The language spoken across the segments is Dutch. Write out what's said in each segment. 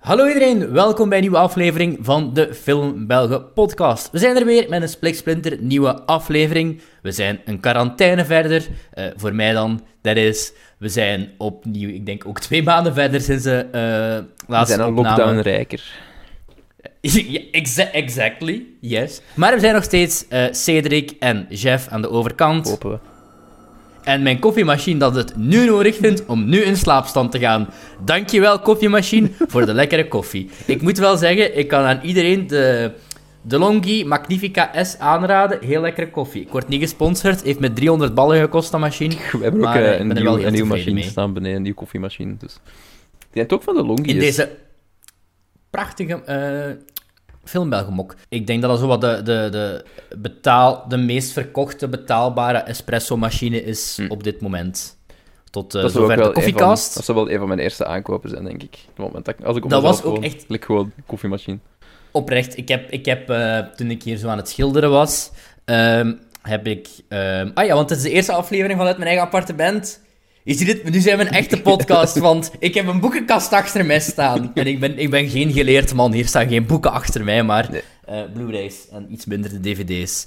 Hallo iedereen, welkom bij een nieuwe aflevering van de Film Belgen podcast. We zijn er weer met een spliksplinter nieuwe aflevering. We zijn een quarantaine verder, voor mij dan, dat is... We zijn opnieuw, ik denk ook 2 maanden verder sinds de laatste opname. We zijn een lockdown-rijker. Exactly, yes. Maar we zijn nog steeds Cedric en Jeff aan de overkant. Hopen we. En mijn koffiemachine dat het nu nodig vindt om nu in slaapstand te gaan. Dankjewel, koffiemachine, voor de lekkere koffie. Ik moet wel zeggen, ik kan aan iedereen de DeLonghi Magnifica S aanraden. Heel lekkere koffie. Ik word niet gesponsord, heeft me 300 ballen gekost, dat machine. We hebben ook een nieuwe machine staan beneden, een nieuwe koffiemachine. Dus. Die heeft ook van DeLonghi in deze prachtige... Filmbelgemok. Ik denk dat dat zo wat de meest verkochte betaalbare espresso-machine is op dit moment. Tot zover de koffiekast. Dat zou wel een van mijn eerste aankopen zijn, denk ik. Het moment als ik op dat was ook gewoon, echt... gewoon koffiemachine. Oprecht. Ik heb toen ik hier zo aan het schilderen was, heb ik... want het is de eerste aflevering vanuit mijn eigen appartement. Je ziet het, nu zijn we een echte podcast, want ik heb een boekenkast achter mij staan. En ik ben geen geleerd man, hier staan geen boeken achter mij, maar Blu-rays en iets minder de dvd's.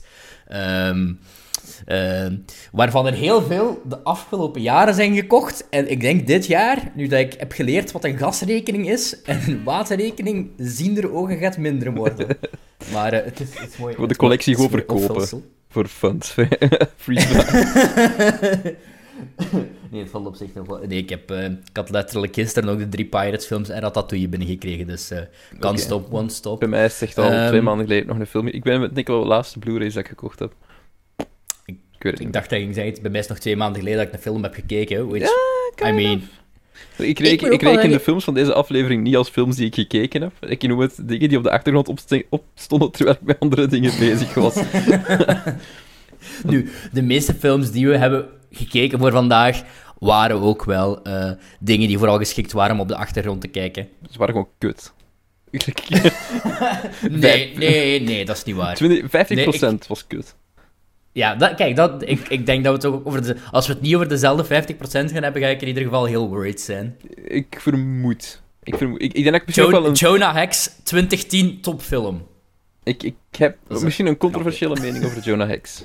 Waarvan er heel veel de afgelopen jaren zijn gekocht. En ik denk dit jaar, nu dat ik heb geleerd wat een gasrekening is en een waterrekening, zien er ogen gaat minder worden. Maar het is mooi. Voor de collectie gewoon verkopen. Voor funds. Free Nee, het valt op zich nog wel... Nee, ik had letterlijk gisteren nog de 3 Pirates-films en Ratatouille binnengekregen, dus can't stop, won't stop. Bij mij is het echt al 2 maanden geleden nog een film. Ik ben denk ik wel de laatste Blu-rays dat ik gekocht heb. Ik dacht dat je ging zeggen, bij mij is het nog 2 maanden geleden dat ik een film heb gekeken, which, ja, I mean... Ik reken de films van deze aflevering niet als films die ik gekeken heb. Ik noem het dingen die op de achtergrond opstonden terwijl ik met andere dingen bezig was. Nu, de meeste films die we hebben gekeken voor vandaag waren ook wel dingen die vooral geschikt waren om op de achtergrond te kijken. Ze waren gewoon kut. Nee, dat is niet waar. 50% was kut. Ja, ik denk dat we toch als we het niet over dezelfde 50% gaan hebben, ga ik in ieder geval heel worried zijn. Ik vermoed. Ik denk dat ik misschien wel een... Jonah Hex, 2010 topfilm. Ik heb misschien een controversiële mening over Jonah Hex.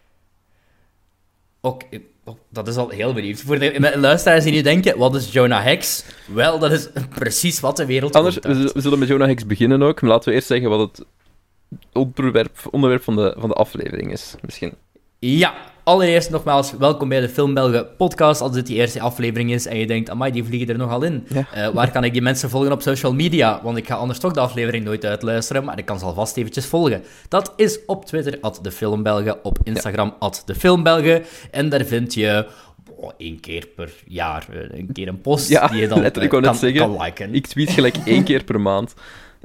Dat is al heel benieuwd. Voor de luisteraars die nu denken, wat is Jonah Hex? Wel, dat is precies wat de wereld anders, we zullen met Jonah Hex beginnen ook, maar laten we eerst zeggen wat het onderwerp van de aflevering is, misschien. Ja, allereerst nogmaals, welkom bij de Film Belgen podcast. Als dit die eerste aflevering is en je denkt, amai, die vliegen er nogal in. Ja. Waar kan ik die mensen volgen op social media? Want ik ga anders toch de aflevering nooit uitluisteren, maar ik kan ze alvast eventjes volgen. Dat is op Twitter, @defilmbelgen, op Instagram, @defilmbelgen. En daar vind je 1 keer per jaar een keer een post die je dan kan liken. Ik tweet gelijk 1 keer per maand.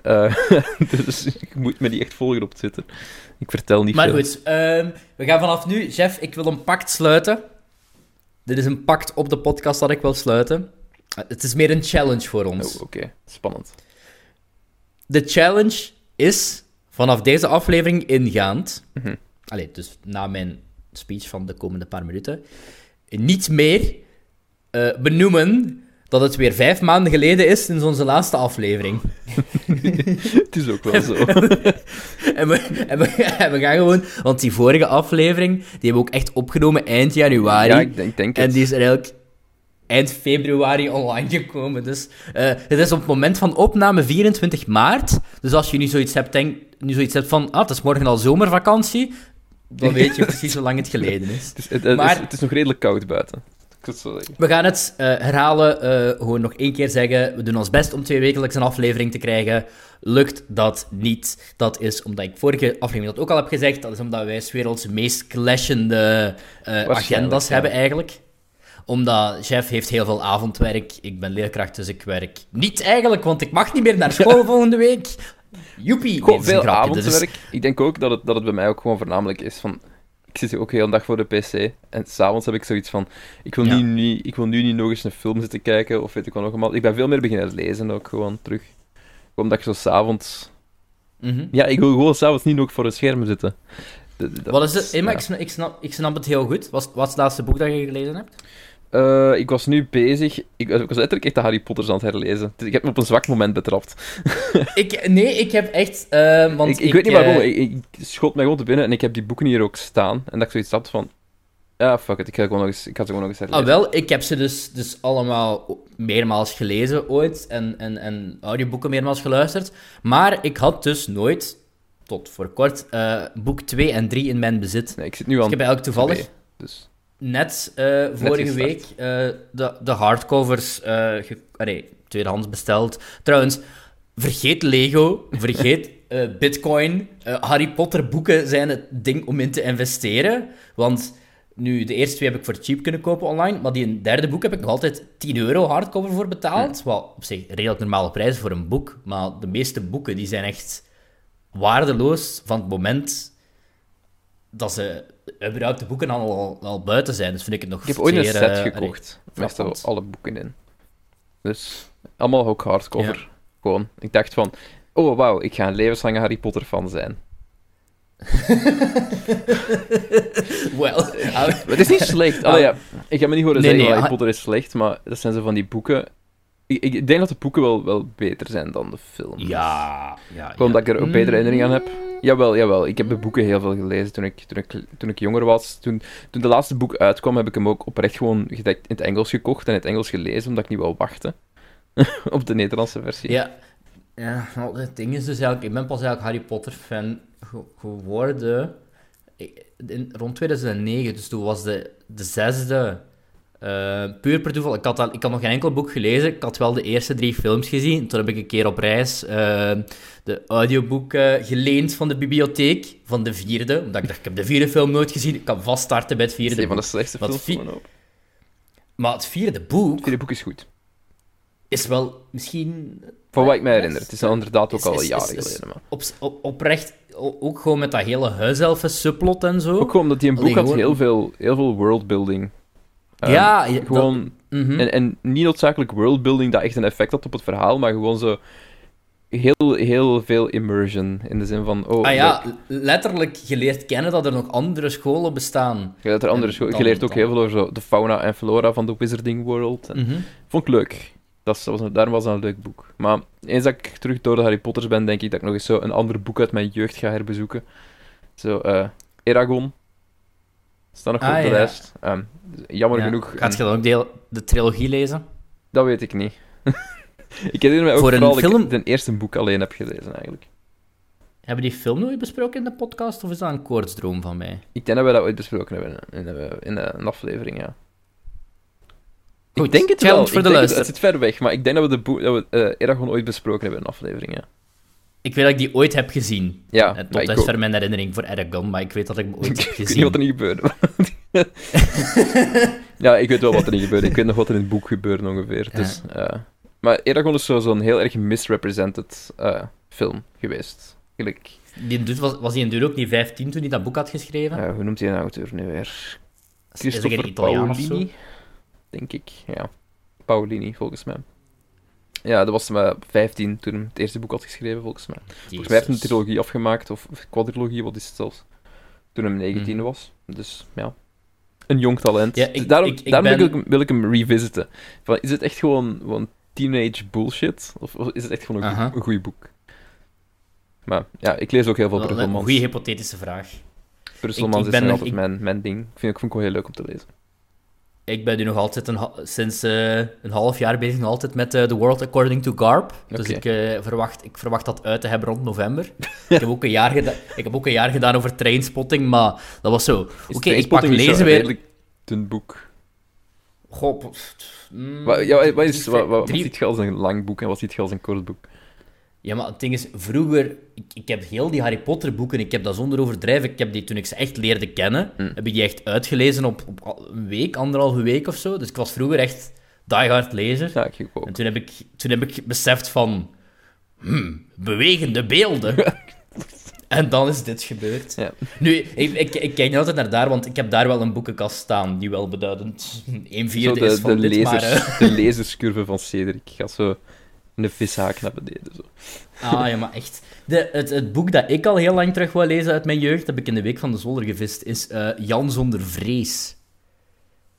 Dus je moet me niet echt volgen op Twitter. Ik vertel niet veel. Maar goed, we gaan vanaf nu... Jeff, ik wil een pact sluiten. Dit is een pact op de podcast dat ik wil sluiten. Het is meer een challenge voor ons. Oh, oké. Spannend. De challenge is, vanaf deze aflevering ingaand... dus na mijn speech van de komende paar minuten... niet meer benoemen... dat het weer 5 maanden geleden is sinds onze laatste aflevering. Het is ook wel zo. en we gaan gewoon... Want die vorige aflevering, die hebben we ook echt opgenomen eind januari. Ja, ik denk en die is er eigenlijk eind februari online gekomen. Dus het is op het moment van opname 24 maart. Dus als je nu zoiets hebt van... het is morgen al zomervakantie... dan weet je precies hoe lang het geleden is. Het is nog redelijk koud buiten. We gaan het herhalen, gewoon nog 1 keer zeggen. We doen ons best om 2 wekelijks een aflevering te krijgen. Lukt dat niet? Dat is omdat ik vorige aflevering dat ook al heb gezegd. Dat is omdat wij 's werelds meest clashende agendas hebben eigenlijk. Omdat Jeff heeft heel veel avondwerk. Ik ben leerkracht, dus ik werk niet eigenlijk, want ik mag niet meer naar school volgende week. Joepie. Gewoon veel avondwerk. Dus... Ik denk ook dat het bij mij ook gewoon voornamelijk is van... Ik zit hier ook heel de dag voor de pc en s'avonds heb ik zoiets van... Ik wil nu niet nog eens een film zitten kijken, of weet ik wel nog allemaal. Ik ben veel meer beginnen lezen ook gewoon terug. Omdat ik zo s'avonds... Ja, ik wil gewoon s'avonds niet nog voor een scherm zitten. Wat is het? Maar ik snap het heel goed. Wat is het laatste boek dat je gelezen hebt? Ik was nu bezig... Ik was letterlijk echt de Harry Potters aan het herlezen. Dus ik heb me op een zwak moment betrapt. Ik heb echt... want ik weet niet waarom. Ik schoot mij gewoon te binnen en ik heb die boeken hier ook staan. En dat ik zoiets had van... Ja, fuck it. Ik ga ze gewoon nog eens herlezen. Wel, ik heb ze dus allemaal meermaals gelezen ooit. En audioboeken meermaals geluisterd. Maar ik had dus nooit, tot voor kort, boek 2 en 3 in mijn bezit. Nee, ik zit nu Dus aan ik heb eigenlijk toevallig... 2, dus... Net vorige week de hardcovers tweedehands besteld. Trouwens, vergeet Lego, vergeet Bitcoin. Harry Potter boeken zijn het ding om in te investeren. Want nu, de eerste 2 heb ik voor cheap kunnen kopen online. Maar die derde boek heb ik nog altijd €10 hardcover voor betaald. Wat op zich redelijk normale prijs voor een boek. Maar de meeste boeken die zijn echt waardeloos van het moment dat ze überhaupt de boeken al buiten zijn. Dus vind ik het nog Ik heb ooit een zeer, set gekocht. Met zo alle boeken in. Dus allemaal ook hardcover. Ja. Gewoon. Ik dacht van... Oh, wauw. Ik ga een levenslange Harry Potter fan zijn. Maar het is niet slecht. Ik heb me niet horen zeggen dat Harry Potter is slecht, maar dat zijn zo van die boeken... Ik denk dat de boeken wel beter zijn dan de films. Ja. Gewoon dat ik er ook betere herinnering aan heb. Jawel. Ik heb de boeken heel veel gelezen toen ik jonger was. Toen de laatste boek uitkwam, heb ik hem ook oprecht gewoon in het Engels gekocht en in het Engels gelezen, omdat ik niet wou wachten op de Nederlandse versie. Ja, nou, het ding is dus eigenlijk... Ik ben pas eigenlijk Harry Potter-fan geworden rond 2009. Dus toen was de 6e... puur per toeval. Ik had nog geen enkel boek gelezen. Ik had wel de eerste 3 films gezien. Toen heb ik een keer op reis de audioboeken geleend van de bibliotheek. Van de 4e. Omdat ik dacht, ik heb de 4e film nooit gezien. Ik kan vast starten bij het 4e boek. Dat is een van de slechtste films. Maar het 4e boek... Het 4e boek is goed. Is wel misschien... Van wat ik me herinner. Het is inderdaad ook al jaren geleden. Maar. Oprecht, ook gewoon met dat hele huiselfen-subplot en zo. Ook gewoon omdat die een boek had heel veel worldbuilding. Gewoon... En niet noodzakelijk worldbuilding dat echt een effect had op het verhaal, maar gewoon zo heel veel immersion. In de zin van... letterlijk, je leert kennen dat er nog andere scholen bestaan. Je leert ook heel veel over zo de fauna en flora van de Wizarding World. Vond ik leuk. Daarom was dat een leuk boek. Maar eens dat ik terug door de Harry Potters ben, denk ik dat ik nog eens zo een ander boek uit mijn jeugd ga herbezoeken. Zo, Eragon. Staat nog op de lijst. Jammer genoeg... Gaat je dan ook de trilogie lezen? Dat weet ik niet. Ik herinner mij ook vooral dat ik de eerste boek alleen heb gelezen, eigenlijk. Hebben die film nooit besproken in de podcast, of is dat een koortsdroom van mij? Ik denk dat we dat ooit besproken hebben in een aflevering, ja. Goed, ik denk het wel. Het zit ver weg, maar ik denk dat we Eragon ooit besproken hebben in een aflevering, ja. Ik weet dat ik die ooit heb gezien. Ja, tot dusver mijn herinnering voor Eragon, maar ik weet dat ik hem ooit heb gezien. Ik weet niet wat er niet gebeurde. Ja, ik weet wel wat er niet gebeurde. Ik weet nog wat er in het boek gebeurde, ongeveer. Ja. Dus, maar Eragon is zo'n heel erg misrepresented film geweest. Was hij in duur ook niet 15 toen hij dat boek had geschreven? Hoe noemt hij een auteur nu weer? Christopher Paolini, denk ik. Ja, Paolini, volgens mij. Ja, dat was maar 15 toen hij het eerste boek had geschreven, volgens mij. Volgens mij heeft hij een trilogie afgemaakt, of quadrilogie, wat is het zelfs? Toen hij 19 was. Dus, ja. Een jong talent. Ja, daarom wil ik hem revisiten. Is het echt gewoon teenage bullshit? Of is het echt gewoon een goed boek? Maar ja, ik lees ook heel veel Brusselmans. Een goede hypothetische vraag. Brusselmans is nog altijd mijn ding. Ik vind het wel heel leuk om te lezen. Ik ben nu nog altijd sinds een half jaar bezig nog altijd met The World According to Garp. Dus ik verwacht dat uit te hebben rond november. Ik heb ook een jaar gedaan over Trainspotting, maar dat was zo... Oké, ik pak lezen weer... Een dun boek. Goh... Wat ziet je als een lang boek en wat ziet je als een kort boek? Ja, maar het ding is, vroeger... Ik heb heel die Harry Potter boeken, ik heb dat zonder overdrijven, ik heb die toen ik ze echt leerde kennen, heb ik die echt uitgelezen op een week, 1,5 week of zo. Dus ik was vroeger echt diehard lezer. Ja, ik ook. En toen heb ik beseft van... bewegende beelden. En dan is dit gebeurd. Ja. Nu, ik kijk niet altijd naar daar, want ik heb daar wel een boekenkast staan, die wel beduidend 1/4 is van dit, maar... De lezerscurve van Cedric gaat zo... een vishaak naar beneden. Zo. Ja, maar echt. Het boek dat ik al heel lang terug wou lezen uit mijn jeugd, heb ik in de Week van de Zolder gevist, is Jan zonder vrees.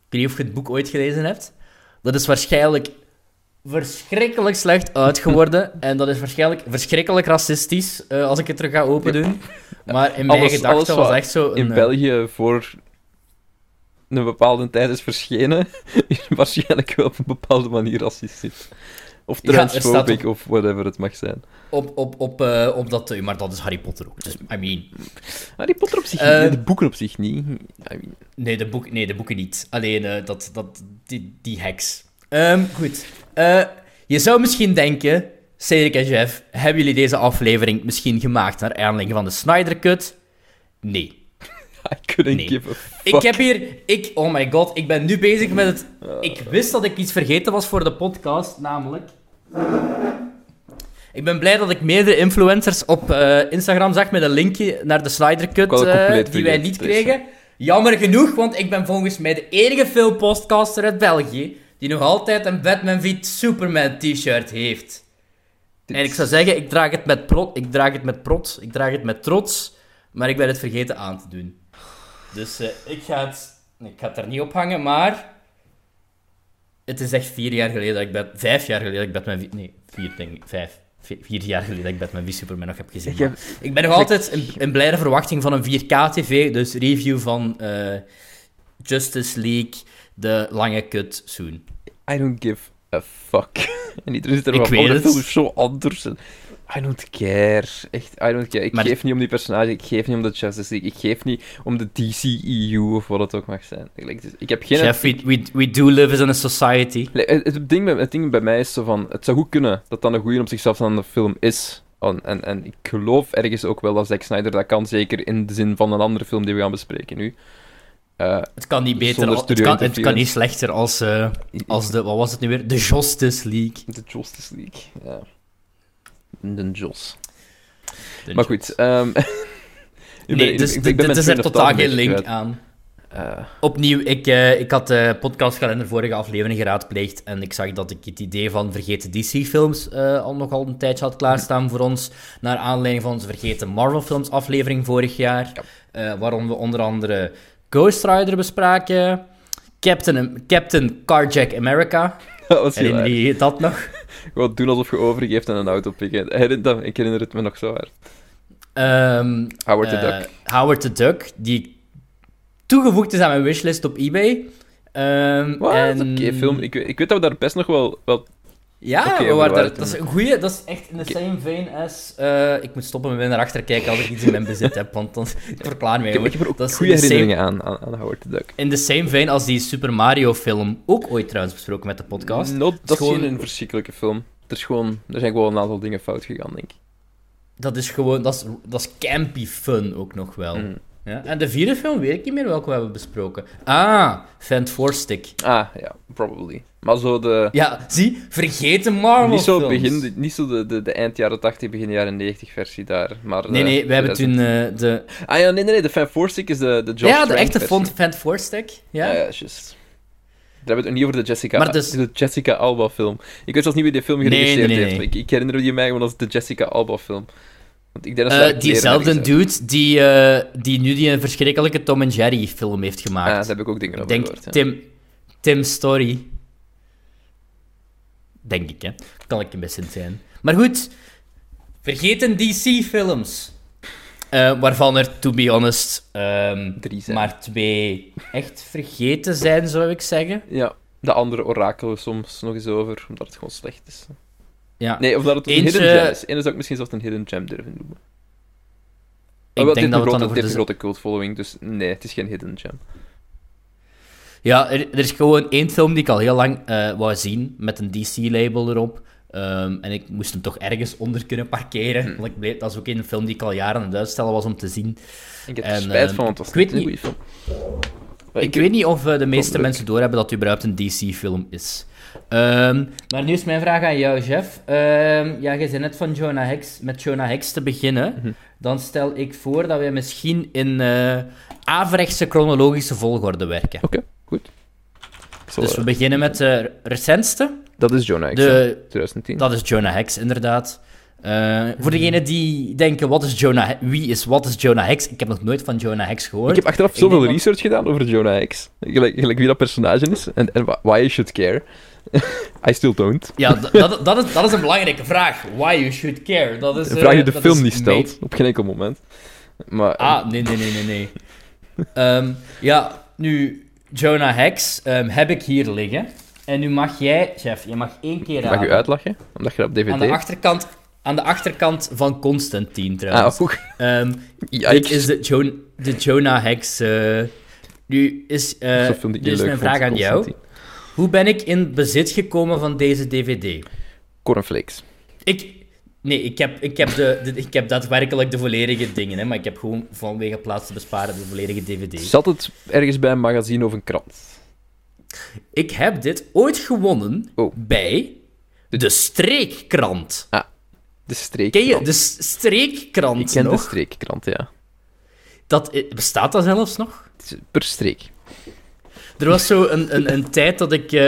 weet niet of je het boek ooit gelezen hebt. Dat is waarschijnlijk verschrikkelijk slecht uitgeworden. En dat is waarschijnlijk verschrikkelijk racistisch, als ik het terug ga opendoen. Maar in mijn gedachten was echt zo... in België voor een bepaalde tijd is verschenen, is waarschijnlijk wel op een bepaalde manier racistisch. Of transfobic, of whatever het mag zijn. Op dat... Maar dat is Harry Potter ook. Dus, I mean... Harry Potter op zich niet, de boeken op zich niet. Nee, de boeken niet. Alleen die heks. Goed. Je zou misschien denken, Cedric en Jeff, hebben jullie deze aflevering misschien gemaakt naar aanleiding van de Snyder Cut? Nee. I couldn't give a fuck. Oh my god, ik ben nu bezig met het... Ik wist dat ik iets vergeten was voor de podcast, namelijk... Ik ben blij dat ik meerdere influencers op Instagram zag met een linkje naar de Snyder Cut die wij niet kregen. Jammer genoeg, want ik ben volgens mij de enige filmpodcaster uit België die nog altijd een Batman v Superman t-shirt heeft. En ik zou zeggen, ik draag het met trots, maar ik ben het vergeten aan te doen. Dus ik ga het er niet op hangen, maar het is echt 4 jaar geleden dat ik 5 jaar geleden dat ik Batman v... Nee, 4 denk ik, 5. 4 jaar geleden dat ik Batman v Superman nog heb gezien. Ik ben nog altijd in blijde verwachting van een 4K-tv, dus review van Justice League, de lange cut soon. I don't give a fuck. En iedereen zit er wel van, de film is zo anders. I don't care. Echt, I don't care. Ik geef niet om die personage, ik geef niet om de Justice League, ik geef niet om de DCEU of wat het ook mag zijn. Ik heb geen... Chef, we do live in a society. Het ding bij mij is zo van, het zou goed kunnen dat dat een goede op zichzelf staande film is. En ik geloof ergens ook wel dat Zack Snyder dat kan, zeker in de zin van een andere film die we gaan bespreken nu. Het kan niet beter, het kan niet slechter als de, wat was het nu weer? De Justice League. De Justice League, ja. De Jos. Maar goed. Dit is er totaal geen link aan. Opnieuw, ik had de podcastkalender vorige aflevering geraadpleegd en ik zag dat ik het idee van vergeten DC-films nogal een tijdje had klaarstaan voor ons, naar aanleiding van onze vergeten Marvel-films aflevering vorig jaar, waarom we onder andere Ghost Rider bespraken, Captain Carjack America. Herinner je dat nog? Gewoon doen alsof je overgeeft aan een auto pikken. Ik herinner het me nog zo hard. Howard the Duck. Howard the Duck, die toegevoegd is aan mijn wishlist op eBay. Oké, film. Ik weet dat we daar best nog wel ja, dat is een goeie. Dat is echt in the same vein as... ik moet stoppen met naar achter kijken als ik iets in mijn bezit heb, want dan verklaar mij. Ik heb er ook goede herinneringen aan Howard the Duck. In the same vein als die Super Mario film, ook ooit trouwens besproken met de podcast. Dat is gewoon een verschrikkelijke film. Er zijn gewoon een aantal dingen fout gegaan, denk ik. Dat is gewoon... Dat is campy fun ook nog wel. Ja? En de 4e film weet ik niet meer welke we hebben besproken. Fantastic. Ja, probably. Maar zo de... Ja, zie, vergeten Marvel-films. Niet zo de eind jaren 80, begin jaren 90 versie daar. Maar nee, we hebben toen de... de Fantastic is de Josh Trank de echte Fantastic. Ja, juist. Daar hebben we het niet over de Jessica Alba-film. Ik weet zelfs niet wie die film geregisseerd heeft. Maar ik herinner die mij gewoon als de Jessica Alba-film. Want ik denk dat diezelfde dude die nu die een verschrikkelijke Tom en Jerry film heeft gemaakt. Daar heb ik ook dingen over gehoord. Ja. Tim Story. Denk ik, hè. Kan ik een beetje zijn. Maar goed, vergeten DC-films. Waarvan er, to be honest, 3 zijn. Maar 2 echt vergeten zijn, zou ik zeggen. Ja, de andere orakelen soms nog eens over, omdat het gewoon slecht is. Ja. Nee, of dat het een hidden gem is. Ene zou ik misschien zelfs een hidden gem durven noemen. Ik denk dat we het dan over een grote cult following, dus nee, het is geen hidden gem. Ja, er is gewoon 1 film die ik al heel lang wou zien, met een DC-label erop. En ik moest hem toch ergens onder kunnen parkeren. Want dat is ook een film die ik al jaren aan het uitstellen was om te zien. Ik heb er spijt van, want het was een goede film. Ik weet niet of de meeste mensen doorhebben dat het überhaupt een DC-film is. Maar nu is mijn vraag aan jou, Jeff. Je zei net van met Jonah Hex te beginnen. Dan stel ik voor dat we misschien in averechtse chronologische volgorde werken. Oké, goed. Dus we beginnen met de recentste. Dat is Jonah Hex, 2010. Dat is Jonah Hex, inderdaad. Voor degenen die denken, wat is Jonah Hex? Ik heb nog nooit van Jonah Hex gehoord. Ik heb achteraf zoveel research gedaan over Jonah Hex. Gelijk wie dat personage is en why you should care. I still don't. Ja, dat is een belangrijke vraag. Why you should care. Dat is, een vraag die de film niet stelt, op geen enkel moment. Maar, nee. Ja, nu, Jonah Hex heb ik hier liggen. En nu mag jij, chef, je mag 1 keer raden. Mag je uitlachen? Omdat je dat op DVD... Aan de achterkant van Constantine, trouwens. Ook. Dit is de Jonah Hex. Nu is mijn vraag aan jou. Hoe ben ik in bezit gekomen van deze DVD? Cornflakes. Ik heb daadwerkelijk de volledige dingen, hè, maar ik heb gewoon vanwege plaats te besparen de volledige DVD. Zat het ergens bij een magazine of een krant? Ik heb dit ooit gewonnen bij de Streekkrant. Ah, de Streekkrant. Ken je de Streekkrant nog? Ik ken de Streekkrant, ja. Bestaat dat zelfs nog? Per streek. Er was zo een tijd dat ik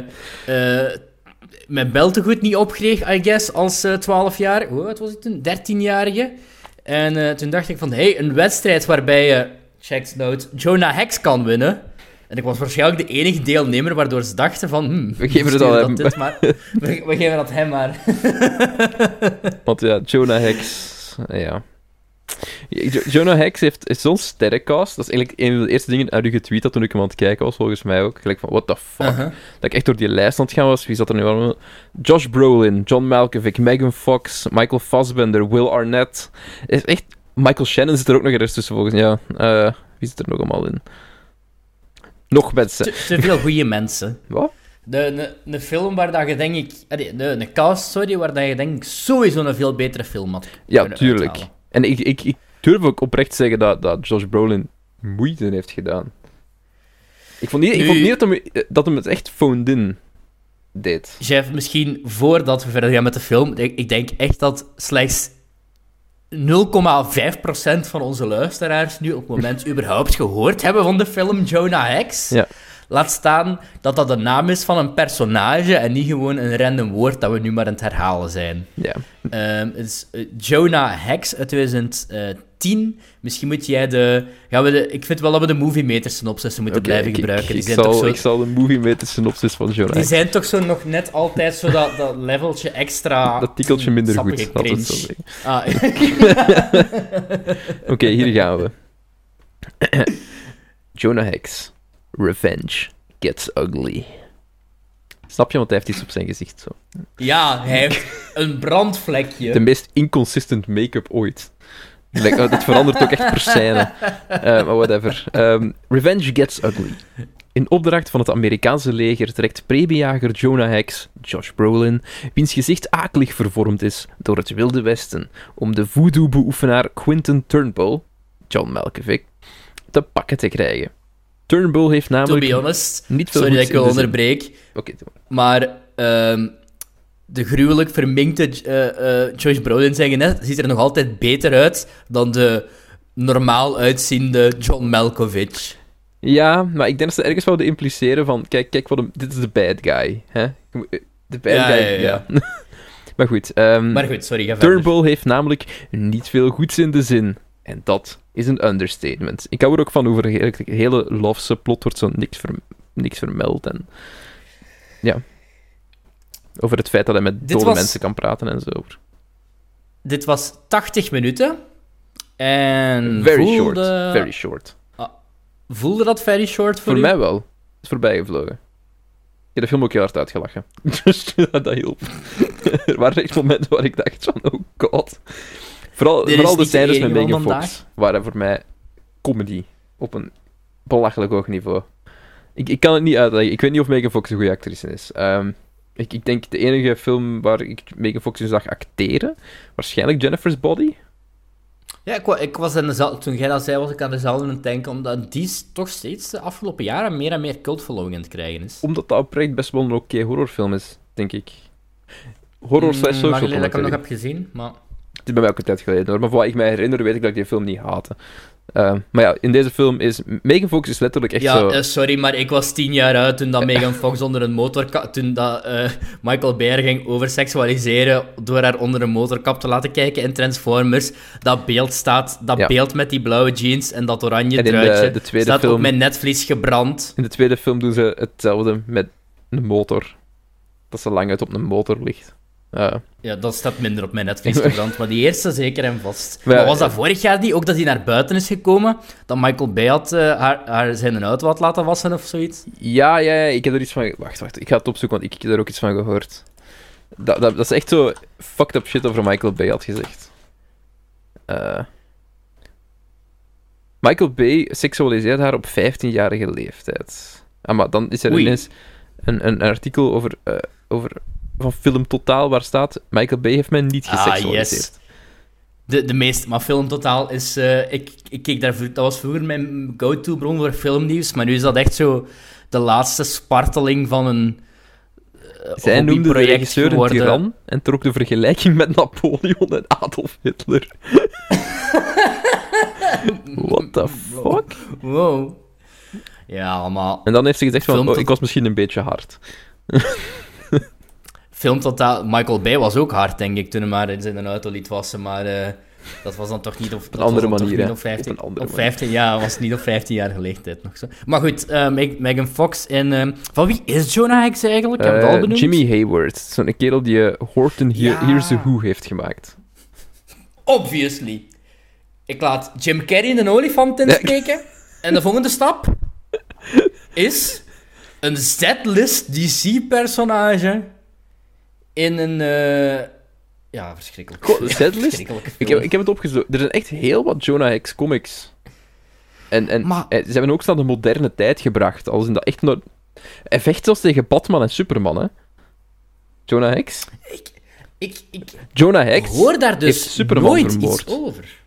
mijn beltegoed niet opkreeg, I guess, als 12 jaar. Wat was ik toen? 13-jarige. En toen dacht ik van, een wedstrijd waarbij je, check note, Jonah Hex kan winnen. En ik was waarschijnlijk de enige deelnemer, waardoor ze dachten van, we geven het al hem. We geven dat hem maar. Want ja, Jonah Hex, ja. Jonah Hex heeft zo'n sterrencast. Dat is eigenlijk een van de eerste dingen uit u getweet had toen ik hem aan het kijken was, volgens mij ook. Gelijk van, what the fuck? Dat ik echt door die lijst aan het gaan was. Wie zat er nu allemaal? Josh Brolin, John Malkovich, Megan Fox, Michael Fassbender, Will Arnett. Is echt... Michael Shannon zit er ook nog eens tussen, volgens mij. Ja. Wie zit er nog allemaal in? Nog mensen. Te veel goede mensen. Wat? Een film waar dat je denk ik... Een cast, sorry, waar dat je denk ik sowieso een veel betere film had kunnen tuurlijk. uithalen. En ik durf ook oprecht zeggen dat Josh Brolin moeite heeft gedaan. Ik vond niet dat hem het echt phoned in deed. Jeff, misschien voordat we verder gaan met de film, ik denk echt dat slechts 0,5% van onze luisteraars nu op het moment überhaupt gehoord hebben van de film Jonah Hex. Ja. Laat staan dat dat de naam is van een personage en niet gewoon een random woord dat we nu maar aan het herhalen zijn. Ja. Het is Jonah Hex uit 2010. Misschien moet jij ik vind wel dat we de Movie Meter synopsis moeten blijven gebruiken. Ik zal de Movie Meter synopsis van Jonah Hex. Die zijn toch zo nog net altijd zo dat leveltje extra... Dat tikkeltje minder goed, laten we het zo zeggen. Oké, hier gaan we. Jonah Hex. Revenge gets ugly. Snap je? Want hij heeft iets op zijn gezicht zo. Ja, hij heeft een brandvlekje. De meest inconsistent make-up ooit. Het verandert ook echt per scène. Maar whatever. Revenge gets ugly. In opdracht van het Amerikaanse leger trekt premiejager Jonah Hex, Josh Brolin, wiens gezicht akelig vervormd is door het Wilde Westen, om de voodoo-beoefenaar Quentin Turnbull, John Malkovich, te pakken te krijgen. Turnbull heeft namelijk... To be honest, niet veel sorry dat ik je onderbreek, okay, maar de gruwelijk verminkte Josh Brolin ziet er nog altijd beter uit dan de normaal uitziende John Malkovich. Ja, maar ik denk dat ze ergens wouden impliceren van... Kijk dit is de bad guy. Hè? De bad guy, ja. Maar goed. Maar goed, sorry, ga verder. Turnbull heeft namelijk niet veel goeds in de zin. En dat is een understatement. Ik hou er ook van over de hele love plot wordt zo niks vermeld. En ja. Over het feit dat hij met dode mensen kan praten en zo. Dit was 80 minuten. En Very short. Voelde dat very short voor u? Mij wel. Het is voorbij gevlogen. Ik heb de film ook heel hard uitgelachen. Dus dat hielp. Er waren echt momenten waar ik dacht van, oh god. Vooral de scènes met Megan Fox waren voor mij comedy op een belachelijk hoog niveau. Ik kan het niet uitleggen. Ik weet niet of Megan Fox een goede actrice is. Ik denk de enige film waar ik Megan Fox in zag acteren, waarschijnlijk Jennifer's Body. Ja, ik was toen jij dat zei, was ik aan dezelfde aan het denken, omdat die toch steeds de afgelopen jaren meer en meer cultfollowing aan het krijgen is. Omdat dat oprecht best wel een oké horrorfilm is, denk ik. Horror/social comedy. Dat ik hem nog heb gezien, maar... Het is bij mij ook een tijd geleden hoor, maar voor wat ik mij herinner weet ik dat ik die film niet haatte. Maar ja, in deze film is... Megan Fox is letterlijk echt zo... Ja, sorry, maar ik was 10 jaar oud toen dat Megan Fox onder een motorkap... Toen dat Michael Bay ging overseksualiseren door haar onder een motorkap te laten kijken in Transformers. Dat beeld staat... Dat beeld met die blauwe jeans en dat oranje truitje de tweede staat film, op mijn netvlies gebrand. In de tweede film doen ze hetzelfde met een motor. Dat ze lang uit op een motor ligt. Ja, dat staat minder op mijn netvlies gebrand, maar die eerste zeker en vast. Maar was dat vorig jaar ook dat hij naar buiten is gekomen? Dat Michael Bay had haar zijn auto had laten wassen of zoiets? Ja, ik heb er iets van... Wacht, ik ga het opzoeken, want ik heb er ook iets van gehoord. Dat is echt zo fucked up shit over Michael Bay had gezegd. Michael Bay seksualiseert haar op 15-jarige leeftijd. Maar dan is er ineens een artikel over van Film Totaal waar staat... Michael Bay heeft mij niet geseksualiseerd. Yes. De meeste... Maar Film Totaal is... ik keek daar... Dat was vroeger mijn go-to-bron voor filmnieuws, maar nu is dat echt zo de laatste sparteling van een Zij noemde de regisseur een tiran en trok de vergelijking met Napoleon en Adolf Hitler. What the fuck? Wow. Ja, maar... En dan heeft ze gezegd van, ik was misschien een beetje hard. Film Totaal... Michael Bay was ook hard, denk ik, toen hij maar in zijn auto liet wassen, maar dat was dan toch niet op... Op een andere manier, op 15, ja, was niet op 15-jarige leeftijd nog zo. Maar goed, Megan Fox en... van wie is Jonah Hex eigenlijk? Heb je het al benoemd? Jimmy Hayward. Zo'n kerel die Horton Hears a Who heeft gemaakt. Obviously. Ik laat Jim Carrey een olifant inspreken. En de volgende stap is een Z-list DC-personage in een... ja, verschrikkelijk. Z-list? Ik heb het opgezocht. Er zijn echt heel wat Jonah Hex comics. En maar... ze hebben ook snel de moderne tijd gebracht. Als in dat echt... Hij vecht zelfs tegen Batman en Superman, hè. Jonah Hex? Jonah Hex hoor daar dus heeft Superman nooit vermoord. iets over.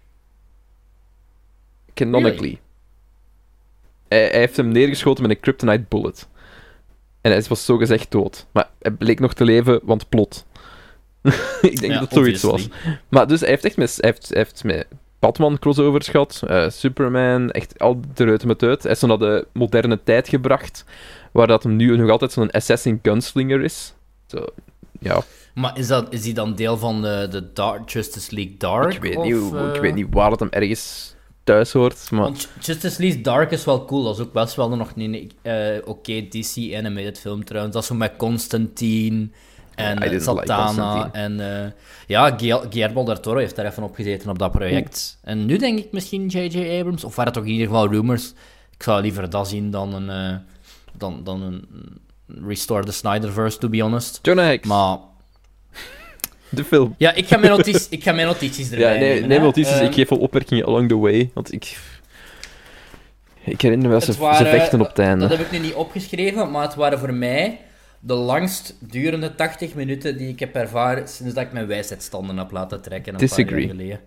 Canonically. Really? Hij heeft hem neergeschoten met een kryptonite bullet. En hij was zogezegd dood. Maar hij bleek nog te leven, want plot. Ik denk dat het zoiets was. Maar dus hij heeft echt met Batman crossovers gehad, Superman, echt al eruit met uit. Hij is zo naar de moderne tijd gebracht, waar dat hem nu nog altijd zo'n assassin gunslinger is. Zo, ja. Maar is die dan deel van de Justice League Dark? Ik weet niet waar dat hem ergens thuis hoort. Maar... Want Justice League Dark is wel cool. Dat is ook best wel nog een DC animated film trouwens. Dat is zo met Constantine en Zatanna. Guillermo del Toro heeft daar even op gezeten op dat project. En nu denk ik misschien J.J. Abrams, of waren het toch in ieder geval rumors. Ik zou liever dat zien dan een Restore the Snyderverse, to be honest. Jonah Hex. Maar... De film. Ja, ik ga mijn notities erbij nemen. Nee, notities. Ik geef wel opmerkingen along the way. Want ik herinner me wel, ze vechten op het einde. Dat heb ik nu niet opgeschreven, maar het waren voor mij de langst durende 80 minuten die ik heb ervaren sinds dat ik mijn wijsheidsstanden heb laten trekken. Disagree.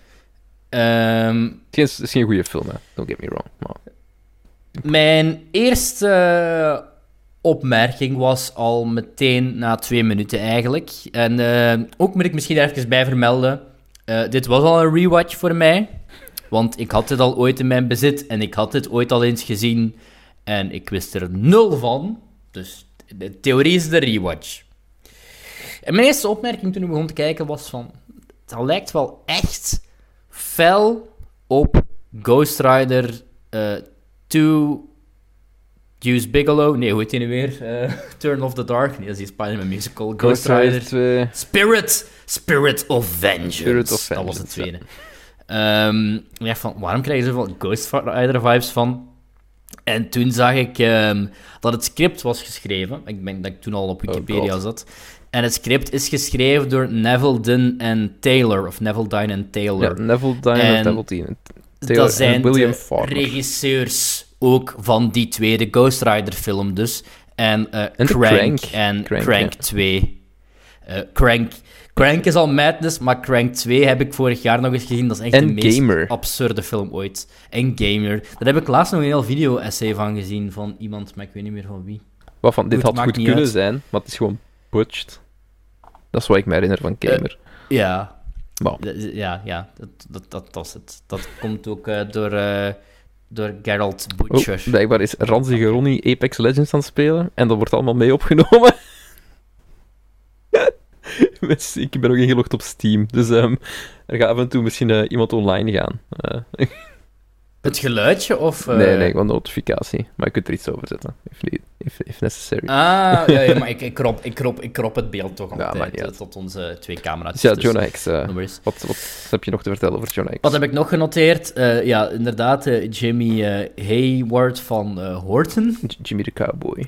Het is geen goede film, hè. Don't get me wrong. Maar... Mijn eerste... opmerking was al meteen na 2 minuten eigenlijk. En ook moet ik misschien er even bij vermelden. Dit was al een rewatch voor mij. Want ik had dit al ooit in mijn bezit. En ik had dit ooit al eens gezien. En ik wist er 0 van. Dus de theorie is de rewatch. En mijn eerste opmerking toen ik begon te kijken was van... Het lijkt wel echt fel op Ghost Rider 2... Deuce Bigelow, nee, hoe heet die nu weer? Turn of the Dark, nee, dat is die Spider-Man musical. Ghost Rider 2. Spirit of Vengeance. Dat was het tweede. Ja. Waarom krijg je zoveel Ghost Rider vibes van? En toen zag ik dat het script was geschreven. Ik denk dat ik toen al op Wikipedia zat. En het script is geschreven door Neville Dunn en Taylor. Of Neville Dine en Taylor. Ja, Neville Dine en Neville Dine. Dat zijn William regisseurs ook van die tweede Ghost Rider film dus. En Crank 2. Crank is al madness, maar Crank 2 heb ik vorig jaar nog eens gezien. Dat is echt de meest absurde film ooit. En Gamer. Daar heb ik laatst nog een heel video-essay van gezien van iemand, maar ik weet niet meer van wie. Waarvan, dit had goed kunnen zijn, maar het is gewoon butched. Dat is wat ik me herinner van Gamer. Ja. Wow. Ja, dat was het. Dat komt ook door Geralt Butcher. Blijkbaar is ranzige Ronnie Apex Legends aan het spelen en dat wordt allemaal mee opgenomen. Ik ben ook ingelogd op Steam, dus er gaat af en toe misschien iemand online gaan. Het geluidje, of... Nee, gewoon de notificatie. Maar je kunt er iets over zetten, if necessary. Ja, maar ik krop het beeld toch altijd maar tot onze 2 camera's. Dus ja, Jonah Hex. Wat heb je nog te vertellen over Jonah Hex? Wat heb ik nog genoteerd? Ja, inderdaad, Jimmy Hayward van Horton. Jimmy de Cowboy.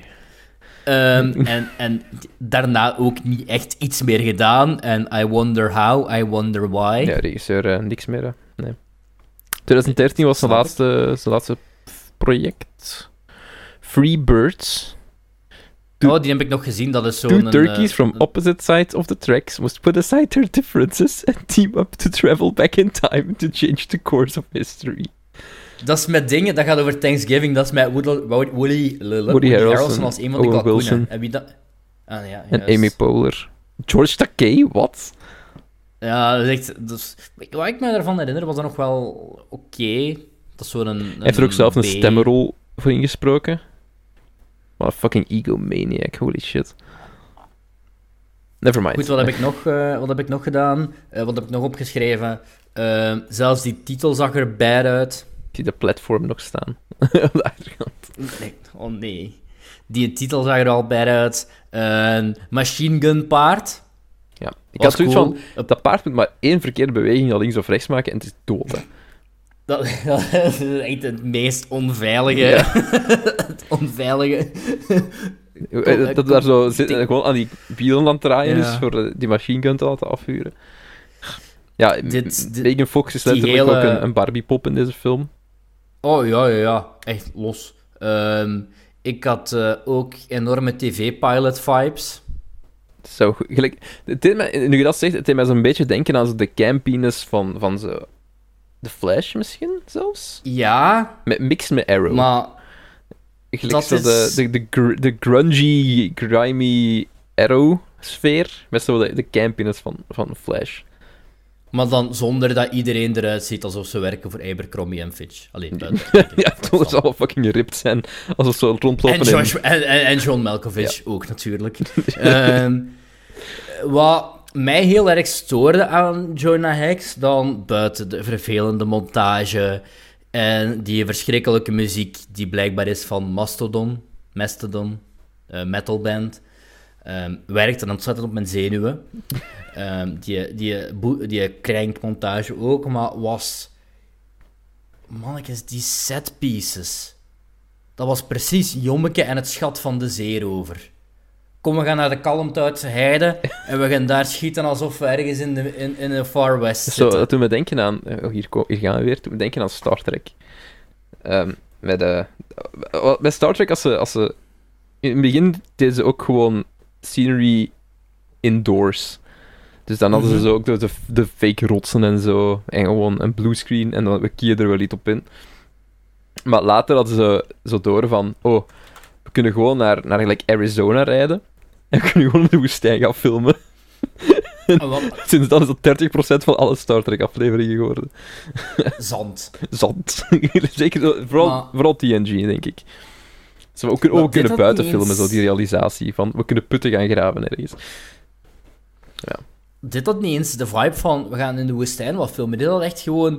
En daarna ook niet echt iets meer gedaan. En I wonder how, I wonder why. Ja, regisseur, niks meer. Nee. 2013 was zijn laatste project. Free Birds. Die heb ik nog gezien. Dat is zo'n... Two turkeys from opposite sides of the tracks must put aside their differences and team up to travel back in time to change the course of history. Dat is met dingen, dat gaat over Thanksgiving, dat is met Woody Harrelson als een van de kalkoenen. En wie dat... En Amy Poehler. George Takei, wat? Ja, dat is echt... Wat ik me daarvan herinner, was dat nog wel oké. Dat is zo'n... Hij heeft er ook zelf een stemrol voor ingesproken. Wat een fucking egomaniac, holy shit. Nevermind. Goed, wat heb ik nog gedaan? Wat heb ik nog opgeschreven? Zelfs die titel zag er bad uit. Ik zie de platform nog staan. Op de achterkant. Nee, oh nee. Die titel zag er al bad uit. Machine Gun Paard. Ja, ik had zoiets van, dat paard moet maar 1 verkeerde beweging naar links of rechts maken en het is dood, hè. Dat is echt het meest onveilige. Ja. Het onveilige. Dat daar zo zit en gewoon aan die wielen aan het draaien is voor die machine gun te laten afvuren. Ja, Megan Fox is letterlijk ook een Barbie-pop in deze film. Oh, ja. Echt los. Ik had ook enorme TV-pilot-vibes. Zo, gelijk... Nu je dat zegt, het deed mij zo'n beetje denken aan de campiness van zo... The Flash misschien, zelfs? Ja. Mix met Arrow. Maar... Gelijk zo de grungy, grimy Arrow-sfeer, met zo de campiness van Flash. Maar dan zonder dat iedereen eruit ziet alsof ze werken voor Abercrombie en Fitch. Alleen ja, het zal fucking ripped zijn als ze zo rondlopen. En John Malkovich ook, natuurlijk. Wat mij heel erg stoorde aan Jonah Hex, dan buiten de vervelende montage en die verschrikkelijke muziek die blijkbaar is van Mastodon, metalband, werkt en ontzettend op mijn zenuwen. Die krankmontage ook, maar was... Mannetjes, die setpieces. Dat was precies Jommeke en het schat van de zeerover. Kom, we gaan naar de Kalmthoutse heide en we gaan daar schieten alsof we ergens in de Far West zitten. Zo, toen we denken aan... Hier gaan we weer. Toen we denken aan Star Trek. Met Star Trek, als ze... In het begin deden ze ook gewoon scenery indoors. Dus dan hadden ze zo ook de fake rotsen en zo. En gewoon een bluescreen. En dan we kiezen er wel iets op in. Maar later hadden ze zo door van... Oh, we kunnen gewoon naar gelijk Arizona rijden. En we kunnen gewoon in de woestijn gaan filmen. Sinds dan is dat 30% van alle Star Trek afleveringen geworden. Zand. Zeker zo, vooral TNG, denk ik. Dus we ook kunnen buiten filmen, zo die realisatie van... We kunnen putten gaan graven ergens. Ja. Dit had niet eens de vibe van... We gaan in de woestijn wat filmen. Dit had echt gewoon...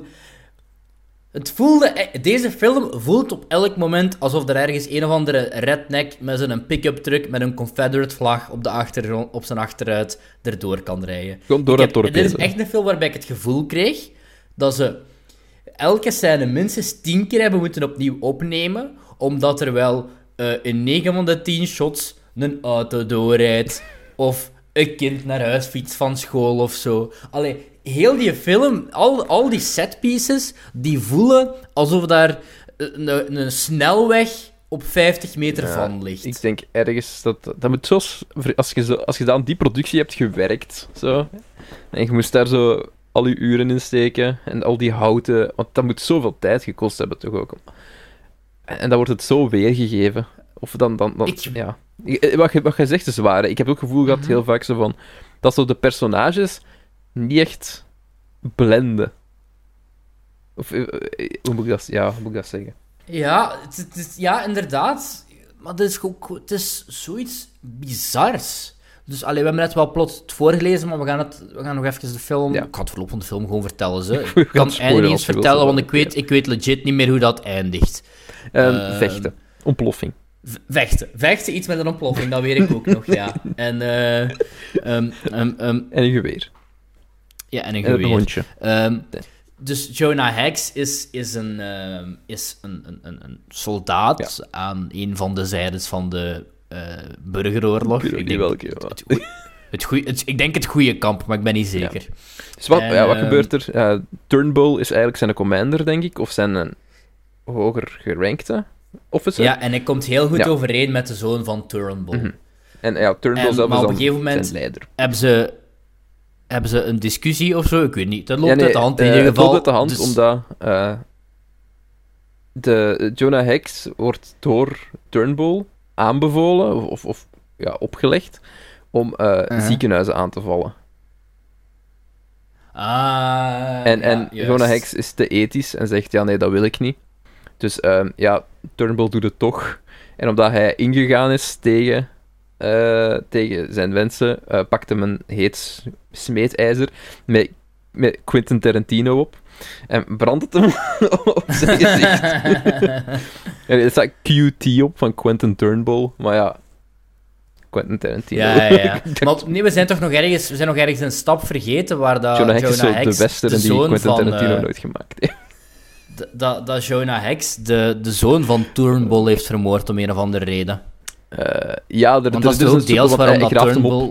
Deze film voelt op elk moment alsof er ergens een of andere redneck met zijn pick-up truck met een Confederate vlag op zijn achteruit erdoor kan rijden. Gewoon door het dorp. Dit is echt een film waarbij ik het gevoel kreeg dat ze elke scène minstens 10 keer hebben moeten opnieuw opnemen, omdat er wel in 9 van de 10 shots een auto doorrijdt of een kind naar huis fietst van school of zo. Allee, heel die film, al die setpieces, die voelen alsof daar een snelweg op 50 meter van ligt. Ik denk ergens dat moet zoals... Als je aan die productie hebt gewerkt, zo, en je moest daar zo al je uren in steken, en al die houten... Want dat moet zoveel tijd gekost hebben, toch ook. En dan wordt het zo weergegeven. Of ja. Wat je zegt is waar. Ik heb ook het gevoel gehad, heel vaak, zo van... Dat zo de personages niet echt blenden. Of, hoe moet ik dat zeggen? Ja, ja, inderdaad. Maar het is zoiets bizars. Dus we hebben net wel plots het voorgelezen, maar we gaan nog even de film... Ja. Ik ga het verloop van de film gewoon vertellen. Ze. We Ik kan gaan het einde niet eens spoilen vertellen, als je want wilt, ik weet legit niet meer hoe dat eindigt. Vechten. Ontploffing. Vechten, iets met een ontploffing, dat weet ik ook nog, ja. En En een geweer. ja, en een En een geweer. hondje. Dus Jonah Hex is een soldaat aan een van de zijdes van de burgeroorlog. Ik weet ook niet welke. Ik denk het goede kamp, maar ik ben niet zeker. Dus wat gebeurt er? Turnbull is eigenlijk zijn commander, denk ik, of zijn hoger gerankte officer. Ja, en hij komt heel goed overeen met de zoon van Turnbull. Mm-hmm. En Turnbull zelf maar is op dan een gegeven moment zijn leider. hebben ze een discussie of zo? Ik weet niet. Dat loopt uit de hand in ieder Het geval. loopt uit de hand, dus... omdat de Jonah Hex wordt door Turnbull aanbevolen, of opgelegd, om ziekenhuizen aan te vallen. En Jonah Hex is te ethisch en zegt, ja, nee, dat wil ik niet. Dus Turnbull doet het toch. En omdat hij ingegaan is tegen zijn wensen, pakt hem een heet smeedijzer met Quentin Tarantino op. En brandt het hem op zijn gezicht. En er staat QT op van Quentin Turnbull, maar ja... Quentin Tarantino. Ja. Maar nee, we zijn nog ergens een stap vergeten waar dat Jonah Hex is zo Hex, de western die Quentin Tarantino nooit gemaakt heeft. Dat Jonah Hex de zoon van Turnbull heeft vermoord om een of andere reden. Want dat is ook deels waarom dat Turnbull...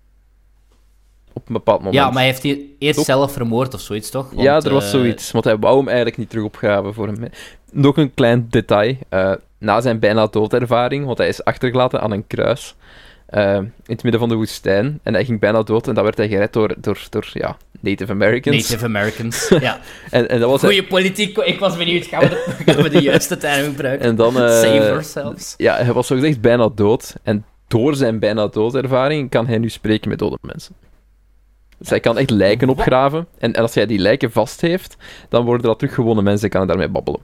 Op een bepaald moment. Ja, maar hij heeft die eerst zelf vermoord of zoiets, toch? Want, ja, er was zoiets. Want hij wou hem eigenlijk niet terug opgraven voor hem. Nog een klein detail. Na zijn bijna doodervaring, want hij is achtergelaten aan een kruis in het midden van de woestijn. En hij ging bijna dood en dat werd hij gered door Native Americans. Native Americans, ja. en dat was goeie politiek. Ik was benieuwd, gaan we de juiste term gebruiken? En dan, Save ourselves. Ja, hij was zogezegd bijna dood. En door zijn bijna doodervaring kan hij nu spreken met dode mensen. Dus hij kan echt lijken opgraven. En als hij die lijken vast heeft, dan worden dat teruggewonnen mensen en kan hij daarmee babbelen.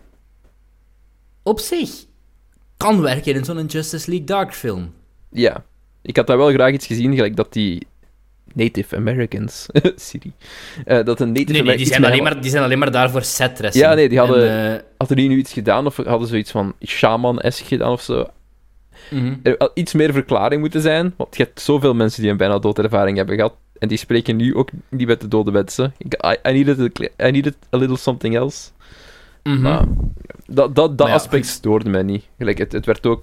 Op zich kan werken in zo'n Justice League Dark film. Ja. Ik had daar wel graag iets gezien, gelijk dat die Native Americans... Siri. Dat een Native Nee, die zijn alleen maar daar voor setdressing. Ja, nee, die hadden die nu iets gedaan, of hadden zoiets van shaman-esque gedaan, of zo. Mm-hmm. Er had iets meer verklaring moeten zijn, want je hebt zoveel mensen die een bijna doodervaring hebben gehad, en die spreken nu ook niet met de dode mensen. I needed a little something else. Mm-hmm. Maar dat ja, aspect stoorde mij niet. Gelijk, het werd ook...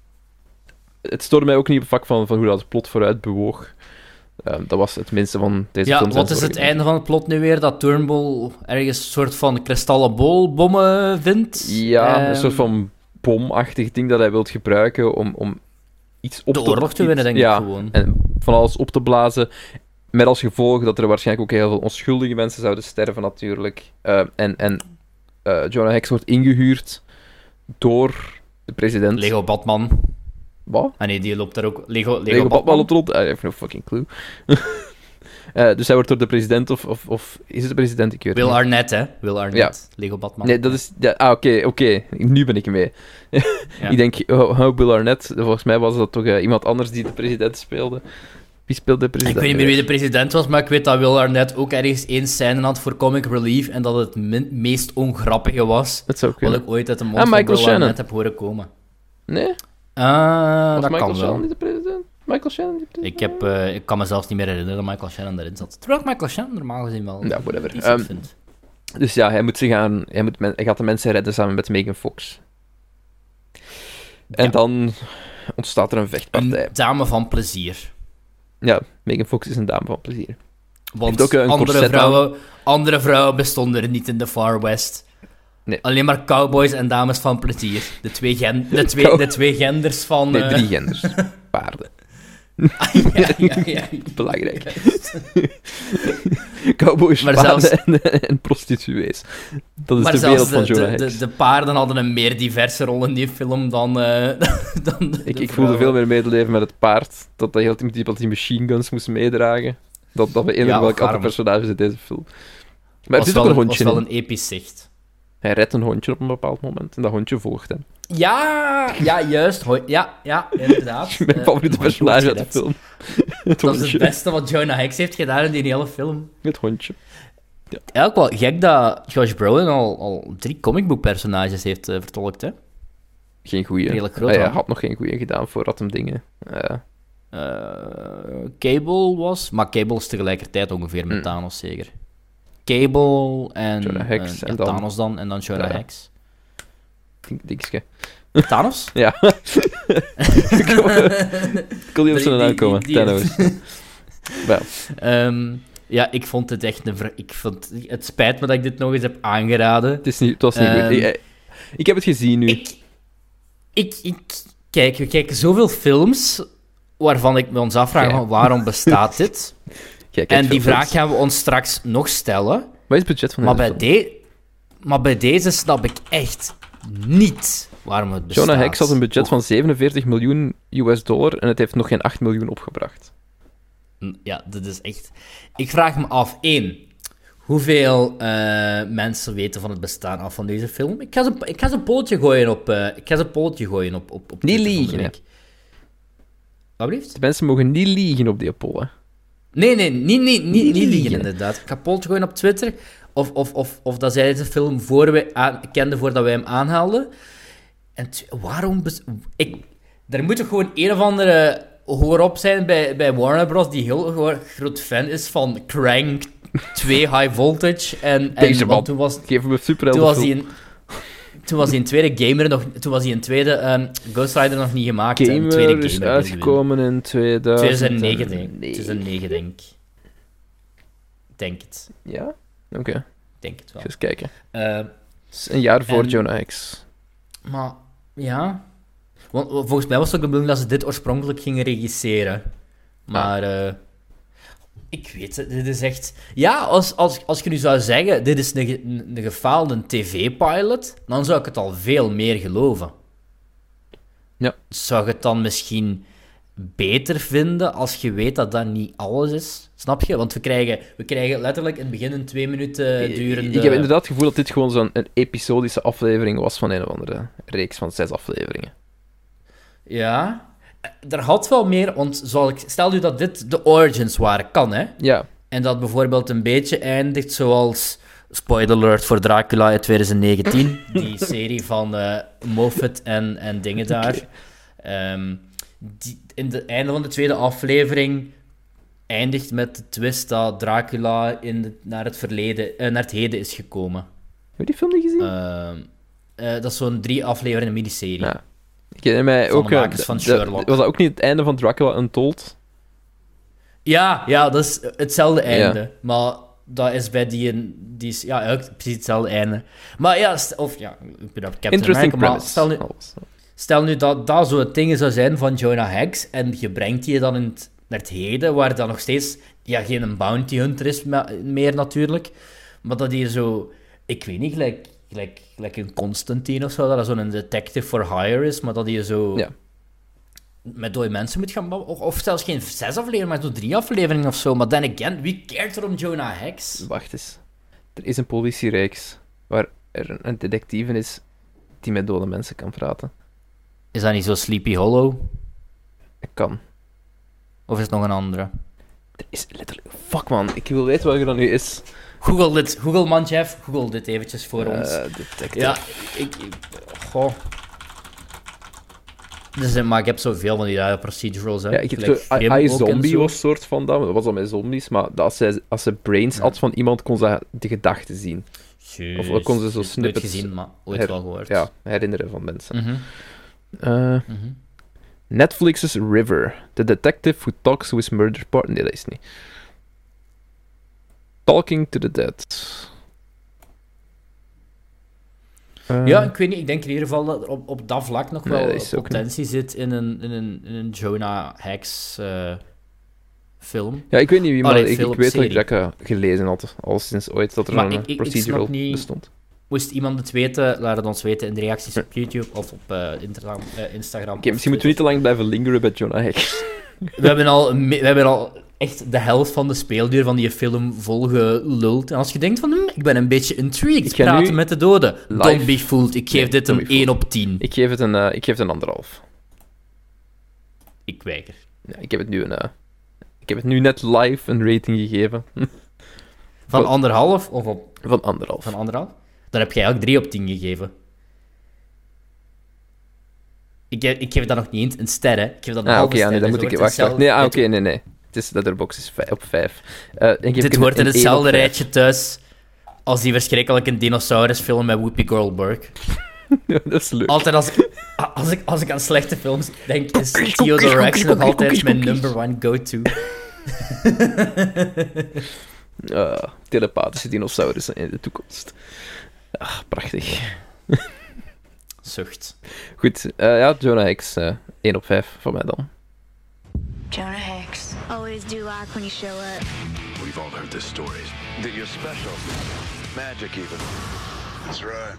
Het stoorde mij ook niet op het vlak van hoe dat plot vooruit bewoog. Dat was het minste van deze film. Ja, wat is het einde van het plot nu weer? Dat Turnbull ergens een soort van kristallenbolbommen vindt? Ja, een soort van bomachtig ding dat hij wilt gebruiken om iets op de oorlog te winnen, denk ik gewoon. En van alles op te blazen. Met als gevolg dat er waarschijnlijk ook heel veel onschuldige mensen zouden sterven, natuurlijk. Jonah Hex wordt ingehuurd door de president. Lego Batman. Wat? Ah nee, die loopt daar ook... Lego Batman loopt rond? I have no fucking clue. Dus hij wordt door de president, of is het de president? Ik weet Will niet. Arnett, hè? Will Arnett. Ja. Lego Batman. Nee, dat is... Ja, oké. Nu ben ik mee. Ja. Ik denk, Will Arnett, volgens mij was dat toch iemand anders die de president speelde. Wie speelde de president? Ik weet niet meer wie de president was, maar ik weet dat Will Arnett ook ergens één scène had voor Comic Relief en dat het meest ongrappige was. Dat zou kunnen. Wat ik ooit uit de mond van Will Shannon. Arnett heb horen komen. Nee? Dat Michael kan Shannon wel. niet de president? Michael Shannon die president? Ik kan me zelfs niet meer herinneren dat Michael Shannon daarin zat. Terwijl ik Michael Shannon normaal gezien wel Ja, whatever. iets vind. Dus ja, hij gaat de mensen redden samen met Megan Fox. En dan ontstaat er een vechtpartij. Een dame van plezier. Ja, Megan Fox is een dame van plezier. Want ook een andere vrouwen bestonden er niet in de Far West. Nee. Alleen maar cowboys en dames van plezier. De twee genders van... Nee, 3 genders. Paarden. ja. Belangrijk. Cowboys, Maar paarden en prostituees. Dat is maar de wereld van Jonah zelfs Hex. de paarden hadden een meer diverse rol in die film dan Ik voelde veel meer medeleven met het paard. Dat hij heel die machine guns moest meedragen. Dat we eender welk andere personage in deze film. Maar er zit ook een hondje was wel in. een episch zicht. Hij redt een hondje op een bepaald moment en dat hondje volgt hem. Ja, juist. Ja, inderdaad. Mijn favoriete personage uit de film. Het Dat is hondje. het beste wat Jonah Hex heeft gedaan in die hele film. Het hondje. Ja, ook wel gek dat Josh Brolin al 3 comicbook-personages heeft vertolkt, hè. Geen goeie. Redelijk groot, Hij dan. had nog geen goeie gedaan voordat hem dingen... Cable was... Maar Cable is tegelijkertijd ongeveer met Thanos, zeker. Cable en... Jonah Hex en dan... Thanos dan, en dan Jonah Ja. Hex. Dikske. Thanos? Ja. Ik kon niet op zijn naam komen. die- Thanos. Wel. Ja, ik vond het echt het spijt me dat ik dit nog eens heb aangeraden. Het was niet goed. Ik heb het gezien nu. Kijk, we kijken zoveel films waarvan ik me ons afvraag van waarom bestaat dit? Kijk, En die vraag gaan we ons straks nog stellen. Wat is het budget van Maar deze film? maar bij deze snap ik echt niet waarom het bestaat. Jonah Hex had een budget van 47 miljoen US$ en het heeft nog geen 8 miljoen opgebracht. Ja, dat is echt... Ik vraag me af, 1. Hoeveel mensen weten van het bestaan af van deze film? Ik ga ze een polletje gooien op... op Niet Twitter liegen, van de week. Wat blieft? De mensen mogen niet liegen op die poll, hè. Nee, niet liegen, liegen. inderdaad. Ik ga een polletje gooien op Twitter. Of dat zij deze film kenden voordat wij hem aanhaalden. En waarom... Er moet toch gewoon een of andere hoorop zijn bij Warner Bros. Die heel groot fan is van Crank 2 High Voltage. Deze man. Toen was, Geef hem een toen superhelden was film. hij een... Toen was hij een tweede gamer nog... Toen was hij een tweede Ghost Rider nog niet gemaakt. Een Gamer tweede is gamer, uitgekomen in 2009, denk ik. 2009. 2009, denk het. Ja? Oké. Denk het wel. Eens kijken. Eh, Het is een jaar voor En- Jonah Hex. Maar, ja... Want volgens mij was het ook de bedoeling dat ze dit oorspronkelijk gingen regisseren. Maar, ik weet het, dit is echt... Ja, als je nu zou zeggen, dit is een gefaalde tv-pilot, dan zou ik het al veel meer geloven. Ja. Zou je het dan misschien beter vinden als je weet dat dat niet alles is? Snap je? Want we krijgen letterlijk in het begin een 2 minuten durende... Ik heb inderdaad het gevoel dat dit gewoon zo'n een episodische aflevering was van een of andere reeks van 6 afleveringen. Ja, er had wel meer, want stel nu dat dit de origins waren, kan hè? Ja. En dat bijvoorbeeld een beetje eindigt zoals, spoiler alert voor Dracula in 2019, die serie van Moffat en dingen daar. In het einde van de tweede aflevering eindigt met de twist dat Dracula naar het heden is gekomen. Heb je die film niet gezien? Dat is zo'n 3 afleveringen miniserie. Ja. Ik herinner mij Van ook... de makers van Sherlock. Was dat ook niet het einde van Dracula Untold? Ja, dat is hetzelfde einde. Ja. Maar dat is bij die is ja, ook precies hetzelfde einde. Maar ja, ik ben op Captain Interesting America, maar premise. stel nu dat dat zo'n ding zou zijn van Jonah Hex en je brengt die dan naar het heden, waar dan nog steeds geen bounty hunter is meer natuurlijk, maar dat die zo, ik weet niet, gelijk een Constantine of zo, dat zo'n detective for hire is, maar dat die zo... Ja. Met dode mensen moet gaan babbelen. Of zelfs geen 6 afleveringen, maar zo 3 afleveringen of zo. Maar then again, wie cared er om Jonah Hex? Wacht eens. Er is een politiereeks waar er een detectieve is die met dode mensen kan praten. Is dat niet zo Sleepy Hollow? Dat kan. Of is het nog een andere? Er is letterlijk... Fuck man, ik wil weten welke dat nu is. Google dit. Google man, Jeff. Google dit eventjes voor ons. Detective. Ja, goh. Maar ik heb zoveel van die procedurals. Hè. Ja, ik heb Like zo... Grimm ook en iZombie zo. was soort van dat. Dat was al met zombies, maar dat als ze brains had van iemand, kon ze de gedachten zien. Jeez. Of kon ze zo Nooit snippets gezien, maar ooit wel gehoord. Ja, herinneren van mensen. Mhm. Netflix's River. The detective who talks to his murder partner. Nee, dat is niet. Talking to the Dead. Ja, ik weet niet. Ik denk in ieder geval dat er op dat vlak nog Nee, wel dat is ook potentie zit in een Jonah Hex film. Ja, ik weet niet wie, maar Allee, ik film, weet dat ik serie. dat gelezen had. Al sinds ooit dat er Maar een ik snap procedural niet- bestond. Moest iemand het weten, laat het ons weten in de reacties op YouTube of op Instagram. Oké, misschien moeten we niet te lang blijven lingeren bij Jonah Hex. We hebben al echt de helft van de speelduur van die film volgeluld. En als je denkt van, ik ben een beetje intrigued, Ik ga praten nu met de doden. live- Don't be fooled. Ik geef Nee, dit don't een be fooled. 1 op 10. Ik geef het een 1,5. Ik weiger. Ja, ik heb het nu net live een rating gegeven. Van Wat? 1,5 of op... Van 1,5. Van 1,5? Dan heb jij ook 3 op 10 gegeven. Ik geef dat nog niet eens een ster, hè. Ik geef dat een halve Oké, ster. nee, dan Dus moet ik... het Wacht. wordt Nee, hetzelfde- nee. Het is Letterboxd is op 5. Dit hoort in hetzelfde rijtje thuis als die verschrikkelijke dinosaurusfilm met Whoopi Goldberg. Ja, dat is leuk. Altijd als ik aan slechte films denk, is Theodore Rex nog altijd mijn number one go-to. Telepathische dinosaurussen in de toekomst. Prachtig. Zucht. Goed, ja, Jonah Hex, 1 op 5 voor mij dan. Jonah Hex. Always do like when you show up. We've all heard this stories. That you're special. Magic even. That's right.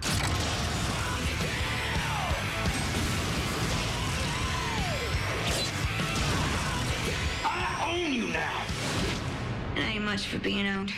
I own you now. Ain't much for being owned.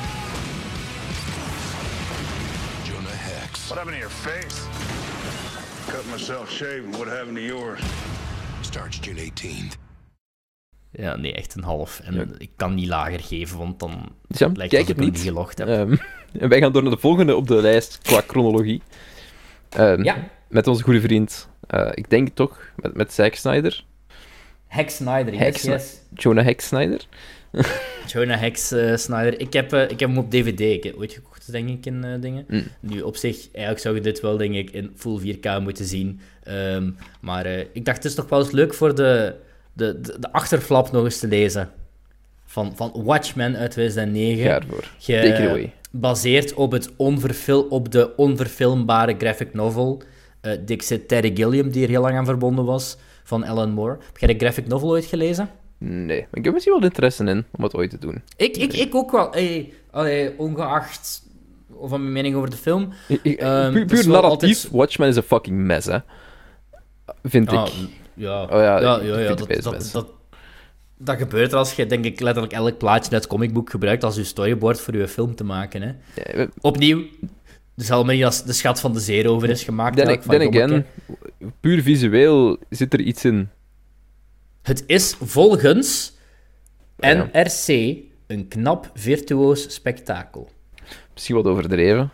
Jonah Hex. What happened to your face? Cut myself shaving. What happened to yours? Starts June 18th. Ja, nee, echt een half. En Ja. ik kan niet lager geven, want dan Dus ja, lijkt kijk het het alsof ik niet. niet gelogd heb. En wij gaan door naar de volgende op de lijst qua chronologie. Ja. Met onze goede vriend, ik denk toch, met Zack Snyder. Hex Snyder, yes, Hex yes. Jonah Hex Snyder. Jonah Hex Snyder. Ik heb hem op DVD. Ik heb ooit gekocht, denk ik, in dingen. Nu, op zich, eigenlijk zou je dit wel, denk ik, in full 4K moeten zien. Maar ik dacht, het is toch wel eens leuk voor de achterflap nog eens te lezen. Van Watchmen uit 2009. Ga ervoor. Take it away. Gebaseerd op de onverfilmbare graphic novel. Dixit Terry Gilliam, die er heel lang aan verbonden was, van Alan Moore. Heb jij de graphic novel ooit gelezen? Nee, maar ik heb misschien wel interesse in om het ooit te doen. Ik ook wel. Ongeacht van mijn mening over de film. Puur het is wel narratief, altijd- Watchmen is een fucking mess, hè. Vind ik. Ja, Oh ja, ja, ik ja, vind ja, het best mess. dat gebeurt er als je, denk ik, letterlijk elk plaatje uit het comicboek gebruikt als je storyboard voor je film te maken. Hè. Ja, Opnieuw, dezelfde manier als de Schat van de Zeerover is gemaakt. then eigenlijk, van again, Jommeke. puur visueel zit er iets in. Het is volgens Ja. NRC een knap virtuoos spektakel. Misschien wat overdreven.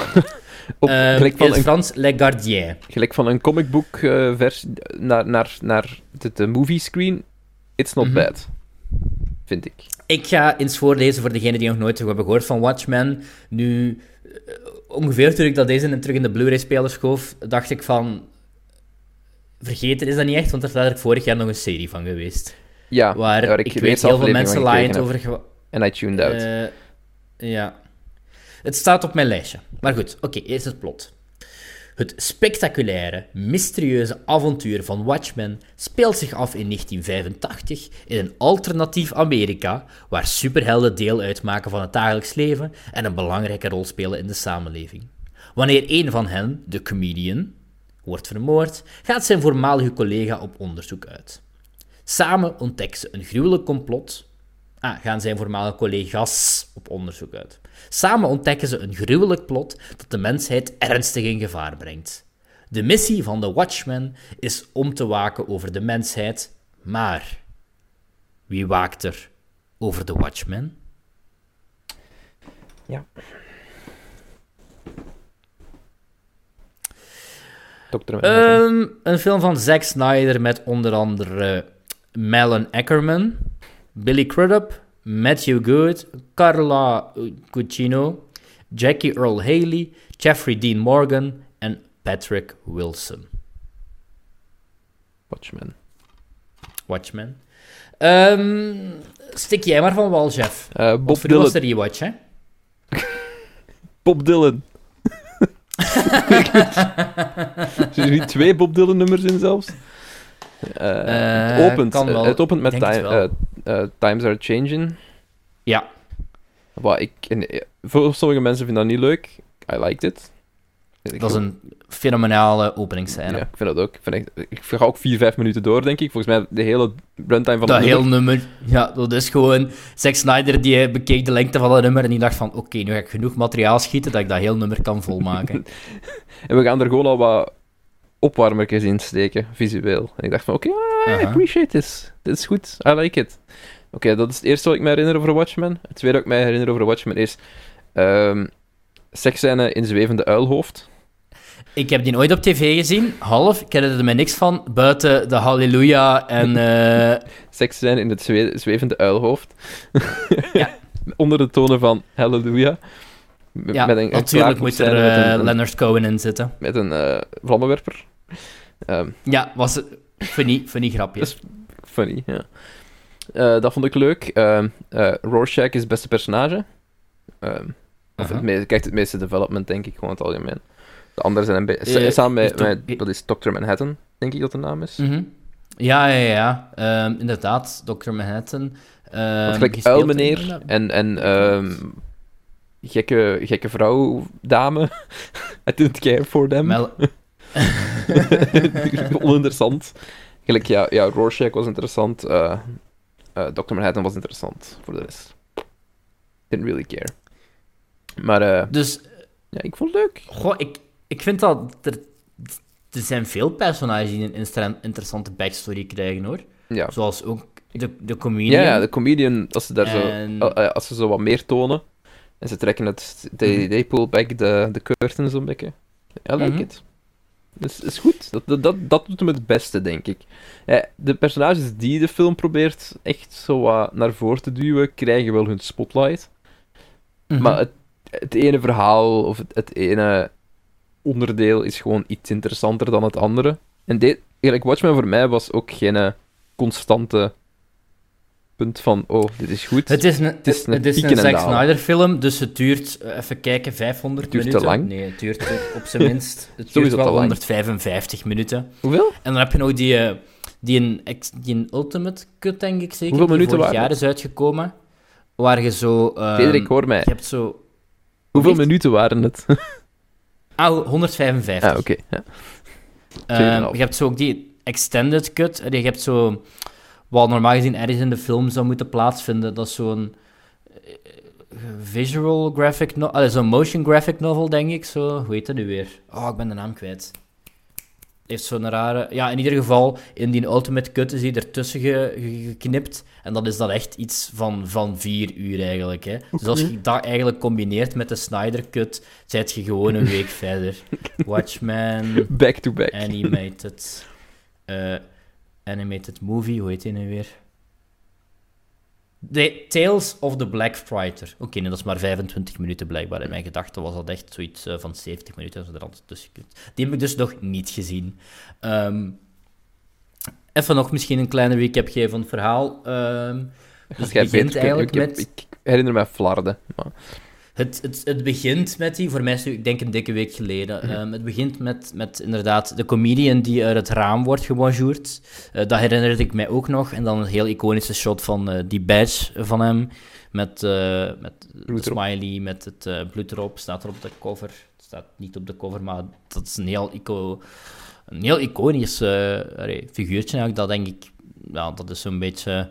Gelijk In van een Frans, Le Gardien. Gelijk van een comicbook versie naar de movie screen. It's not bad. Vind ik. Ik ga eens voorlezen voor degenen die nog nooit hebben gehoord van Watchmen. Nu, ongeveer toen ik dat deze terug in de Blu-ray-speler schoof, dacht ik van... Vergeten is dat niet echt, want er is letterlijk vorig jaar nog een serie van geweest. Ja, Waar ik weet heel veel mensen laaiend over... En I tuned out. Ja. Het staat op mijn lijstje. Maar goed, oké, eerst het plot. Het spectaculaire, mysterieuze avontuur van Watchmen speelt zich af in 1985 in een alternatief Amerika, waar superhelden deel uitmaken van het dagelijks leven en een belangrijke rol spelen in de samenleving. Wanneer een van hen, de comedian, wordt vermoord, gaat zijn voormalige collega op onderzoek uit. Samen ontdekken ze een gruwelijk complot. Gaan zijn voormalige collega's op onderzoek uit. Samen ontdekken ze een gruwelijk plot dat de mensheid ernstig in gevaar brengt. De missie van de Watchmen is om te waken over de mensheid, maar wie waakt er over de Watchmen? Ja. Dr. Manhattan. Een film van Zack Snyder met onder andere Malin Ackerman, Billy Crudup, Matthew Good, Carla Gugino, Jackie Earl Haley, Jeffrey Dean Morgan en Patrick Wilson. Watchmen. Stik jij maar van wal, Jeff. Bob Want voor u was Dylan. de rewatch, hè? Bob Dylan. Zitten er niet 2 Bob Dylan nummers in zelfs? kan wel. Het opent met Ik denk het Times Are Changing. Ja. Voor sommige mensen vind ik dat niet leuk. I liked it. Dat is een fenomenale openingsscène. Ja, ik vind dat ook. Ik ga ook 4-5 minuten door, denk ik. Volgens mij de hele runtime van dat het heel nummer, ja, dat is gewoon... Zack Snyder, die bekeek de lengte van dat nummer en die dacht van, oké, nu ga ik genoeg materiaal schieten dat ik dat heel nummer kan volmaken. En we gaan er gewoon al wat opwarmertjes in steken, visueel. En ik dacht van, oké, I appreciate this. Dit is goed. I like it. Oké, dat is het eerste wat ik me herinner over Watchmen. Het tweede wat ik me herinner over Watchmen is... seksscène in zwevende uilhoofd. Ik heb die ooit op tv gezien, half. Ik herinner er me niks van, buiten de halleluja en... Seksscène in het zwevende uilhoofd. Ja. Onder de tonen van halleluja. Ja, natuurlijk moet er Leonard Cohen in zitten. Met een vlammenwerper. Ja, was funny grapje. Dat is funny, ja. Dat vond ik leuk. Rorschach is het beste personage. Of krijgt het meeste development, denk ik, gewoon in het algemeen. De anderen zijn een beetje... samen met dat is Dr. Manhattan, denk ik dat de naam is. Ja. Inderdaad, Dr. Manhattan. Gelijk uilmeneer en gekke vrouw, dame. I didn't care for them. Oninteressant. Gelijk, ja, Rorschach was interessant. Dr. Manhattan was interessant, voor de rest. Didn't really care. Maar, dus... Ja, ik vond het leuk. Goh, ik vind dat... Er zijn veel personages die een interessante backstory krijgen, hoor. Ja. Zoals ook de comedian. Ja, de comedian, als ze zo wat meer tonen. En ze trekken het... They pull back the curtains een beetje. I like it. Dus is goed. Dat doet hem het beste, denk ik. De personages die de film probeert echt zo wat naar voren te duwen, krijgen wel hun spotlight. Maar het ene verhaal of het ene onderdeel is gewoon iets interessanter dan het andere. En eigenlijk Watchmen voor mij was ook geen constante punt van, dit is goed. Het is een Zack Snyder film, dus het duurt, even kijken, 500 minuten. Te lang? Nee, het duurt op zijn minst. Het duurt wel 155 minuten. Hoeveel? En dan heb je nog die Ultimate Cut, denk ik zeker. Hoeveel minuten vorig jaar is uitgekomen. Waar je zo... Frederik, hoor mij. Je hebt zo... Hoeveel minuten waren het? 155. Oké. Ja. Je hebt zo ook die Extended Cut. Je hebt zo... Wat normaal gezien ergens in de film zou moeten plaatsvinden. Dat is zo'n visual graphic novel... zo'n motion graphic novel, denk ik. Zo. Hoe heet dat nu weer? Ik ben de naam kwijt. Heeft zo'n rare... Ja, in ieder geval, in die Ultimate Cut is die ertussen geknipt. En dat is dan echt iets van 4 uur eigenlijk. Hè. Dus als je dat eigenlijk combineert met de Snyder Cut, zet je gewoon een week verder. Watchmen... Back to back. Animated movie, hoe heet die nu weer? The Tales of the Black Friar. Oké, nee, dat is maar 25 minuten blijkbaar. In mijn gedachten was dat echt zoiets van 70 minuten. Als je er altijd tussen kunt. Die heb ik dus nog niet gezien. Even nog misschien een kleine recap geven van het verhaal. Dus het begint eigenlijk met... Ik herinner me Flarden. Maar... Het begint met die, voor mij is het, ik denk een dikke week geleden. Het begint met inderdaad de comedian die uit het raam wordt gebonjourd. Dat herinnerde ik mij ook nog. En dan een heel iconische shot van die badge van hem. Met de smiley, met het bloed erop. Staat er op de cover. Het staat niet op de cover, maar dat is een heel iconisch figuurtje eigenlijk. Dat denk ik, ja, dat is zo'n beetje...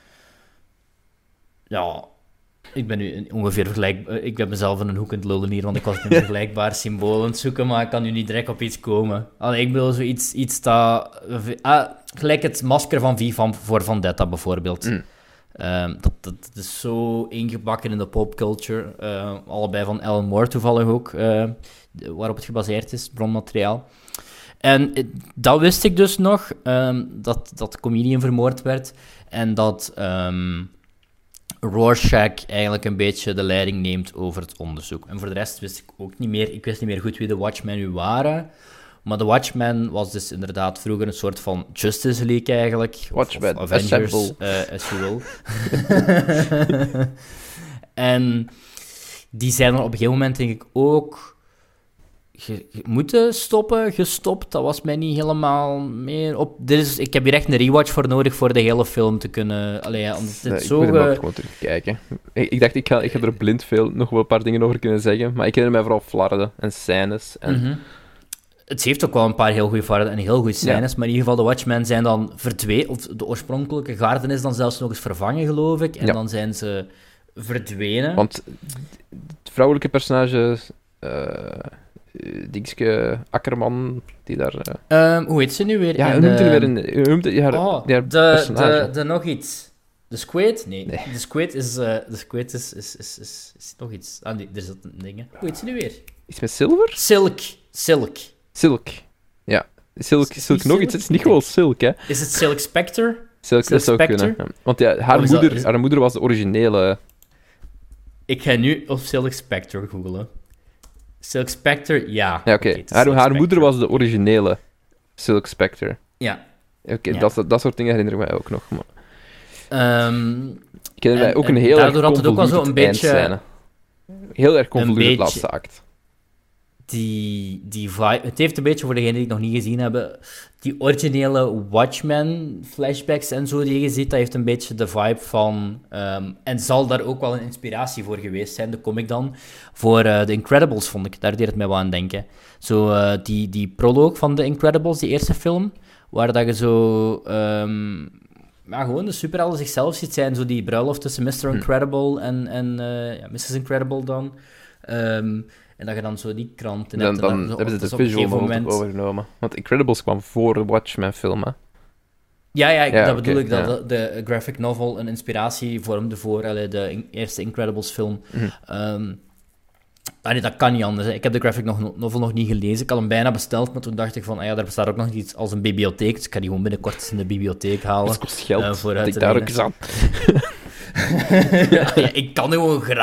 Ja... Ik ben nu ongeveer vergelijkbaar... Ik ben mezelf in een hoek aan het lullen hier, want ik was een vergelijkbaar symbool aan het zoeken, maar ik kan nu niet direct op iets komen. Ik bedoel, zoiets dat... gelijk het masker van V voor Vendetta, bijvoorbeeld. Dat is zo ingebakken in de popculture. Allebei van Alan Moore toevallig ook, waarop het gebaseerd is, bronmateriaal. En dat wist ik dus nog, dat de comedian vermoord werd, en dat... Rorschach eigenlijk een beetje de leiding neemt over het onderzoek. En voor de rest wist ik ook niet meer... Ik wist niet meer goed wie de Watchmen nu waren. Maar de Watchmen was dus inderdaad vroeger een soort van Justice League eigenlijk. Watchmen, of Avengers, as you will. En die zijn dan op een gegeven moment, denk ik, ook moeten stoppen, gestopt. Dat was mij niet helemaal meer op. Ik heb hier echt een rewatch voor nodig voor de hele film te kunnen... Allee, ja, omdat dit Ik moet hem ook gewoon terugkijken. Ik dacht, ik ga er blind veel nog wel een paar dingen over kunnen zeggen, maar ik herinner mij vooral flarden en scènes. En... Het heeft ook wel een paar heel goede flarden en heel goede scènes, maar in ieder geval de Watchmen zijn dan verdwenen, of de oorspronkelijke garden is dan zelfs nog eens vervangen, geloof ik, en dan zijn ze verdwenen. Want het vrouwelijke personage... Dingske Akkerman, die daar... hoe heet ze nu weer? Ja, hoe noemt hij weer de nog iets. De Squid? Nee. De Squid is... is nog iets. Ah, nee, er zit een ding. Hoe heet ze nu weer? Iets met zilver? Silk. Ja. Silk nog iets. Het is niet gewoon Silk, hè. Is het Silk Spectre? Silk dat zou kunnen. Ja. Want ja, haar moeder was de originele... Ik ga nu op Silk Spectre googlen. Silk Spectre, ja. Ja, oké. Haar moeder was de originele Silk Spectre. Ja. Oké, dat soort dingen herinner ik mij ook nog. Maar... ik herinner mij ook een heel erg convoluted eindscène. Heel erg convoluted laatste act. Die vibe... Het heeft een beetje, voor degenen die het nog niet gezien hebben, die originele Watchmen-flashbacks en zo die je ziet, dat heeft een beetje de vibe van... en zal daar ook wel een inspiratie voor geweest zijn, de comic dan, voor The Incredibles, vond ik. Daar deed het mij wel aan denken. Zo, die proloog van The Incredibles, die eerste film, waar dat je zo... gewoon de superhelden zichzelf ziet zijn, zo die bruiloft tussen Mr. Incredible en Mrs. Incredible dan... en dat je dan zo die krant... Dan hebben ze de visual moment overgenomen. Want Incredibles kwam voor de Watchmen-film, hè? Dat bedoel ik, dat de graphic novel een inspiratie vormde voor de eerste Incredibles-film. Dat kan niet anders. Hè. Ik heb de graphic novel nog niet gelezen. Ik had hem bijna besteld, maar toen dacht ik van... daar bestaat ook nog iets als een bibliotheek, dus ik ga die gewoon binnenkort eens in de bibliotheek halen. Dat kost geld, dat ik daar ook eens aan... ik kan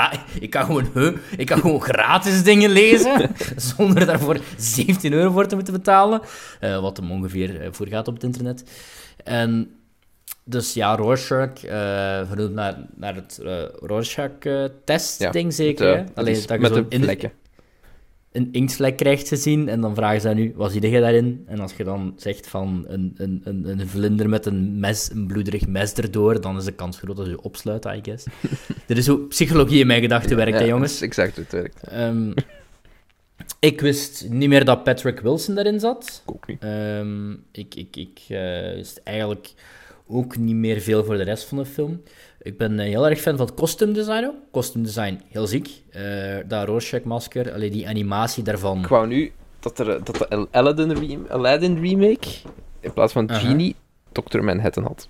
gewoon gratis dingen lezen, zonder daarvoor €17 voor te moeten betalen. Wat hem ongeveer voor gaat op het internet. En dus ja, Rorschach, vernoemd naar het Rorschach-test-ding zeker. Met de vlekken. Een inktvlek krijgt te zien en dan vragen ze aan u, wat zie je daarin? En als je dan zegt van een vlinder met een bloederig mes erdoor, dan is de kans groot dat je opsluit, I guess. Er is ook psychologie in mijn gedachten werkt, hè, jongens? Dat is exact hoe het werkt. Ik wist niet meer dat Patrick Wilson daarin zat. Ik ook niet. Ik wist eigenlijk ook niet meer veel voor de rest van de film. Ik ben heel erg fan van het costume design ook. Costume design, heel ziek. Dat Rorschach-masker, die animatie daarvan. Ik wou nu dat de Aladdin remake, in plaats van Genie, Dr. Manhattan had.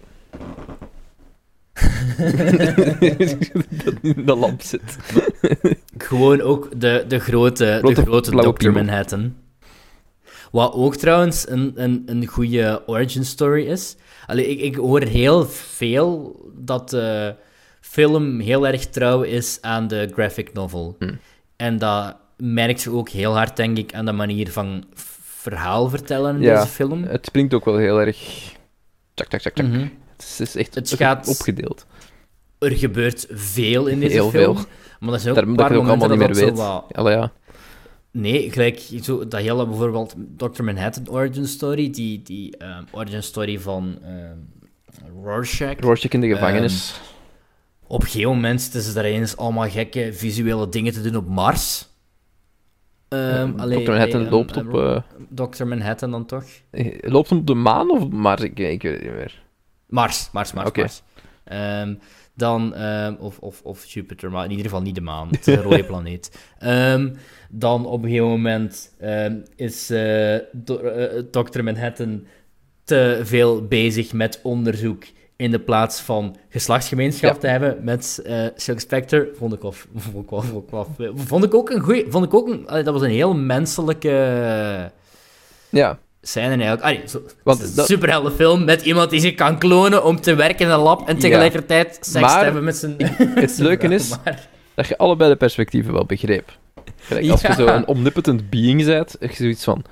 Dat in de lamp zit. Gewoon ook de grote Dr. Manhattan. Wat ook trouwens een goede origin story is. Ik hoor heel veel dat de film heel erg trouw is aan de graphic novel. En dat merkt je ook heel hard, denk ik, aan de manier van verhaal vertellen in deze film. Het springt ook wel heel erg... Tjak. Het is echt opgedeeld. Er gebeurt veel in deze heel film. Veel. Maar er zijn ook een paar momenten dat niet meer weet. Nee, gelijk zo, dat hele bijvoorbeeld Dr. Manhattan origin story, die origin story van Rorschach. Rorschach in de gevangenis. Op een gegeven moment zitten ze daar eens allemaal gekke visuele dingen te doen op Mars. Dr. Manhattan loopt op... Dr. Manhattan dan toch? Loopt hem op de maan of op Mars? Ik weet het niet meer. Mars. Okay. Mars. Dan, of Jupiter, maar in ieder geval niet de maan. Het is een rode planeet. Dan op een gegeven moment is Dr. Manhattan te veel bezig met onderzoek in de plaats van geslachtsgemeenschap te hebben met Silk Spectre. Vond ik ook een goeie... Dat was een heel menselijke... scène eigenlijk. Superheldenfilm met iemand die zich kan klonen om te werken in een lab en tegelijkertijd seks te hebben met zijn... Het leuke is dat je allebei de perspectieven wel begreep. Als je zo een omnipotent being bent, heb je zoiets van...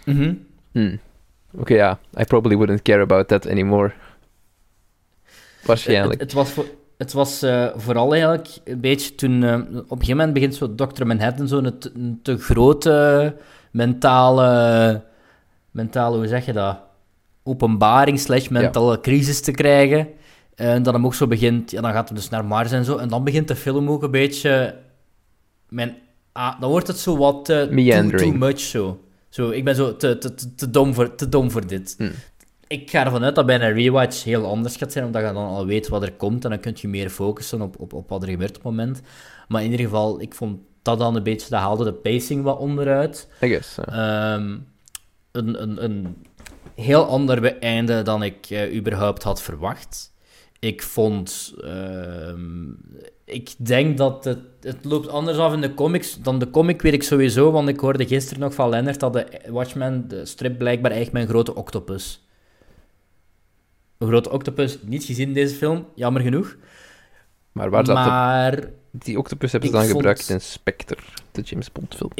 Oké, I probably wouldn't care about that anymore. Waarschijnlijk. Het was vooral eigenlijk een beetje toen... op een gegeven moment begint zo Dr. Manhattan zo'n te grote mentale, hoe zeg je dat? Openbaring / mentale crisis te krijgen. En dat hem ook zo begint... Ja, dan gaat hij dus naar Mars en zo. En dan begint de film ook een beetje... dan wordt het zo wat... too much zo. Ik ben zo te dom voor dit. Ik ga ervan uit dat bij een rewatch heel anders gaat zijn, omdat je dan al weet wat er komt en dan kun je meer focussen op wat er gebeurt op het moment. Maar in ieder geval, ik vond dat dan een beetje... Dat haalde de pacing wat onderuit. I guess, Een heel ander einde dan ik überhaupt had verwacht. Ik vond... ik denk dat het loopt anders af in de comics. Dan de comic weet ik sowieso, want ik hoorde gisteren nog van Lennart dat de Watchmen, de strip, blijkbaar eigenlijk met een grote octopus. Een grote octopus, niet gezien in deze film, jammer genoeg. Maar waar zat die octopus hebben ze dan gebruikt in Spectre, de James Bond film.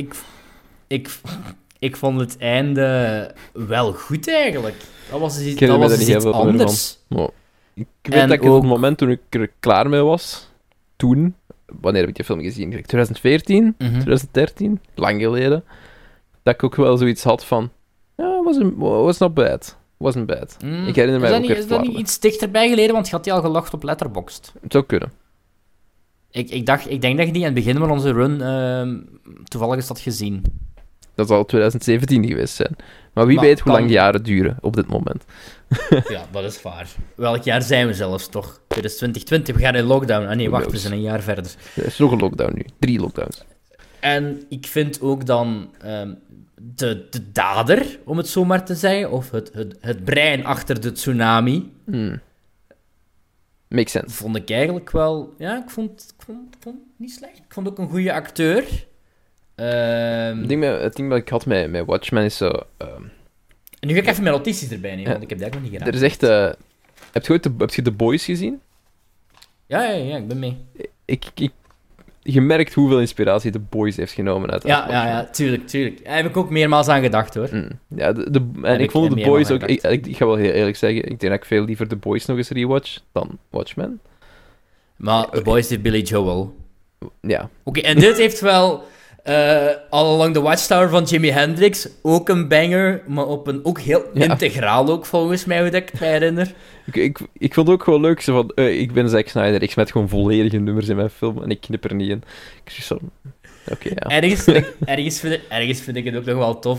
Ik vond het einde wel goed eigenlijk. Dat was iets, iets anders. Oh. Ik weet dat ik op het moment toen ik er klaar mee was, wanneer heb ik die film gezien? 2014, 2013, lang geleden, dat ik ook wel zoiets had van, ja, was not bad. Wasn't bad. Ik herinner mij ook echt Is dat niet iets dichterbij geleden, want je had die al gelogd op Letterboxd? Het zou kunnen. Ik denk dat je die aan het begin van onze run toevallig eens had gezien. Dat zal 2017 geweest zijn. Maar wie weet hoe lang de jaren duren op dit moment. Ja, dat is waar. Welk jaar zijn we zelfs toch? Dit is 2020, we gaan in lockdown. Ah nee, wacht, we zijn een jaar verder. Er is nog een lockdown nu. 3 lockdowns. En ik vind ook dan de dader, om het zo maar te zeggen, of het brein achter de tsunami... Makes sense. Vond ik eigenlijk wel... Ja, ik vond het niet slecht. Ik vond ook een goede acteur. Het ding dat ik had met Watchmen is zo... En nu ga ik even mijn notities erbij nemen, want ik heb dat nog niet gedaan. Er is echt... heb je The Boys gezien? Ja, ik ben mee. Je merkt hoeveel inspiratie The Boys heeft genomen uit Ja, tuurlijk. Daar heb ik ook meermaals aan gedacht, hoor. En ik vond The Boys ook... Ik ga wel heel eerlijk zeggen, ik denk dat ik veel liever The Boys nog eens rewatch dan Watchmen. Maar The Boys heeft Billy Joel. Ja. Oké, en dit heeft wel... All Along the Watchtower van Jimi Hendrix, ook een banger, maar op een ook heel integraal ook, volgens mij, hoe dat ik me herinner. Ik vond het ook gewoon leuk, zo van, ik ben Zack Snyder, ik smet gewoon volledige nummers in mijn film en ik knip er niet in. Ik zeg zo, oké, ja. Ergens vind ik het ook nog wel tof.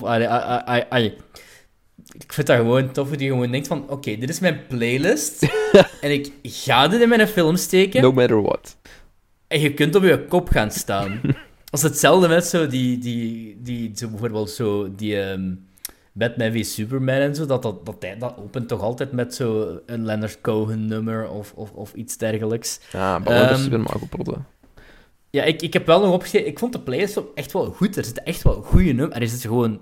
Ik vind dat gewoon tof, dat je gewoon denkt van, oké, dit is mijn playlist, en ik ga dit in mijn film steken. No matter what. En je kunt op je kop gaan staan. Dat is hetzelfde met zo die zo bijvoorbeeld zo die Batman v Superman en zo, dat opent toch altijd met zo een Leonard Cohen nummer of iets dergelijks. Ja, maar dat is weer maar geprotten. Ja, ik heb wel nog opgeschreven, ik vond de playlist echt wel goed, er zitten echt wel goede nummers, er is gewoon,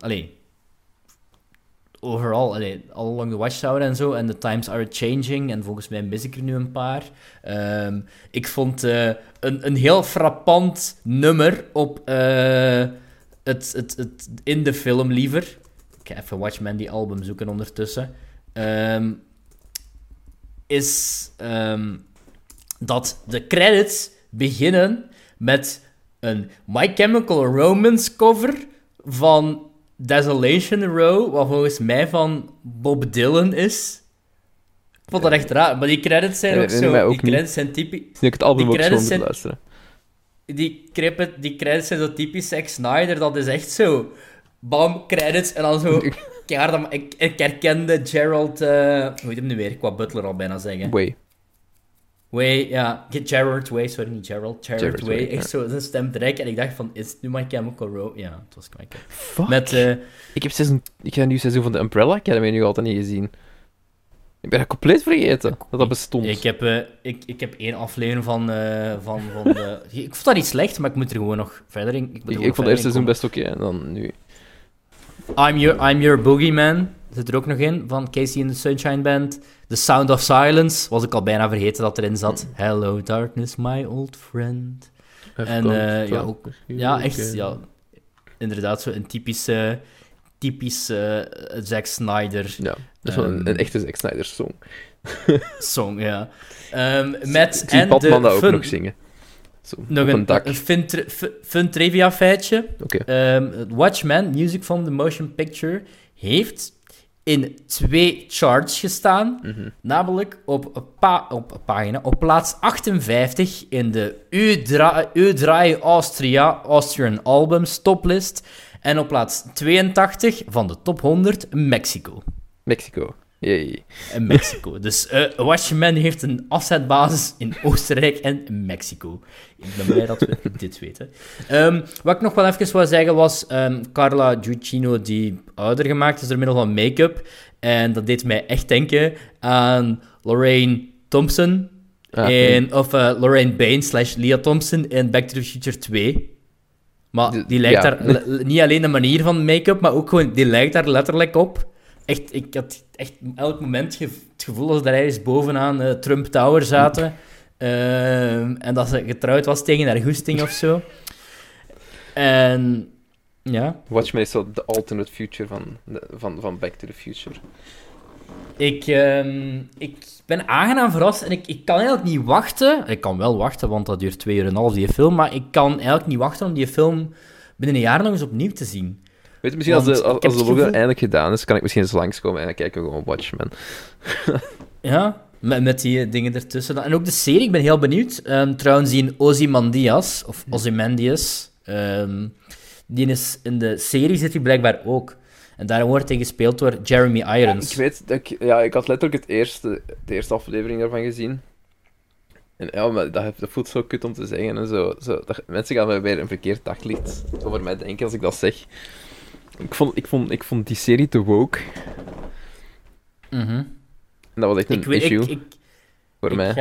overal, All Along the Watchtower en zo, en The Times Are Changing, en volgens mij mis ik er nu een paar. Ik vond een heel frappant nummer op het in de film liever. Ik ga even Watchmen, die album, zoeken ondertussen. Is dat de credits beginnen met een My Chemical Romance cover van Desolation Row, wat volgens mij van Bob Dylan is. Ik vond dat echt raar, maar die credits zijn ook zo... Die credits zijn typisch... Ik het album ook zo moet luisteren. Die credits zijn zo typisch Zack Snyder, dat is echt zo... Bam, credits, en dan zo... Ik herkende Gerald... hoe heet hem nu weer? Ik wou Butler al bijna zeggen. Way, ja. Gerard Way, sorry, niet Gerald. Gerard Way, echt zo zijn stem direct. En ik dacht van, is het nu My Chemical Romance? Ja, het was kwijt. Fuck. Ik heb nu seizoen van de Umbrella Academy nu altijd niet gezien. Ik ben dat compleet vergeten, dat bestond. Ik heb 1 aflevering van de... Ik vond dat niet slecht, maar ik moet er gewoon nog verder in... Ik vond het eerste seizoen best oké, en dan nu... I'm Your Boogeyman zit er ook nog in, van Casey and the Sunshine Band. The Sound of Silence, was ik al bijna vergeten dat erin zat. Hello Darkness, my old friend. En echt, inderdaad, zo een typische Zack Snyder. Ja, dat is wel een echte Zack Snyder song. Song, ja. Met en Batman dat ook nog zingen. Zo, Nog op een dak. een fun trivia feitje. Oké. Watchmen, Music from the Motion Picture, heeft in 2 charts gestaan. Namelijk op plaats 58 in de U3 Austrian Albums toplist. En op plaats 82 van de top 100 Mexico. Mexico. Yay. En Mexico. Dus Watchmen heeft een afzetbasis in Oostenrijk en Mexico. Ik ben blij dat we dit weten. Wat ik nog wel even wou zeggen was... Carla Gugino, die ouder gemaakt is door middel van make-up. En dat deed mij echt denken aan Lorraine Thompson. Of Lorraine Bain / Leah Thompson in Back to the Future 2. Maar die lijkt daar... Niet alleen de manier van make-up, maar ook gewoon... Die lijkt daar letterlijk op. Echt, ik had echt elk moment het gevoel dat ze daar ergens bovenaan Trump Tower zaten. En dat ze getrouwd was tegen haar goesting of zo. En ja. Watchmen is zo de alternate future van Back to the Future. Ik ben aangenaam verrast en ik kan eigenlijk niet wachten. Ik kan wel wachten, want dat duurt 2,5 uur die film. Maar ik kan eigenlijk niet wachten om die film binnen een jaar nog eens opnieuw te zien. Weet je, misschien als de logo eindelijk gedaan is, kan ik misschien eens langskomen en dan kijken we gewoon Watchmen. Ja, met die dingen ertussen. En ook de serie, ik ben heel benieuwd. Trouwens, die Ozymandias, of Ozymandias, die is in de serie zit hij blijkbaar ook. En daar wordt hij gespeeld door Jeremy Irons. Ik weet, ik had letterlijk de eerste aflevering daarvan gezien. En ja, maar dat voelt zo kut om te zeggen en zo. Mensen gaan mij weer een verkeerd daglicht over mij denken als ik dat zeg. Ik vond die serie te woke. En dat was echt een issue voor mij.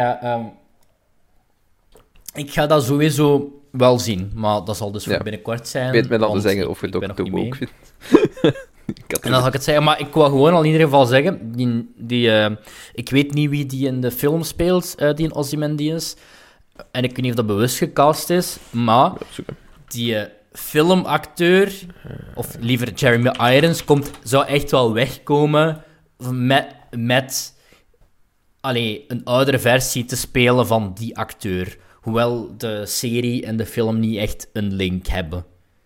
Ik ga dat sowieso wel zien, maar dat zal dus voor binnenkort zijn. Weet mij dan te zeggen of je het ook te woke vindt. En dan zal ik het zeggen, maar ik wou gewoon al in ieder geval zeggen, ik weet niet wie die in de film speelt, die in Ozymandias. En ik weet niet of dat bewust gecast is, maar die filmacteur, of liever Jeremy Irons, zou echt wel wegkomen met een oudere versie te spelen van die acteur. Hoewel de serie en de film niet echt een link hebben.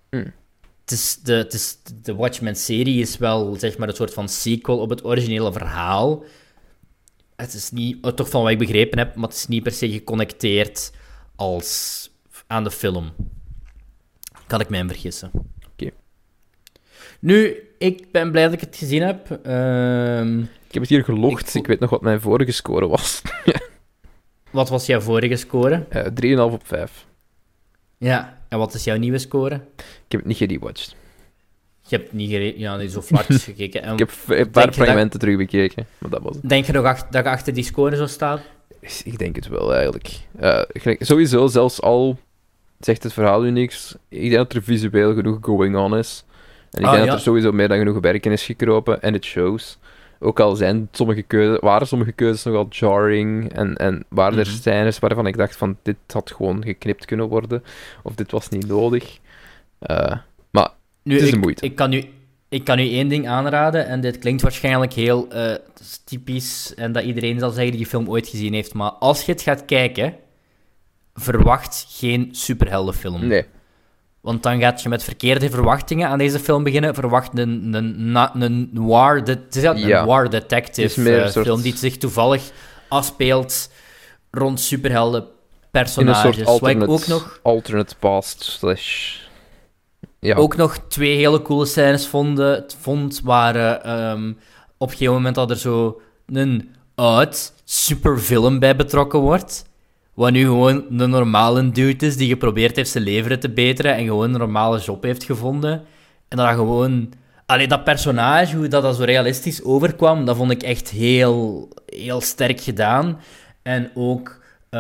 De Watchmen-serie is wel, zeg maar, een soort van sequel op het originele verhaal. Het is niet, toch van wat ik begrepen heb, maar het is niet per se geconnecteerd aan de film. Kan ik mij in vergissen. Oké. Nu, ik ben blij dat ik het gezien heb. Ik heb het hier gelogd. Ik weet nog wat mijn vorige score was. Wat was jouw vorige score? 3,5 op 5. Ja, en wat is jouw nieuwe score? Ik heb het niet gerewatcht. Je hebt niet zo vlakjes gekeken. En ik heb een paar fragmenten terug bekeken, maar dat was het. Denk je nog dat je achter die score zou staan? Ik denk het wel, eigenlijk. Sowieso, zelfs al zegt het verhaal u niks, ik denk dat er visueel genoeg going on is. En ik denk dat er sowieso meer dan genoeg werk in is gekropen, en het shows. Ook al waren sommige keuzes nogal jarring, en waren er scènes waarvan ik dacht van, dit had gewoon geknipt kunnen worden, of dit was niet nodig. Maar nu, het is een moeite. Ik kan u één ding aanraden, en dit klinkt waarschijnlijk heel typisch, en dat iedereen zal zeggen die die film ooit gezien heeft, maar als je het gaat kijken, verwacht geen superheldenfilm. Nee. Want dan gaat je met verkeerde verwachtingen aan deze film beginnen. Verwacht een noir, noir detective film die zich toevallig afspeelt rond superhelden personages. In een soort alternate past / Ja. Ook nog 2 hele coole scènes vond waar op een gegeven moment dat er zo een oud supervillain bij betrokken wordt. Wat nu gewoon een normale dude is die geprobeerd heeft zijn leven te beteren en gewoon een normale job heeft gevonden. En dat gewoon... dat personage, hoe dat zo realistisch overkwam, dat vond ik echt heel, heel sterk gedaan. En ook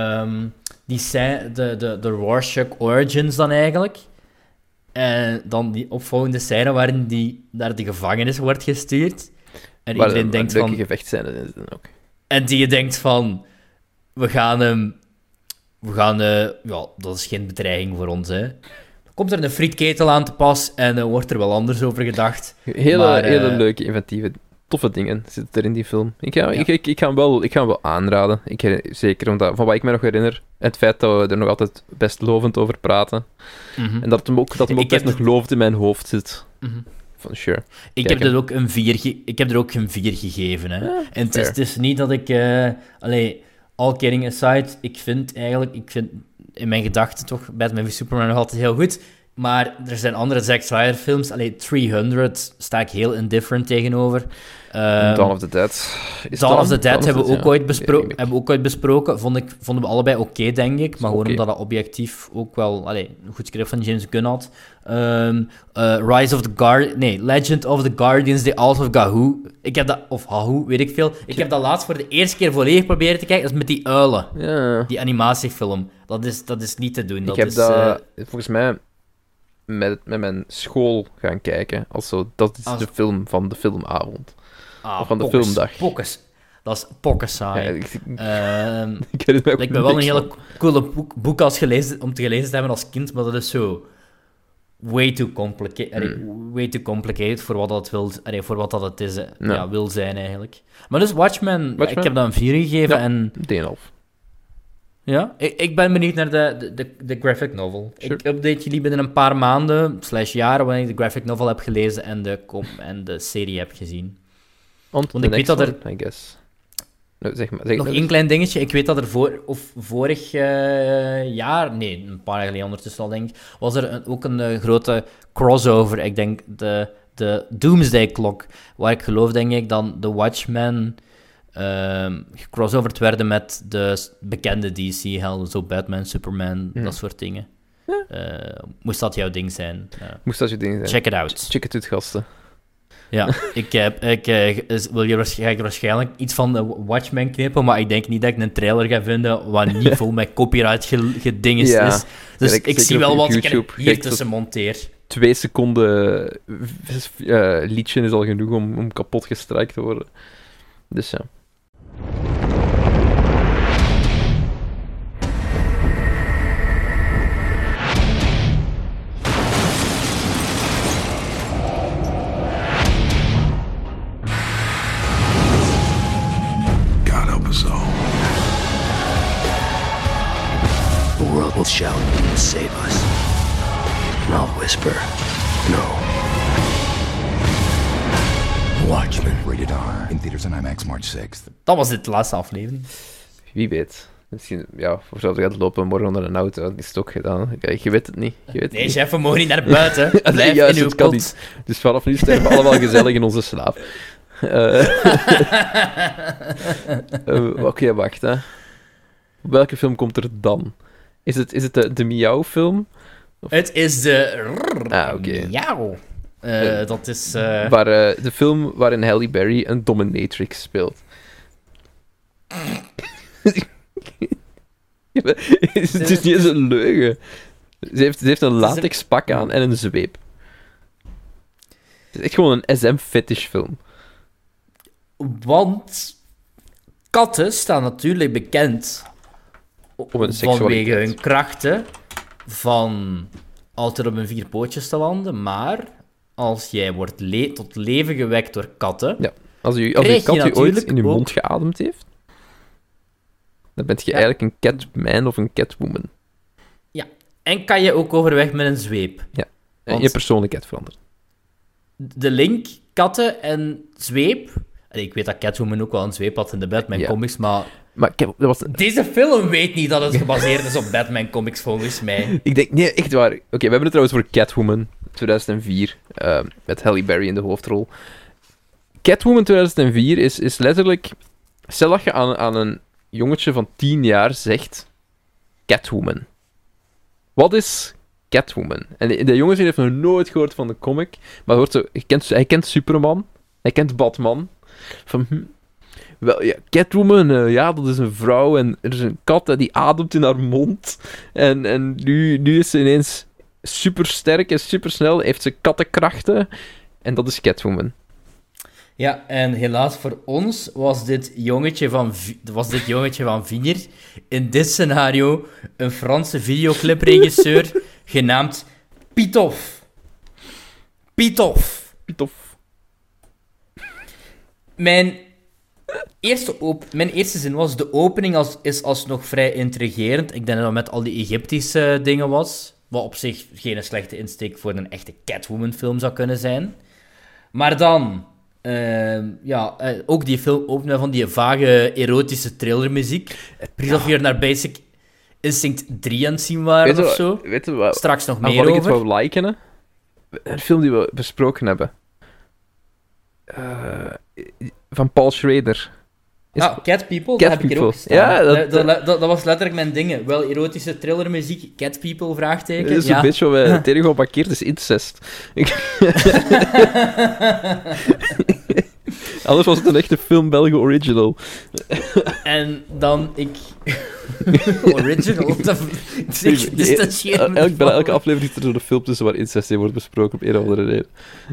de Rorschach Origins dan eigenlijk. En dan die opvolgende scène waarin die naar de gevangenis wordt gestuurd. En waar iedereen denkt van... gevechtscènes in zitten ook. En die je denkt van... We gaan dat is geen bedreiging voor ons, hè. Komt er een frietketel aan te pas en wordt er wel anders over gedacht. Hele leuke, inventieve toffe dingen zitten er in die film. Ik ga hem wel aanraden. Zeker omdat, van wat ik me nog herinner, het feit dat we er nog altijd best lovend over praten. Mhm. En dat hem ook best nog lovend in mijn hoofd zit. Van sure. Ik heb er ook een 4 gegeven. Hè. Ja, en het is niet dat ik... all kidding aside, ik vind in mijn gedachten toch Batman v Superman nog altijd heel goed. Maar er zijn andere Zack Snyder films. 300 sta ik heel indifferent tegenover. Dawn of the Dead. Dawn of the Dead hebben we ook ooit besproken. Vonden we allebei oké, denk ik. Maar gewoon omdat dat objectief ook wel een goed script van James Gunn had. Legend of the Guardians, The House of Gahu. Ik heb dat... Of Hahu, weet ik veel. Ik heb dat laatst voor de eerste keer volledig proberen te kijken. Dat is met die uilen. Ja. Die animatiefilm. Dat is niet te doen. Volgens mij... Met mijn school gaan kijken. Dat is de film van de filmavond. Of van de filmdag. Dat is pokken saai. Ik herinner me ook lijkt me wel een hele coole boek als om te gelezen te hebben als kind, maar dat is zo way too complicated voor wat dat wil, voor wat dat het is, wil zijn eigenlijk. Maar dus Watchmen? Ik heb dat een 4 gegeven en... 3,5. Ja, ik ben benieuwd naar de graphic novel. Sure. Ik update jullie binnen een paar maanden, /jaren, wanneer ik de graphic novel heb gelezen en de serie heb gezien. Want ik weet dat er... I guess. Nog één klein dingetje. Ik weet dat er vorig jaar... Nee, een paar jaar geleden ondertussen al, denk ik, was er ook een grote crossover. Ik denk de Doomsday Clock, waar ik geloof, denk ik, dan de Watchmen... gecrossoverd werden met de bekende DC-helden, zo Batman, Superman, dat soort dingen. Moest dat jouw ding zijn? Moest dat je ding zijn. Check it out. Check it out, gasten. Ja, ik wil je waarschijnlijk iets van de Watchmen knippen, maar ik denk niet dat ik een trailer ga vinden wat niet vol met copyright gedingest is. Dus ik zie wel wat ik hier tussen monteer. 2 seconden liedje is al genoeg om kapot gestrikt te worden. Dus ja. God help us all. The world will shout and save us. And I'll whisper, no. Watchmen. Rated R. In theaters on IMAX March 6th. Dat was dit, de laatste aflevering. Wie weet. Misschien, voor zoals gaat lopen morgen onder een auto, is het ook gedaan. Kijk, je weet het niet. Nee, chef, we mogen niet naar buiten. Blijf juist, in uw kot. Niet. Dus vanaf nu sterven we allemaal gezellig in onze slaap. Oké, wacht, hè. Welke film komt er dan? Is het de Miauw-film? Het is de... oké. Miauw. Dat is... De film waarin Halle Berry een dominatrix speelt. Het is niet eens een leugen. Ze heeft een latex pak aan en een zweep. Het is echt gewoon een SM-fetish film. Want katten staan natuurlijk bekend vanwege hun krachten van altijd op hun 4 pootjes te landen, maar als jij wordt tot leven gewekt door katten... Ja, als je kat je ooit in je mond geademd heeft, dan ben je eigenlijk een catman of een catwoman. Ja, en kan je ook overweg met een zweep. Ja, en je persoonlijkheid verandert. De link, katten en zweep... Ik weet dat Catwoman ook wel een zweep had in de Batman-comics, maar deze film weet niet dat het gebaseerd is op Batman-comics, volgens mij. Ik denk, nee, echt waar. Oké, we hebben het trouwens voor Catwoman 2004, met Halle Berry in de hoofdrol. Catwoman 2004 is letterlijk... Stel dat je aan een jongetje van 10 jaar zegt... Catwoman. Wat is Catwoman? En de jongetje heeft nog nooit gehoord van de comic, maar hij kent Superman, hij kent Batman... Wel, ja, Catwoman, dat is een vrouw en er is een kat die ademt in haar mond. En nu is ze ineens super sterk en super snel, heeft ze kattenkrachten. En dat is Catwoman. Ja, en helaas voor ons was dit jongetje van 4 in dit scenario een Franse videoclipregisseur genaamd Pitof. Mijn eerste zin was, de opening is alsnog vrij intrigerend. Ik denk dat het met al die Egyptische dingen was. Wat op zich geen slechte insteek voor een echte Catwoman-film zou kunnen zijn. Maar dan... ook die film openen van die vage erotische thrillermuziek. Precies of je er naar Basic Instinct 3 aan het zien waren of zo. Weet je wat? Straks nog Aan meer wat ik over. het wou liken, hè? Een film die we besproken hebben. Van Paul Schrader. Cat People, Cat dat heb ik hier People. ook staan. Ja, dat was letterlijk mijn dingen. Wel erotische thrillermuziek, Cat People, vraagteken. Dat is een beetje wat wij het enige wat markeert is incest. Anders was het een echte film België original. En dan original? Ik distancieer me Bij elke ervan. aflevering zit er zo'n film tussen waar incest in wordt besproken op een of andere reden.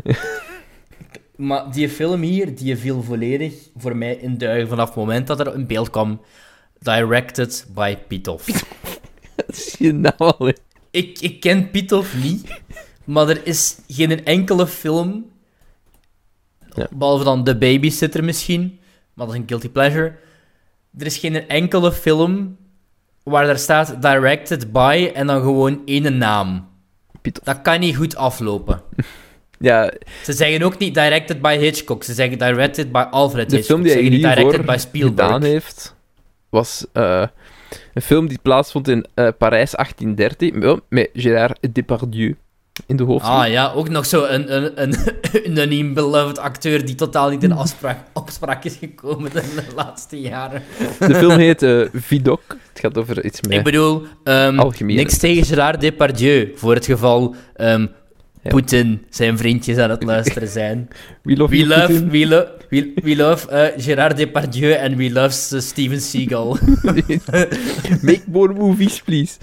Maar die film hier, die viel volledig voor mij in duigen vanaf het moment dat er een beeld kwam. Directed by Pitof. Dat is je naam al, hè. Ik ken Pitof niet, maar er is geen enkele film, behalve dan The Babysitter misschien, maar dat is een guilty pleasure. Er is geen enkele film waar daar staat directed by en dan gewoon één naam. Pitof. Dat kan niet goed aflopen. Ja, Ze zeggen ook niet directed by Hitchcock, ze zeggen directed by Alfred de Hitchcock. film die Ze hij zeggen niet directed hiervoor by Spielberg. gedaan heeft, was een film die plaatsvond in Parijs 1830, met Gérard Depardieu in de hoofdrol. Ah ja, ook nog zo een unaniem beloved acteur die totaal niet in opspraak is gekomen in de laatste jaren. De film heet Vidocq. Het gaat over iets meer Ik bedoel, algemeen. niks tegen Gérard Depardieu, voor het geval Poetin zijn vriendjes aan het luisteren zijn. We love We love Gérard Depardieu and we love Steven Seagal. Make more movies, please.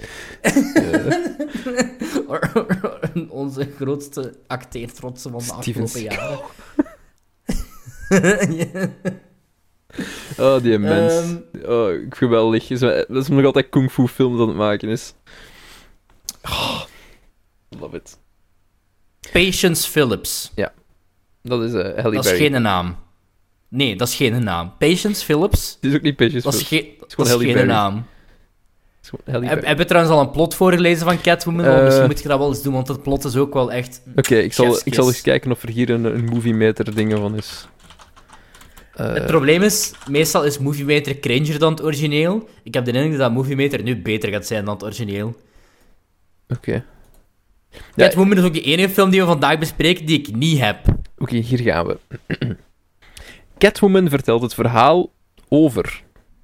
Onze grootste acteertrotsen van de Steven afgelopen jaren. Oh, die mens. Geweldig. Dat is nog altijd kung fu film dat het maken is. Oh, love it. Patience Phillips. Dat is Halle Berry. Dat is geen naam. Nee, dat is geen naam. Patience Phillips, Het is ook niet Patience dat is, Phillips. dat gewoon is Halle geen Berry. naam. Het is gewoon Halle Berry. Heb je trouwens al een plot voorgelezen van Catwoman? Want misschien moet je dat wel eens doen, want het plot is ook wel echt... Oké, ik zal chefskiss. eens kijken of er hier een movie meter dingen van is. Het probleem is, meestal is Movie Meter cringer dan het origineel. Ik heb de indruk dat Movie Meter nu beter gaat zijn dan het origineel. Oké. Catwoman is ook de enige film die we vandaag bespreken die ik niet heb. Oké, hier gaan we. Catwoman vertelt het verhaal over...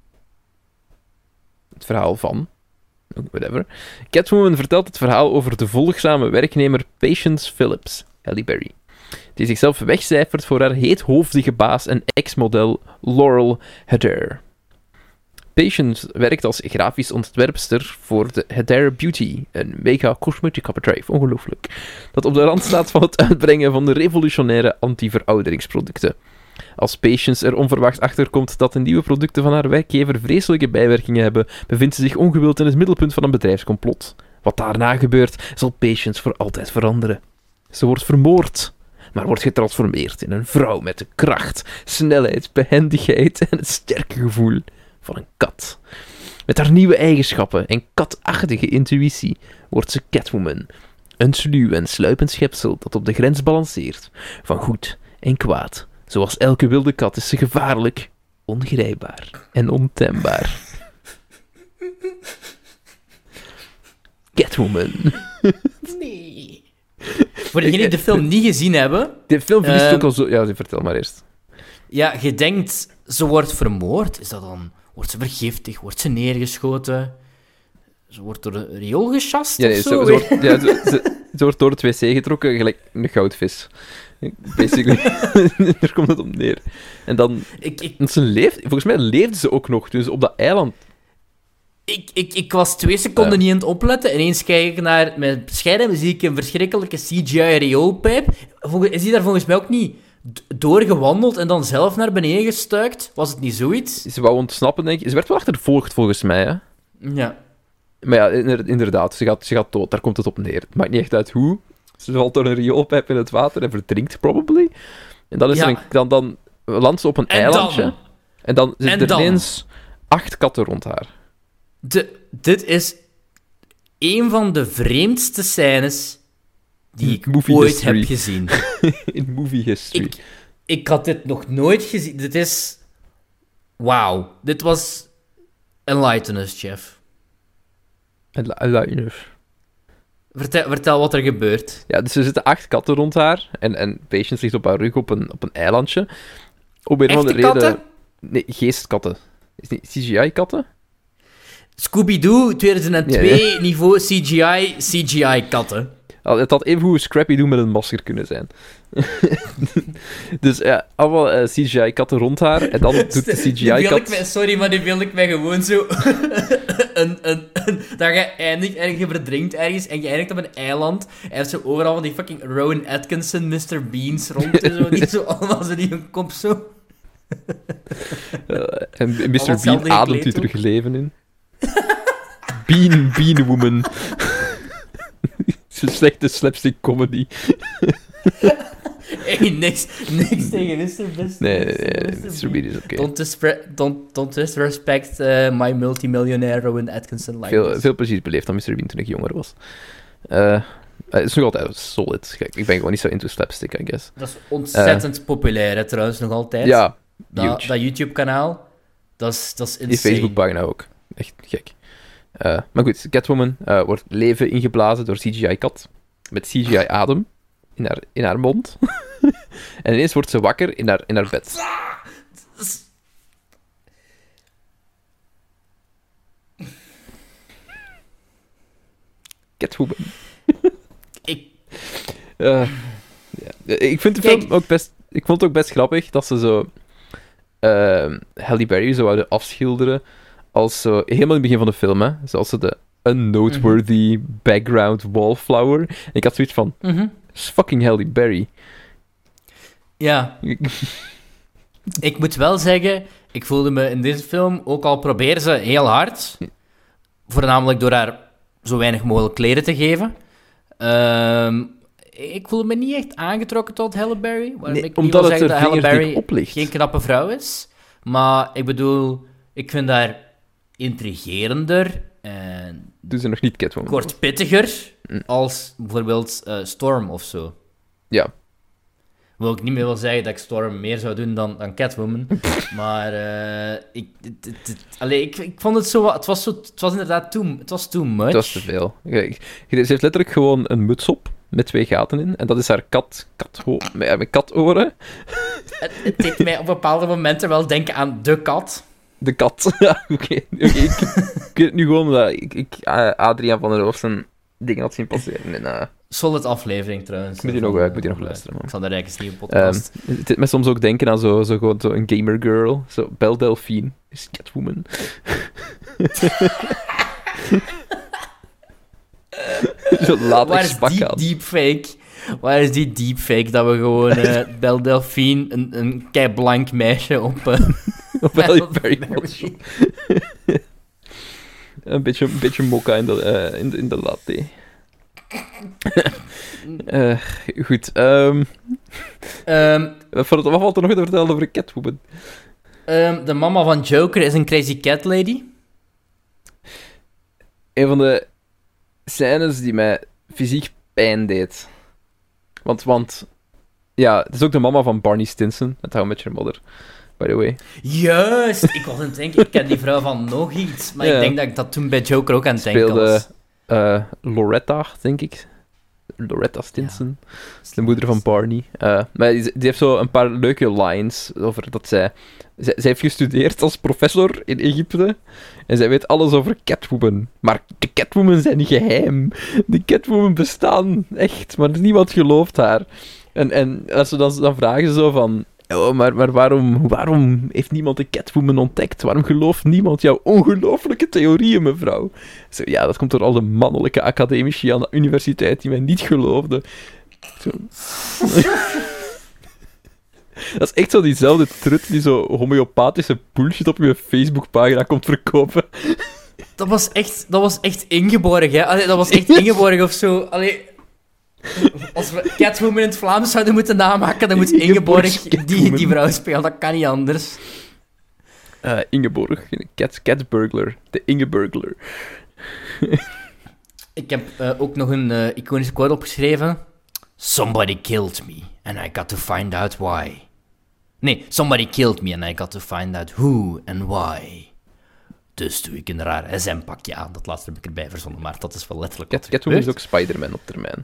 Het verhaal van... Whatever. Catwoman vertelt het verhaal over de volgzame werknemer Patience Phillips, Halle Berry, die zichzelf wegcijfert voor haar heethoofdige baas en ex-model Laurel Hedder. Patience werkt als grafisch ontwerpster voor de Hedder Beauty, een mega cosmetica bedrijf, ongelooflijk, dat op de rand staat van het uitbrengen van de revolutionaire anti-verouderingsproducten. Als Patience er onverwachts achterkomt dat de nieuwe producten van haar werkgever vreselijke bijwerkingen hebben, bevindt ze zich ongewild in het middelpunt van een bedrijfscomplot. Wat daarna gebeurt, zal Patience voor altijd veranderen. Ze wordt vermoord, maar wordt getransformeerd in een vrouw met de kracht, snelheid, behendigheid en het sterke gevoel van een kat. Met haar nieuwe eigenschappen en katachtige intuïtie wordt ze Catwoman, een sluw en sluipend schepsel dat op de grens balanceert van goed en kwaad. Zoals elke wilde kat is ze gevaarlijk, ongrijpbaar en ontembaar. Catwoman. Nee. Voor degenen die de film niet gezien hebben... De film verliest ook al zo... Ja, vertel maar eerst. Ja, je denkt, ze wordt vermoord. Is dat dan... Wordt ze vergiftigd? Wordt ze neergeschoten? Ze wordt door een riool gechast Ja, nee, of zo? ze wordt door het wc getrokken, gelijk een goudvis. Basically. Daar komt het op neer. En dan... volgens mij leefde ze ook nog, dus op dat eiland... Ik was 2 seconden niet aan het opletten. Ineens kijk ik naar, met bescheiden muziek, een verschrikkelijke CGI-rioolpijp. Is die daar volgens mij ook niet doorgewandeld en dan zelf naar beneden gestuikt? Was het niet zoiets? Ze wou ontsnappen, denk ik. Ze werd wel achtervolgd, volgens mij, hè. Ja. Maar ja, inderdaad, ze gaat dood. Daar komt het op neer. Het maakt niet echt uit hoe. Ze valt door een rioolpijp in het water en verdrinkt, probably. En dan is er landt ze op een eilandje. En dan zitten er ineens 8 katten rond haar. Dit is een van de vreemdste scènes die ik Movie ooit history. heb gezien. In movie history. Ik had dit nog nooit gezien. Dit is... Wauw. Dit was... Enlighten us, Jeff. Vertel wat er gebeurt. Ja, dus er zitten 8 katten rond haar. En Patience ligt op haar rug op een eilandje. Op een of andere reden... katten? Nee, geestkatten. Is niet CGI-katten? Scooby-Doo 2002, niveau CGI-katten. Het had even hoe Scrappy-Doo met een masker kunnen zijn. Dus ja, allemaal CGI-katten rond haar. En dan doet de CGI-kat... Sorry, maar nu wil ik mij gewoon zo... dat je eindigt en je verdrinkt ergens en je eindigt op een eiland. En je hebt zo overal van die fucking Rowan Atkinson, Mr. Beans rond en zo. Die zo allemaal zo die hun kop zo... en Mr. Bean ademt u terug leven in. Bean Woman. Zo'n slechte slapstick comedy. Hey, niks tegen Mr. Beast. Nee, Mr. Bean is oké. Don't disrespect my multimillionaire Rowan Atkinson like Veel plezier beleefd aan Mr. Bean toen ik jonger was. Het is nog altijd solid. Kijk, ik ben gewoon niet zo into slapstick, I guess. Dat is ontzettend populair, hè, trouwens, nog altijd. Ja, dat YouTube-kanaal, dat is insane. Die Facebook-pagina ook. Echt gek. Maar goed, Catwoman wordt leven ingeblazen door CGI-kat. Met CGI-adem in haar mond. En ineens wordt ze wakker in haar bed. Catwoman. Ik vind de film ook best... Ik vond het ook best grappig dat ze zo... Halle Berry zo wouden afschilderen als zo... Helemaal in het begin van de film, hè. Zoals ze de unnoteworthy background wallflower. En ik had zoiets van... It's fucking Halle Berry. Ja. Ik moet wel zeggen... Ik voelde me in deze film... Ook al proberen ze heel hard... Voornamelijk door haar zo weinig mogelijk kleren te geven... ik voel me niet echt aangetrokken tot Halle Berry. Nee, ik omdat wil het zeggen dat Halle Berry op ligt. geen knappe vrouw is. Maar ik bedoel, ik vind haar intrigerender en Doe ze nog niet Catwoman. kort pittiger als bijvoorbeeld Storm of zo. Ja. Wil ik niet meer wil zeggen dat ik Storm meer zou doen dan Catwoman. Maar ik vond het zo... Het was inderdaad too much. Het was te veel. Kijk, ze heeft letterlijk gewoon een muts op met 2 gaten in. En dat is haar met katoren. Het deed mij op bepaalde momenten wel denken aan de kat. De kat. Ja, oké. Ik weet het nu gewoon omdat ik Adriaan van der Hoof zijn dingen had zien passeren. En, solid aflevering trouwens. Ik moet die nog luisteren, man. Ik zal de Rijkens nieuwe podcast. Het deed me soms ook denken aan zo een gamer girl. Zo Belle Delphine is Catwoman. Zo latex pak aan. Waar is die deepfake dat we gewoon Belle Delphine, een keiblank meisje op Halle Berry een beetje mokka in de latte. Goed. Wat valt er nog te vertellen over Catwoman? De mama van Joker is een crazy cat lady. Een van de scènes die mij fysiek pijn deed. Want ja, het is ook de mama van Barney Stinson, het How I Met Your Mother, by the way. Juist! Ik was aan het denken, ik ken die vrouw van nog iets, maar ik denk dat ik dat toen bij Joker ook aan het denken was. Loretta, denk ik. Loretta Stinson. Ja. De moeder van Barney. Maar die heeft zo een paar leuke lines over dat zij heeft gestudeerd als professor in Egypte. En zij weet alles over Catwoman. Maar de Catwoman zijn niet geheim. De Catwoman bestaan echt, maar niemand gelooft haar. En als ze dan vragen ze zo van... Oh, maar waarom heeft niemand de Catwoman ontdekt? Waarom gelooft niemand jouw ongelooflijke theorieën, mevrouw? Zo, ja, dat komt door al de mannelijke academici aan de universiteit die mij niet geloofden. Zo. Dat is echt zo diezelfde trut die zo homeopathische bullshit op je Facebookpagina komt verkopen. Dat was echt ingeborgen, hè? Allee, dat was echt ingeborgen of zo. Allee... Als we Catwoman in het Vlaams zouden moeten namaken, dan moet Ingeborg die vrouw spelen. Dat kan niet anders. Ingeborg. Cat Burglar. De Ingeburglar. Ik heb ook nog een iconische quote opgeschreven. Somebody killed me, and I got to find out why. Nee, somebody killed me, and I got to find out who and why. Dus doe ik een raar SM-pakje aan. Dat laatste heb ik erbij verzonnen, maar dat is wel letterlijk wat er Catwoman is gebeurt. ook Spider-Man op termijn.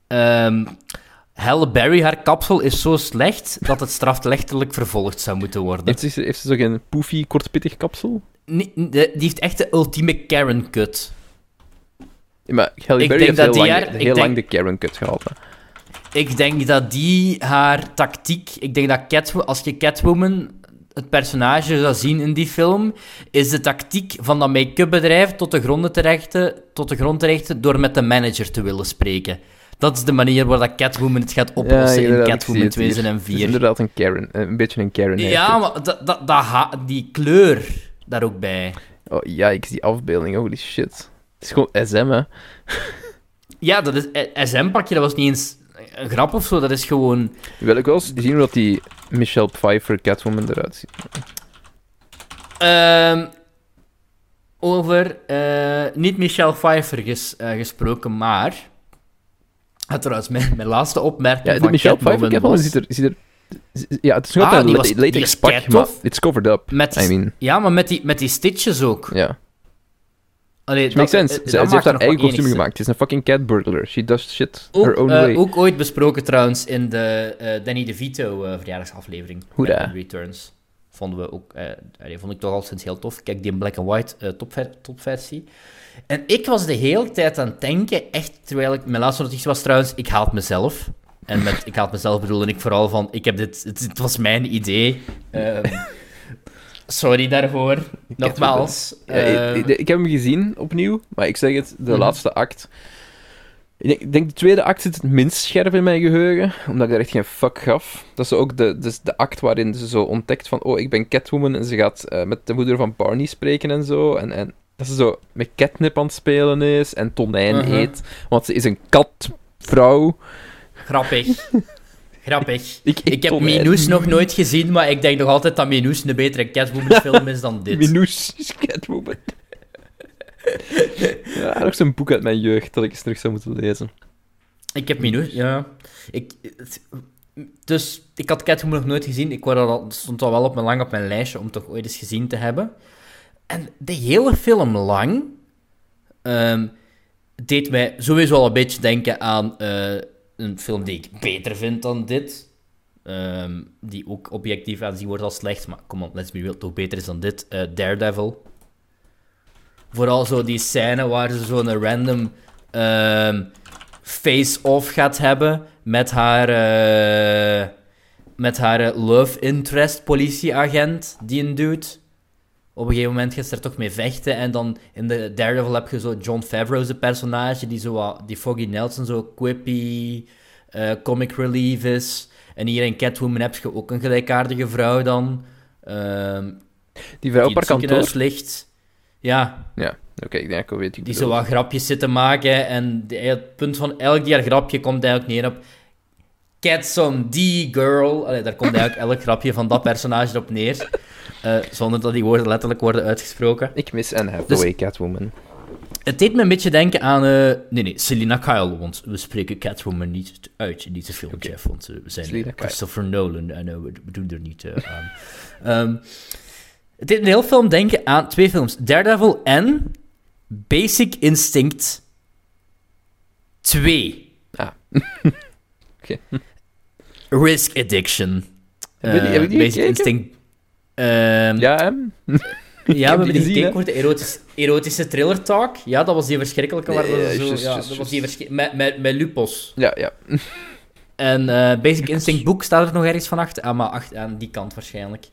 Halle Berry, haar kapsel is zo slecht dat het strafrechtelijk vervolgd zou moeten worden. Heeft ze zo geen poefy, kortpittig kapsel? Nee, die heeft echt de ultieme Karen-cut. Ja, maar Halle Ik Berry denk heeft dat heel lang de Karen-cut gehad. Hè. Ik denk dat die haar tactiek... Ik denk dat als je Catwoman, het personage, zou zien in die film, is de tactiek van dat make-up bedrijf tot de grond te richten door met de manager te willen spreken. Dat is de manier waar dat Catwoman het gaat oplossen in Catwoman 2004. Het is inderdaad een beetje een Karen. Ja, maar die kleur daar ook bij. Oh ja, ik zie die afbeelding, holy shit. Het is gewoon SM, hè. Ja, dat is SM-pakje, dat was niet eens een grap of zo, dat is gewoon... Wil ik wel eens zien hoe dat die Michelle Pfeiffer Catwoman eruit ziet. Over niet Michelle Pfeiffer gesproken, maar... Trouwens, mijn laatste opmerking Ja, de van Michelle Pfeiffer Catwoman Catwoman ziet er... Ja, het is nog altijd die een latex is pak, keitof. maar it's covered up. Ja, maar met die stitches ook. Ja. Allee, Makes sense. Ze heeft haar eigen kostuum gemaakt. Het is een fucking cat burglar. She does shit her own way. Ook ooit besproken trouwens in de Danny DeVito verjaardagsaflevering. Hoera. Returns. Vonden we ook... vond ik toch al sinds heel tof. Kijk, die in black and white topversie. En ik was de hele tijd aan het denken, echt, terwijl ik... Mijn laatste notitie was trouwens, ik haat mezelf. En met ik haat mezelf bedoelde ik vooral van, het was mijn idee. Sorry daarvoor. Nogmaals. Ik heb hem gezien, opnieuw. Maar ik zeg het, de laatste act... Ik denk de tweede act zit het minst scherp in mijn geheugen, omdat ik daar echt geen fuck gaf. Dat is ook de act waarin ze zo ontdekt van, oh, ik ben Catwoman, en ze gaat met de moeder van Barney spreken en zo. En dat ze zo met catnip aan het spelen is en tonijn eet, want ze is een katvrouw. Grappig. Ik heb Minous nog nooit gezien, maar ik denk nog altijd dat Minous een betere Catwoman-film is dan dit. Minous is Catwoman. Ja, nog zo'n boek uit mijn jeugd dat ik eens terug zou moeten lezen. Ik heb Minous, ja. Dus ik had Catwoman nog nooit gezien. Het stond al wel op mijn lijstje om toch ooit eens gezien te hebben. En de hele film lang deed mij sowieso al een beetje denken aan een film die ik beter vind dan dit. Die ook objectief aanzien wordt als slecht, maar come on, let's be real, toch beter is dan dit. Daredevil. Vooral zo die scène waar ze zo'n random face-off gaat hebben met haar love interest politieagent die een dude. Op een gegeven moment gaat ze er toch mee vechten en dan in de Daredevil heb je zo Jon Favreau's personage die Foggy Nelson zo quippy comic relief is. En hier in Catwoman heb je ook een gelijkaardige vrouw dan. Die vrouw op haar ziekenhuis kantoor? ligt. Ja. Ja, oké, ik denk ik al weet. Die zo wat grapjes zitten maken. En het punt van elk die haar grapje komt eigenlijk neer op... Cat some D-girl. Allee, daar komt eigenlijk elk grapje van dat personage op neer. Zonder dat die woorden letterlijk worden uitgesproken. Ik mis Anne Hathaway, Catwoman. Het deed me een beetje denken aan... Selina Kyle, want we spreken Catwoman niet uit in deze film, Jeff. Want we zijn Christopher Nolan en we doen er niet aan. Het deed een heel film denken aan twee films. Daredevil en Basic Instinct 2. Ah. Oké. Risk Addiction. Heb je die Basic gekeken? Instinct... Ja, hè? Ja, we hebben die gezien, gekeken voor de erotische thriller talk. Ja, dat was die verschrikkelijke. Dat was die met Lupos. Ja. En Basic Instinct boek staat er nog ergens van achter. Maar aan die kant waarschijnlijk.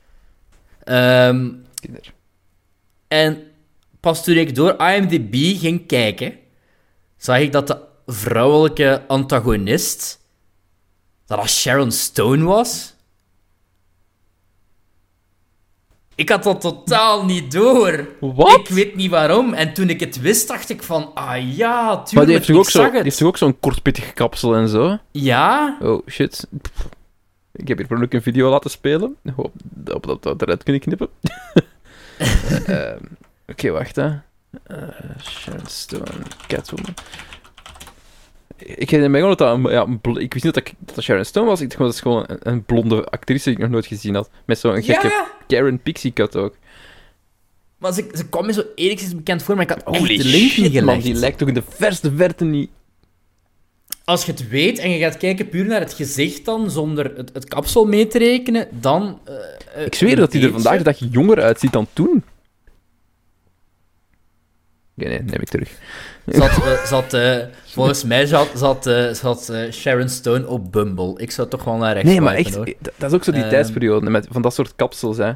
En pas toen ik door IMDb ging kijken, zag ik dat de vrouwelijke antagonist, dat Sharon Stone was. Ik had dat totaal niet door. Wat? Ik weet niet waarom. En toen ik het wist, dacht ik van... Ah ja, tuurlijk, Maar die heeft ik zag toch ook zo'n kortpittig kapsel en zo? Ja? Oh, shit. Ik heb hier ook een video laten spelen. Hoop dat we dat eruit kunnen knippen. Oké, wacht, hè. Sharon Stone, Catwoman. Ik herinner me gewoon dat ik wist niet dat dat Sharon Stone was. Ik dacht dat is gewoon een blonde actrice die ik nog nooit gezien had. Met zo'n gekke Karen Pixie cut ook. Maar ze kwam me zo enigszins bekend voor, maar ik had echt Holy de link niet shit, gelegd. man. Die lijkt toch in de verste verte niet... Als je het weet en je gaat kijken puur naar het gezicht dan, zonder het kapsel mee te rekenen, dan... ik zweer dat hij er vandaag de dag jonger uitziet dan toen. Oké, nee, neem ik terug. Volgens mij zat Sharon Stone op Bumble. Ik zou toch wel naar rechts Nee, maar swipen, echt, hoor. dat is ook zo die tijdsperiode van dat soort kapsels, hè.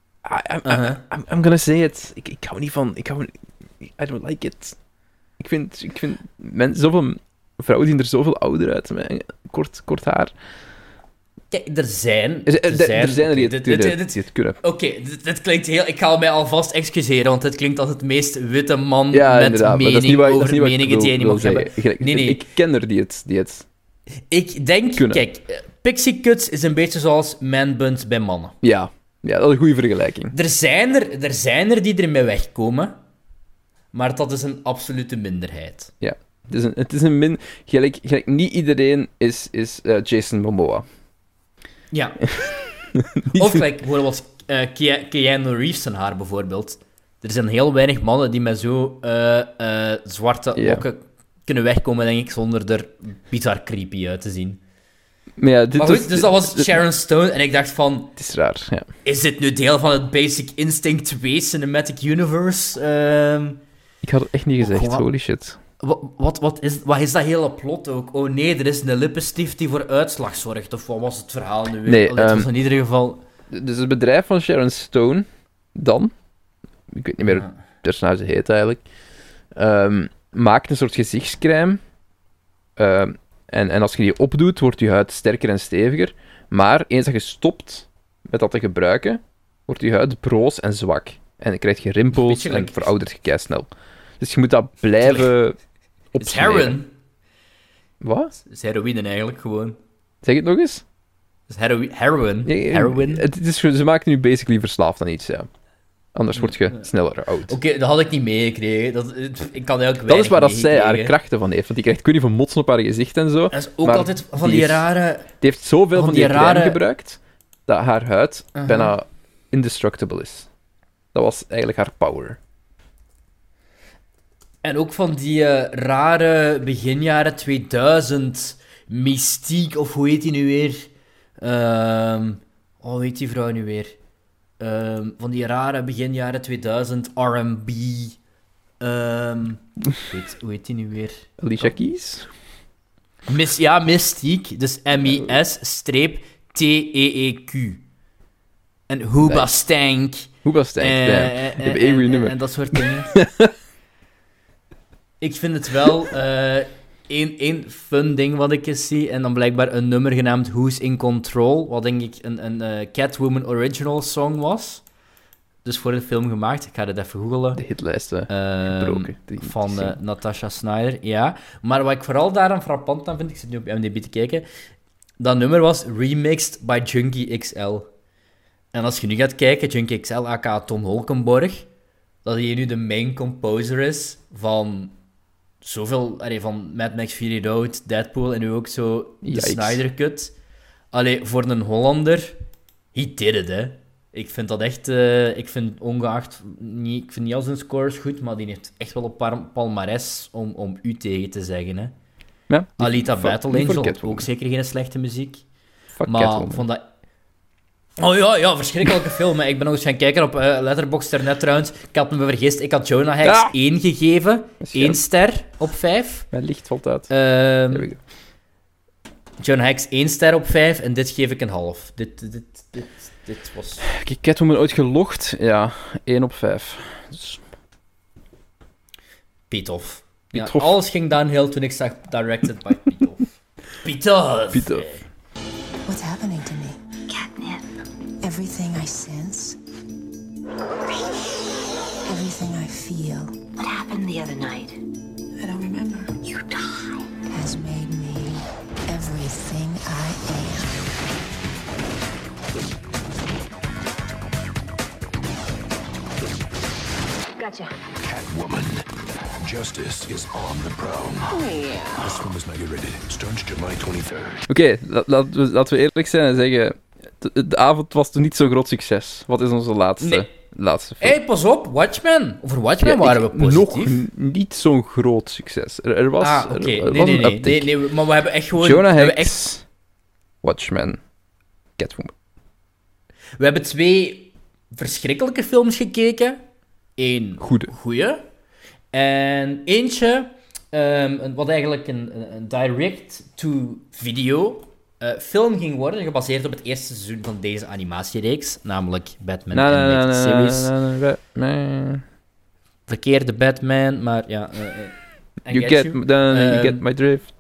I'm gonna say it. Ik hou niet van... I don't like it. Ik vind zoveel vrouwen zien er zoveel ouder uit. Met kort haar. Kijk, er zijn Er die het kunnen. Oké, dit klinkt heel... Ik ga mij alvast excuseren, want het klinkt als het meest witte man Ja, met inderdaad, maar mening dat is over niet wat meningen die hij niet mag hebben. Nee. Ik ken er die het Ik denk, kunnen. kijk, pixie cuts is een beetje zoals man-buns bij mannen. Ja, dat is een goede vergelijking. Er zijn er die ermee wegkomen, maar dat is een absolute minderheid. Ja, het is een gelijk niet iedereen is Jason Momoa. Ja. Of gelijk, bijvoorbeeld Keanu Reeves zijn haar bijvoorbeeld. Er zijn heel weinig mannen die met zo zwarte lokken kunnen wegkomen, denk ik, zonder er bizar creepy uit te zien. Maar ja, dus dat was Sharon Stone, en ik dacht van... Het is raar, ja. Is dit nu deel van het Basic Instinct 2 Cinematic Universe? Ik had het echt niet gezegd, holy shit. Wat is dat hele plot ook? Oh nee, er is een lippenstift die voor uitslag zorgt. Of wat was het verhaal nu weer? Nee, het was in ieder geval... Dus het bedrijf van Sharon Stone, dan... Ik weet niet meer hoe het personage heet eigenlijk. Maakt een soort gezichtscrème. En als je die opdoet, wordt je huid sterker en steviger. Maar eens dat je stopt met dat te gebruiken, wordt je huid broos en zwak. En dan krijg je rimpels en veroudert je keisnel. Dus je moet dat blijven opsmeren. Het is heroin. Wat? Het is heroïne eigenlijk, gewoon. Zeg het nog eens? Het is heroin. Nee, Heroin. Ze maken nu basically verslaafd aan iets, ja. Anders word je sneller oud. Oké, dat had ik niet meegekregen. Ik kan eigenlijk dat is waar dat zij haar krachten van heeft. Want die krijgt kun je van motsen op haar gezicht en zo. Dat is ook altijd van die rare... Die heeft zoveel van die crème gebruikt, dat haar huid bijna indestructible is. Dat was eigenlijk haar power. En ook van die rare beginjaren 2000 mystiek, of hoe heet die nu weer? Hoe heet die vrouw nu weer? Van die rare beginjaren 2000 R&B. Hoe heet die nu weer? Alicia Keys? Mystiek. Dus M-I-S-T-E-E-Q. En Hoobastank. Hoobastank, ja. Ik heb één goede nummer. En dat soort dingen. Ik vind het wel één fun ding wat ik eens zie. En dan blijkbaar een nummer genaamd Who's in Control. Wat denk ik een Catwoman original song was. Dus voor een film gemaakt. Ik ga het even googlen. De hitlijst gebroken. Van Natasha Snyder, ja. Maar wat ik vooral daaraan frappant aan vind, ik zit nu op IMDb te kijken, dat nummer was remixed by Junkie XL. En als je nu gaat kijken, Junkie XL, aka Tom Holkenborg, dat hij nu de main composer is van zoveel, van Mad Max Fury Road, Deadpool en nu ook zo de Snyder Cut. Voor een Hollander, he did it, hè. Ik vind dat echt, ik vind niet al zijn scores goed, maar die heeft echt wel een palmares om u tegen te zeggen, hè. Ja, Alita Battle Angel, ook zeker geen slechte muziek. Maar Catwoman. vond dat... Oh ja, verschrikkelijke film. Ik ben nog eens gaan kijken op Letterboxd daarnet trouwens. Ik had me vergist. Ik had Jonah Hex 1 gegeven. 1 ster op 5. Mijn licht valt uit. Jonah Hex 1 ster op 5 en dit geef ik een half. Dit was... Ik heb Catwoman ooit gelogd. Ja, 1 op 5. Dus... Pitof. Ja, alles ging downhill toen ik zag Directed by Pitof. Pitof. What's happening to me? Catnip. Everything I sense, Everything I feel. What happened the other night? I don't remember. You died. Has made me everything I am. Gotcha. Catwoman. Justice is on the prowl. This film is not yet rated. It starts July 23rd. Oké, laten we eerlijk zijn en zeggen... De avond was toen niet zo'n groot succes. Wat is onze laatste film? Hey, pas op, Watchmen. Over Watchmen waren we positief. Nog niet zo'n groot succes. Er was, oké. er was een uptick. Nee, maar we hebben echt gewoon... Jonah we hebben Hex, Watchmen, Catwoman. We hebben 2 verschrikkelijke films gekeken. 1 goeie. En eentje, wat eigenlijk een direct-to-video film ging worden, gebaseerd op het eerste seizoen van deze animatiereeks, namelijk Batman Animated Series. Verkeerde Batman, maar ja... You get my drift.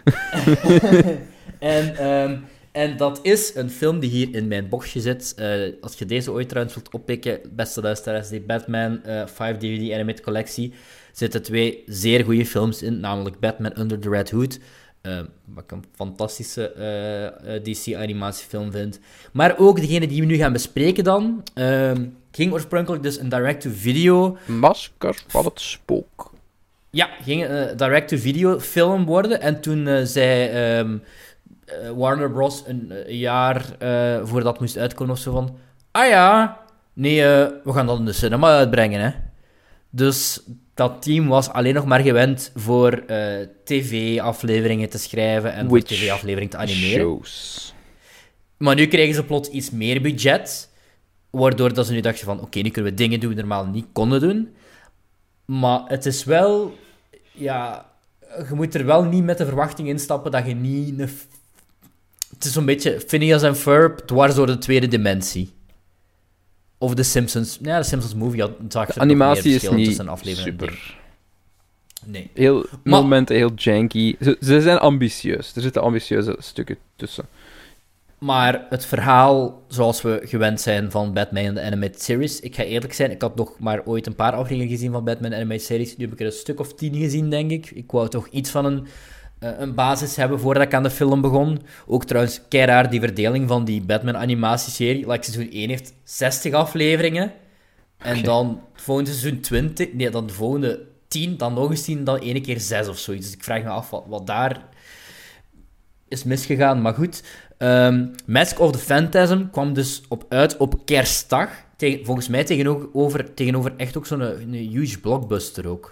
En dat is een film die hier in mijn boxje zit. Als je deze ooit trouwens wilt oppikken, beste luisteraars, die Batman 5 DVD Animated Collectie, zitten 2 zeer goede films in, namelijk Batman Under the Red Hood, wat ik een fantastische DC-animatiefilm vind. Maar ook degene die we nu gaan bespreken dan, ging oorspronkelijk dus een direct-to-video... Masker van het spook. Ja, ging een direct-to-video film worden. En toen zei Warner Bros. een jaar voordat het moest uitkomen of zo van... Ah ja, nee, we gaan dat in de cinema uitbrengen, hè. Dus dat team was alleen nog maar gewend voor tv-afleveringen te schrijven en voor tv-afleveringen te animeren. Shows. Maar nu krijgen ze plots iets meer budget, waardoor dat ze nu dachten van, oké, nu kunnen we dingen doen die we normaal niet konden doen. Maar het is wel... Ja, je moet er wel niet met de verwachting instappen dat je niet... Het is zo'n beetje Phineas en Ferb dwars door de tweede dimensie. Of de Simpsons. Ja, de Simpsons movie zag je de animatie is niet super. Nee. Heel momenten heel janky. Ze zijn ambitieus. Er zitten ambitieuze stukken tussen. Maar het verhaal, zoals we gewend zijn van Batman en de Animated Series... Ik ga eerlijk zijn, ik had nog maar ooit een paar afleveringen gezien van Batman Animated Series. Nu heb ik er een stuk of 10 gezien, denk ik. Ik wou toch iets van een basis hebben voordat ik aan de film begon. Ook trouwens, keiraar die verdeling van die Batman-animatieserie. Seizoen 1 heeft 60 afleveringen. En dan het volgende seizoen 20... Nee, dan de volgende 10, dan nog eens 10, dan 1 keer 6 of zoiets. Dus ik vraag me af wat daar is misgegaan. Maar goed, Mask of the Phantasm kwam dus uit op Kerstdag. Volgens mij tegenover echt ook zo'n huge blockbuster ook.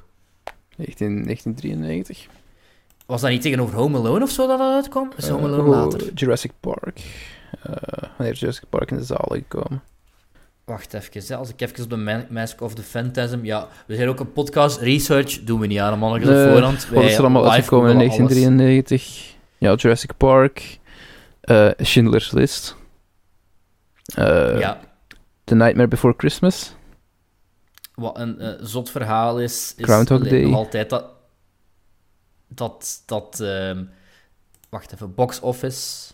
1993. Was dat niet tegenover Home Alone of zo dat uitkwam? Is Home Alone later? Jurassic Park. Wanneer is Jurassic Park in de zaal gekomen? Wacht even, als ik even op de Mask of the Phantasm... Ja, we zijn ook een podcast. Research doen we niet aan, mannetjes op voorhand. Wat is er allemaal uitgekomen in 1993? Ja, Jurassic Park. Schindler's List. Ja. The Nightmare Before Christmas. Wat een zot verhaal is Groundhog Day. Nog altijd dat wacht even, box office.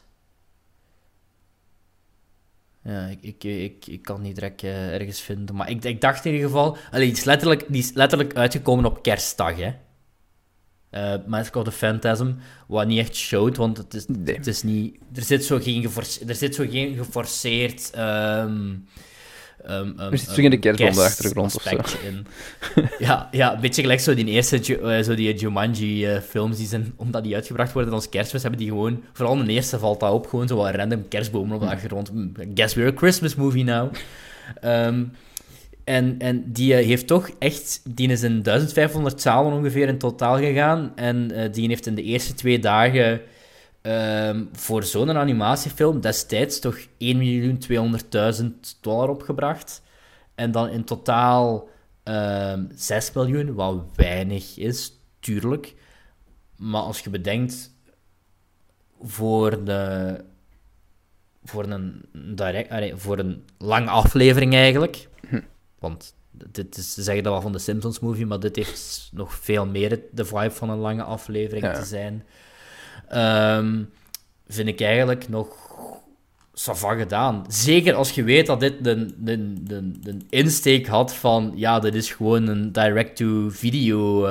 Ja, ik kan het niet direct ergens vinden. Maar ik dacht in ieder geval... die is letterlijk uitgekomen op Kerstdag, hè. Mask of the Phantasm, wat niet echt showt, want het is niet... Er zit zo geen geforceerd... er zit zo geen kerstboom op de achtergrond of zo. In. Ja, een beetje gelijk zo die eerste die Jumanji-films, omdat die uitgebracht worden als kerstmis, hebben die gewoon... Vooral in de eerste valt dat op, gewoon zo wat random kerstbomen op de achtergrond. Guess we're a Christmas movie now. En die heeft toch echt... Die is in 1500 zalen ongeveer in totaal gegaan. En die heeft in de eerste 2 dagen... voor zo'n animatiefilm destijds toch $1.200.000 opgebracht. En dan in totaal 6 miljoen, wat weinig is, tuurlijk. Maar als je bedenkt, voor een lange aflevering eigenlijk... Want dit is, ze zeggen dat wel van de Simpsons movie, maar dit heeft nog veel meer de vibe van een lange aflevering te zijn. Vind ik eigenlijk nog ça va gedaan. Zeker als je weet dat dit de insteek had van... Ja, dit is gewoon een direct-to-video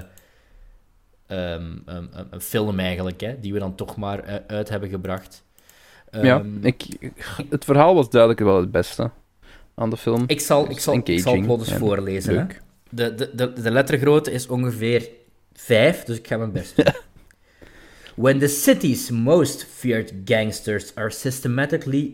een film eigenlijk, hè, die we dan toch maar uit hebben gebracht. Het verhaal was duidelijk wel het beste aan de film. Ik zal het plot eens voorlezen. Hè. De lettergrootte is ongeveer 5, dus ik ga mijn best doen. When the city's most feared gangsters are systematically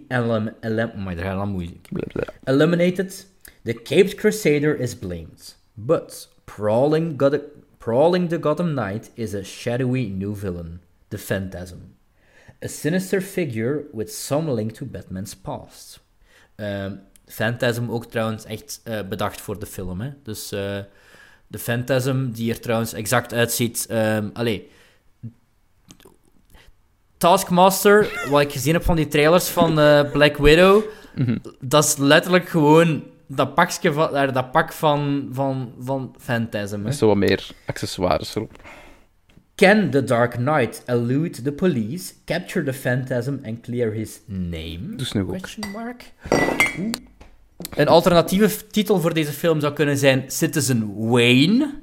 eliminated, the Caped Crusader is blamed. But prowling the Gotham Knight is a shadowy new villain, the Phantasm. A sinister figure with some link to Batman's past. Phantasm ook trouwens echt bedacht voor de film, hè. Dus de Phantasm, die er trouwens exact uitziet... Taskmaster, wat ik gezien heb van die trailers van Black Widow, dat is letterlijk gewoon dat pak van Phantasm. Hè. Zo wat meer accessoires erop. Can the Dark Knight elude the police, capture the Phantasm and clear his name? Dus nu ook. Question mark. Een alternatieve titel voor deze film zou kunnen zijn Citizen Wayne.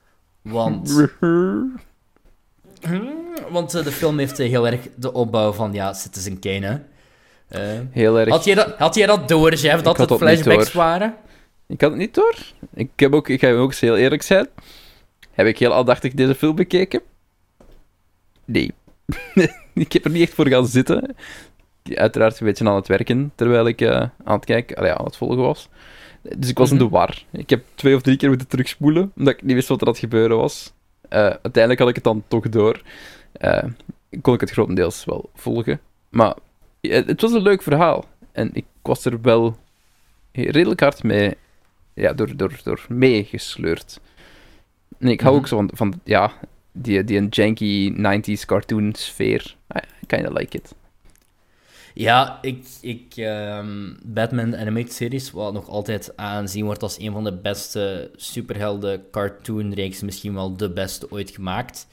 Want de film heeft heel erg de opbouw van Citizen Kane. Hè. Heel erg. Had jij dat door, Jeff, dat het flashbacks waren? Ik had het niet door. Ik ga ook eens heel eerlijk zijn. Heb ik heel aandachtig deze film bekeken? Nee. Ik heb er niet echt voor gaan zitten. Uiteraard een beetje aan het werken, terwijl ik aan het kijken, aan het volgen was. Dus ik was in de war. Ik heb 2 of 3 keer moeten terugspoelen, omdat ik niet wist wat er aan het gebeuren was. Uiteindelijk had ik het dan toch door. Kon ik het grotendeels wel volgen. Maar het was een leuk verhaal. En ik was er wel redelijk hard mee... Ja, door meegesleurd. En ik hou ook zo van die janky 90s cartoon sfeer. I kind of like it. Ja, Batman Animated Series, wat nog altijd aanzien wordt als een van de beste superhelden cartoonreeksen, misschien wel de beste ooit gemaakt.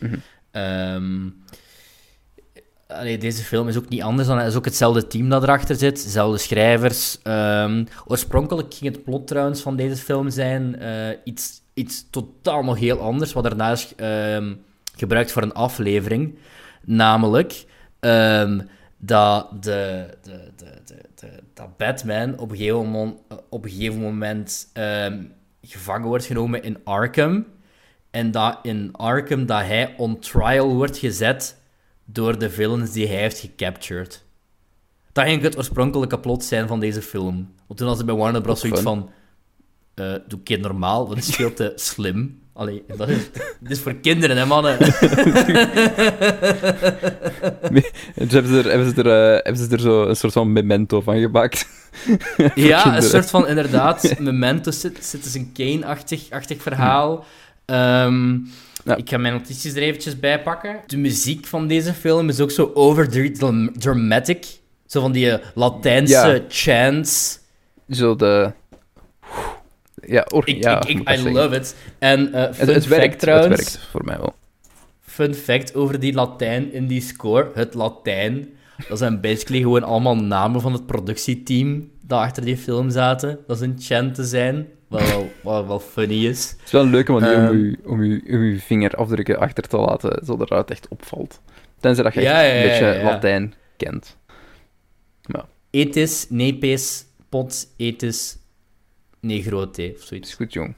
Deze film is ook niet anders dan... Het is ook hetzelfde team dat erachter zit, dezelfde schrijvers. Oorspronkelijk ging het plot trouwens van deze film zijn iets totaal nog heel anders, wat daarna is gebruikt voor een aflevering. Namelijk... dat Batman op een gegeven moment gevangen wordt genomen in Arkham. En dat in Arkham dat hij on trial wordt gezet door de villains die hij heeft gecaptured. Dat ging het oorspronkelijke plot zijn van deze film. Want toen was er bij Warner Bros. Zoiets van... doe een keer normaal, dat is veel te slim. Allee, dit is voor kinderen, hè, mannen. Dus hebben ze er zo een soort van memento van gemaakt. Ja, een soort van, inderdaad, memento Citizen Kane-achtig verhaal. Ik ga mijn notities er eventjes bij pakken. De muziek van deze film is ook zo over-dramatic. Zo van die Latijnse chants. Zo de... I love it. En het werkt voor mij wel. Fun fact over die Latijn in die score. Het Latijn, dat zijn basically gewoon allemaal namen van het productieteam dat achter die film zaten. Dat is een chant te zijn, wat wel funny is. Het is wel een leuke manier om je vingerafdrukken achter te laten, zodat het echt opvalt. Tenzij dat je echt een beetje Latijn kent. Ja. Etis, nepes, pot, etis... Negrote, of zoiets. Is goed, jong.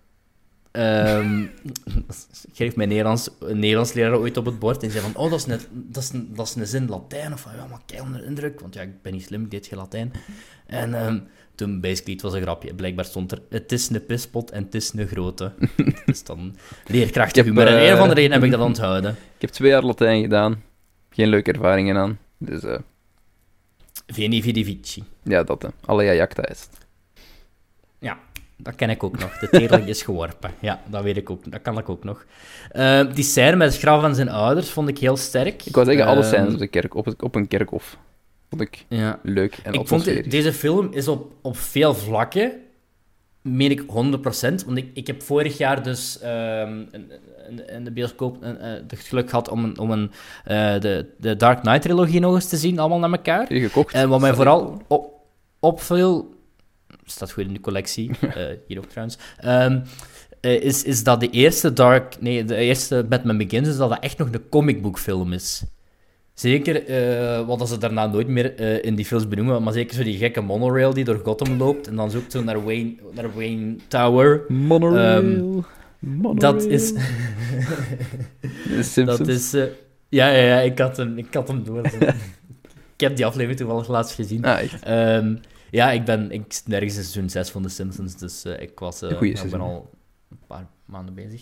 Schreef mijn Nederlandsleraar ooit op het bord en zei van, dat is een zin Latijn, of van, ja, maar kei onder indruk, want ja, ik ben niet slim, ik deed geen Latijn. En toen, basically, het was een grapje, blijkbaar stond er, het is een pispot en het is een grote. Dus dan leerkrachtig humor, en een of andere reden heb ik dat onthouden. Ik heb 2 jaar Latijn gedaan, geen leuke ervaringen aan, dus... Veni vidi vici. Ja, dat, Alea jacta is het. Ja, dat ken ik ook nog. De teerling is geworpen. Ja, dat weet ik ook. Dat kan ik ook nog. Die scène met het graf van zijn ouders vond ik heel sterk. Ik wou zeggen, alle scènes op de kerk, op een kerkhof. Vond ik leuk en ik vond deze film is op veel vlakken meen ik 100%. Want ik heb vorig jaar dus in de bioscoop het geluk gehad om de Dark Knight-trilogie nog eens te zien, allemaal naar elkaar. Heb je gekocht? En wat mij vooral opviel... Staat goed in de collectie, hier ook trouwens... is dat de eerste Batman Begins, is dat echt nog een comicboekfilm is. Zeker, wat ze daarna nooit meer in die films benoemen, maar zeker zo die gekke monorail die door Gotham loopt, en dan zoekt zo naar Wayne Tower. Monorail. Dat is... De Simpsons. Dat is... Ja, ik had hem door. Ik heb die aflevering toevallig laatst gezien. Echt? Ja, ik zit nergens in seizoen 6 van The Simpsons, dus ik ben al een paar maanden bezig.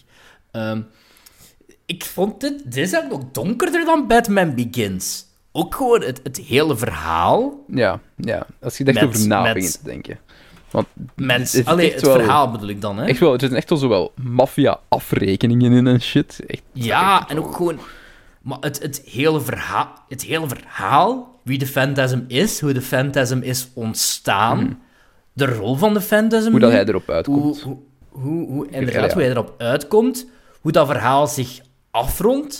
Ik vond dit is eigenlijk nog donkerder dan Batman Begins. Ook gewoon het hele verhaal. Ja. Als je er echt over na begint te denken. Want het verhaal bedoel ik dan, hè? Echt wel, er zitten echt wel zowel maffia-afrekeningen in en shit. Echt en ook gewoon... Maar het hele verhaal, wie de Phantasm is, hoe de Phantasm is ontstaan, de rol van de Phantasm... Hoe dat hij erop uitkomt. Hoe hij erop uitkomt, hoe dat verhaal zich afrondt.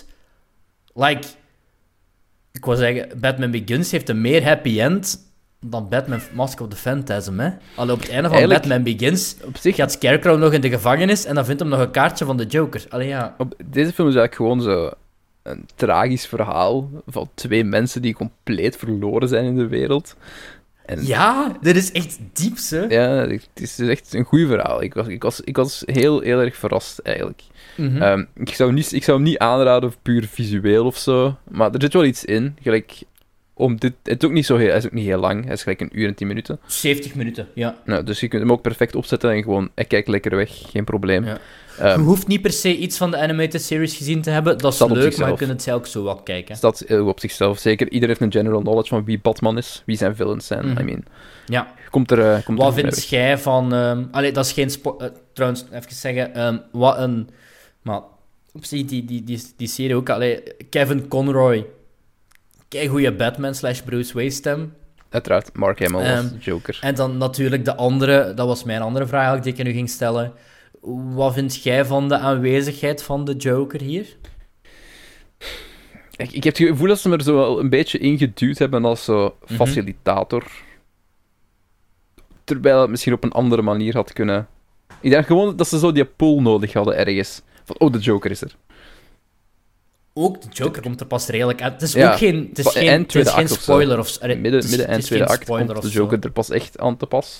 Ik wou zeggen, Batman Begins heeft een meer happy end dan Batman Mask of the Phantasm, hè. Allee, op het einde van Batman Begins gaat Scarecrow nog in de gevangenis en dan vindt hem nog een kaartje van de Joker. Allee, ja. Deze film is eigenlijk gewoon zo een tragisch verhaal van twee mensen die compleet verloren zijn in de wereld. En... Ja, dit is echt diep, hè? Ja, het is echt een goed verhaal. Ik was heel erg verrast, eigenlijk. Mm-hmm. Ik zou hem niet aanraden, puur visueel of zo, maar er zit wel iets in. Gelijk, het is ook niet zo heel, hij is ook niet heel lang, hij is gelijk 1 uur en 10 minuten. 70 minuten, ja. Nou, dus je kunt hem ook perfect opzetten en gewoon, hij kijkt lekker weg, geen probleem. Ja. Je hoeft niet per se iets van de animated series gezien te hebben, dat is leuk, maar je kunt het ook zo wel kijken. Dat op zichzelf, zeker. Iedereen heeft een general knowledge van wie Batman is, wie zijn villains zijn, I mean. Ja. Wat vind jij van... dat is geen... trouwens, even zeggen, wat een... Maar, die serie ook... Kevin Conroy. Kijk goeie Batman/Bruce Wayne stem. Uiteraard, Mark Hamill als Joker. En dan natuurlijk de andere... Dat was mijn andere vraag eigenlijk, die ik nu ging stellen. Wat vind jij van de aanwezigheid van de Joker hier? Ik heb het gevoel dat ze me er zo wel een beetje ingeduwd hebben als zo facilitator. Terwijl het misschien op een andere manier had kunnen... Ik denk gewoon dat ze zo die pull nodig hadden ergens. Van, de Joker is er. Ook de Joker komt er pas redelijk uit. Het is ook geen spoiler. Midden en tweede act komt de Joker er pas echt aan te pas.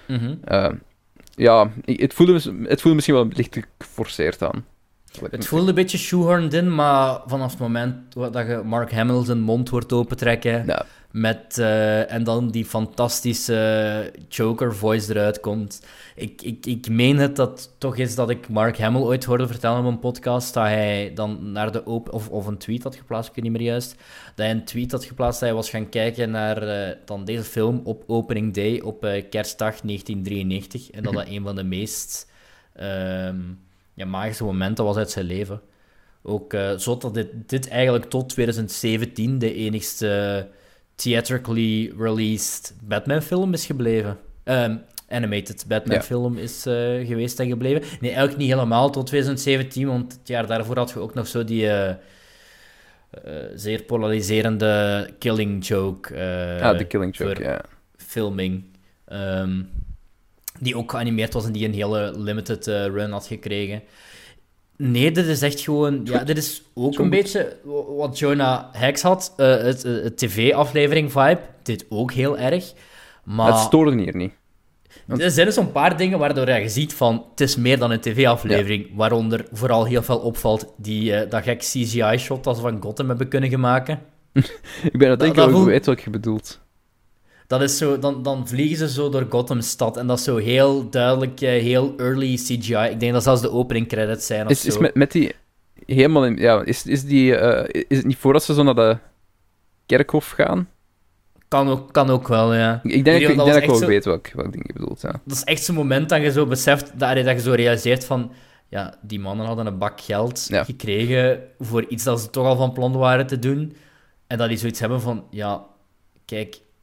Het voelde misschien wel licht geforceerd aan. Het voelde een beetje shoehorned in, maar vanaf het moment dat je Mark Hamill zijn mond hoort opentrekken, en dan die fantastische Joker-voice eruit komt. Ik meen het dat toch is dat ik Mark Hamill ooit hoorde vertellen op een podcast, dat hij dan naar de of een tweet had geplaatst, ik weet niet meer juist, dat hij een tweet had geplaatst dat hij was gaan kijken naar dan deze film op Opening Day op kerstdag 1993, en dat een van de meest... magische momenten was uit zijn leven. Ook zodat dit eigenlijk tot 2017 de enigste theatrically released Batman-film is gebleven. Animated Batman-film is geweest en gebleven. Nee, eigenlijk niet helemaal tot 2017, want het jaar daarvoor had je ook nog zo die zeer polariserende Killing Joke. De Killing Joke, ja. Filming. Die ook geanimeerd was en die een hele limited run had gekregen. Nee, dit is echt gewoon... Ja, dit is ook een beetje wat Jonah Hex had. Het tv-aflevering vibe. Dit ook heel erg. Maar... Het stoorde hier niet. Er zijn dus een paar dingen waardoor je ziet van... Het is meer dan een tv-aflevering. Ja. Waaronder vooral heel veel opvalt dat gek CGI-shot dat ze van Gotham hebben kunnen maken. Ik ben het denk ik ook weet wat je bedoelt. Dat is zo, dan vliegen ze zo door Gotham-stad en dat is zo heel duidelijk, heel early CGI. Ik denk dat zelfs de opening credits zijn of zo. Is met die helemaal in... Ja, is het niet voordat ze zo naar de kerkhof gaan? Kan ook wel, ja. Ik denk dat ik ook weet welk ding je bedoelt, ja. Dat is echt zo'n moment dat je zo beseft, dat je zo realiseert van... Ja, die mannen hadden een bak geld gekregen voor iets dat ze toch al van plan waren te doen. En dat die zoiets hebben van... Ja, kijk...